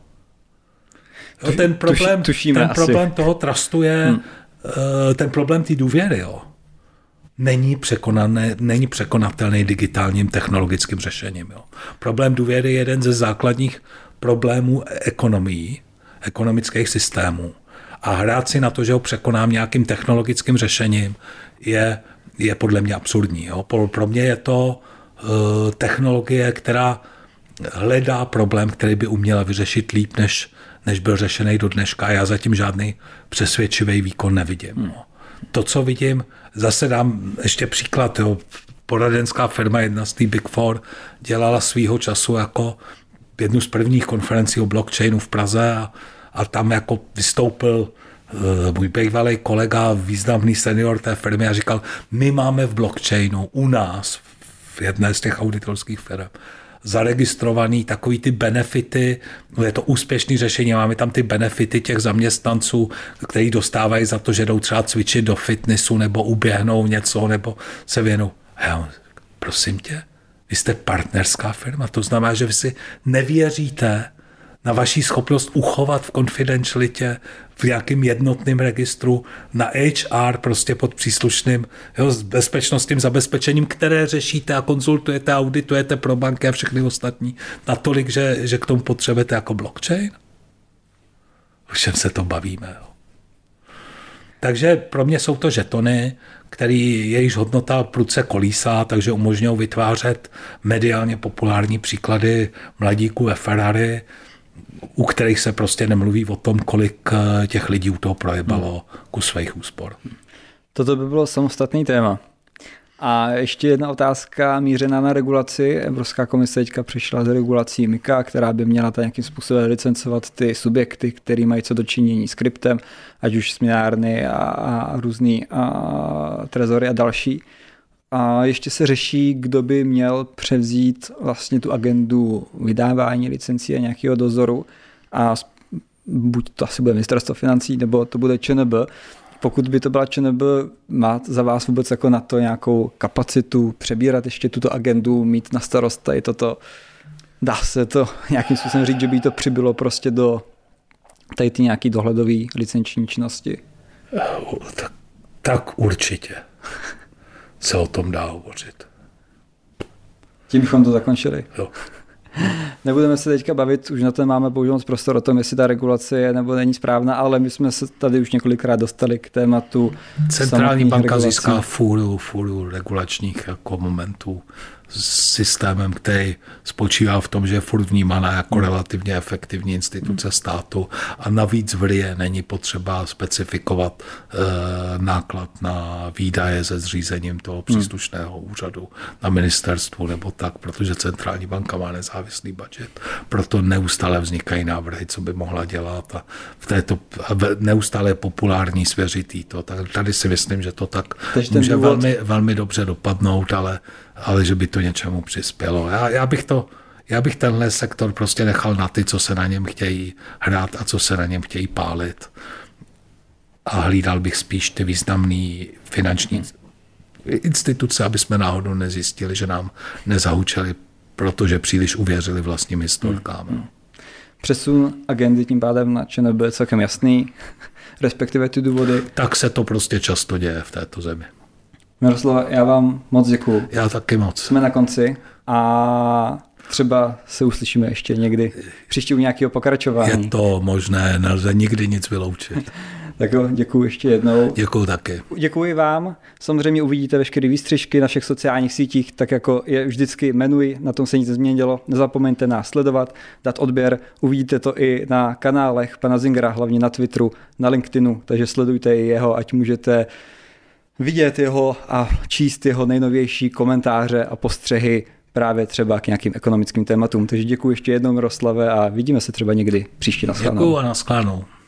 Jo ten problém, Tušíme ten problém asi. toho trustu je, hmm. ten problém té důvěry, jo. Není, překonané, není překonatelný digitálním technologickým řešením. Jo. Problém důvěry je jeden ze základních problémů ekonomií, ekonomických systémů. A hrát si na to, že ho překonám nějakým technologickým řešením, je, je podle mě absurdní. Jo. Pro mě je to uh, technologie, která hledá problém, který by uměla vyřešit líp, než, než byl řešený do dneška. Já zatím žádný přesvědčivý výkon nevidím. Hmm. No. To, co vidím, zase dám ještě příklad. Jo. Poradenská firma, jedna z té Big Four, dělala svýho času jako jednu z prvních konferencí o blockchainu v Praze a, a tam jako vystoupil uh, můj bývalý kolega, významný senior té firmy a říkal, my máme v blockchainu u nás, v jedné z těch auditorských firm, zaregistrovaný takový ty benefity, no je to úspěšný řešení, máme tam ty benefity těch zaměstnanců, kteří dostávají za to, že jdou třeba cvičit do fitnessu nebo uběhnou něco, nebo se věnou. Hej, prosím tě, vy jste partnerská firma, to znamená, že vy si nevěříte na vaši schopnost uchovat v konfidencialitě v nějakém jednotném registru na H R prostě pod příslušným jo, s bezpečnostním zabezpečením, které řešíte a konzultujete, auditujete pro banky a všechny ostatní natolik, že, že k tomu potřebujete jako blockchain? O čem se to bavíme? Jo? Takže pro mě jsou to žetony, který jejíž hodnota prudce kolísá, takže umožňují vytvářet mediálně populární příklady mladíků ve Ferrari, u kterých se prostě nemluví o tom, kolik těch lidí u toho projebalo hmm. ku svých úspor. Toto by bylo samostatný téma. A ještě jedna otázka mířená na regulaci. Evropská komise teďka přišla s regulací MiCA, která by měla nějakým způsobem licencovat ty subjekty, které mají co dočinění s kryptem, ať už směnárny a, a různý a trezory a další. A ještě se řeší, kdo by měl převzít vlastně tu agendu vydávání licencí a nějakého dozoru. A buď to asi bude ministerstvo financí, nebo to bude ČNB. Pokud by to byla ČNB, má za vás vůbec jako na to nějakou kapacitu přebírat ještě tuto agendu, mít na starost tady toto? Dá se to nějakým způsobem říct, že by to přibylo prostě do tady ty nějaký dohledový licenční činnosti? Tak, tak určitě se o tom dá hovořit. Tím bychom to zakončili. Jo. Nebudeme se teďka bavit, už na to máme bohužel prostor o tom, jestli ta regulace je nebo není správná, ale my jsme se tady už několikrát dostali k tématu. Centrální banka regulací. získá fůru, fůru regulačních jako momentů s systémem, který spočívá v tom, že je furt vnímaná jako relativně efektivní instituce státu a navíc v R I E není potřeba specifikovat e, náklad na výdaje se zřízením toho příslušného úřadu na ministerstvu nebo tak, protože centrální banka má nezávislý budget. Proto neustále vznikají návrhy, co by mohla dělat a v této a neustále je populární svěřitý to. Tak tady si myslím, že to tak Takže může důvod... velmi, velmi dobře dopadnout, ale ale že by to něčemu přispělo. Já, já, bych to, já bych tenhle sektor prostě nechal na ty, co se na něm chtějí hrát a co se na něm chtějí pálit. A hlídal bych spíš ty významné finanční instituce, aby jsme náhodou nezjistili, že nám nezahučeli, protože příliš uvěřili vlastním historkám. Hmm. Přesun agendy tím pádem na ČNB je celkem jasný, respektive ty důvody. Tak se to prostě často děje v této zemi. Miroslava, já vám moc děkuju. Já taky moc. Jsme na konci a třeba se uslyšíme ještě někdy příště u nějakého pokračování. Je to možné, nelze nikdy nic vyloučit. Tak jo, děkuji ještě jednou. Děkuji taky. Děkuji vám. Samozřejmě uvidíte veškeré výstřižky na všech sociálních sítích, tak jako je vždycky jmenuji, na tom se nic nezměnilo. Nezapomeňte nás sledovat, dát odběr. Uvidíte to i na kanálech pana Zingera, hlavně na Twitteru, na LinkedInu, takže sledujte i jeho, ať můžete vidět jeho a číst jeho nejnovější komentáře a postřehy právě třeba k nějakým ekonomickým tématům. Takže děkuji ještě jednou, Miroslave, a vidíme se třeba někdy příště na shledanou. Děkuji a na shledanou.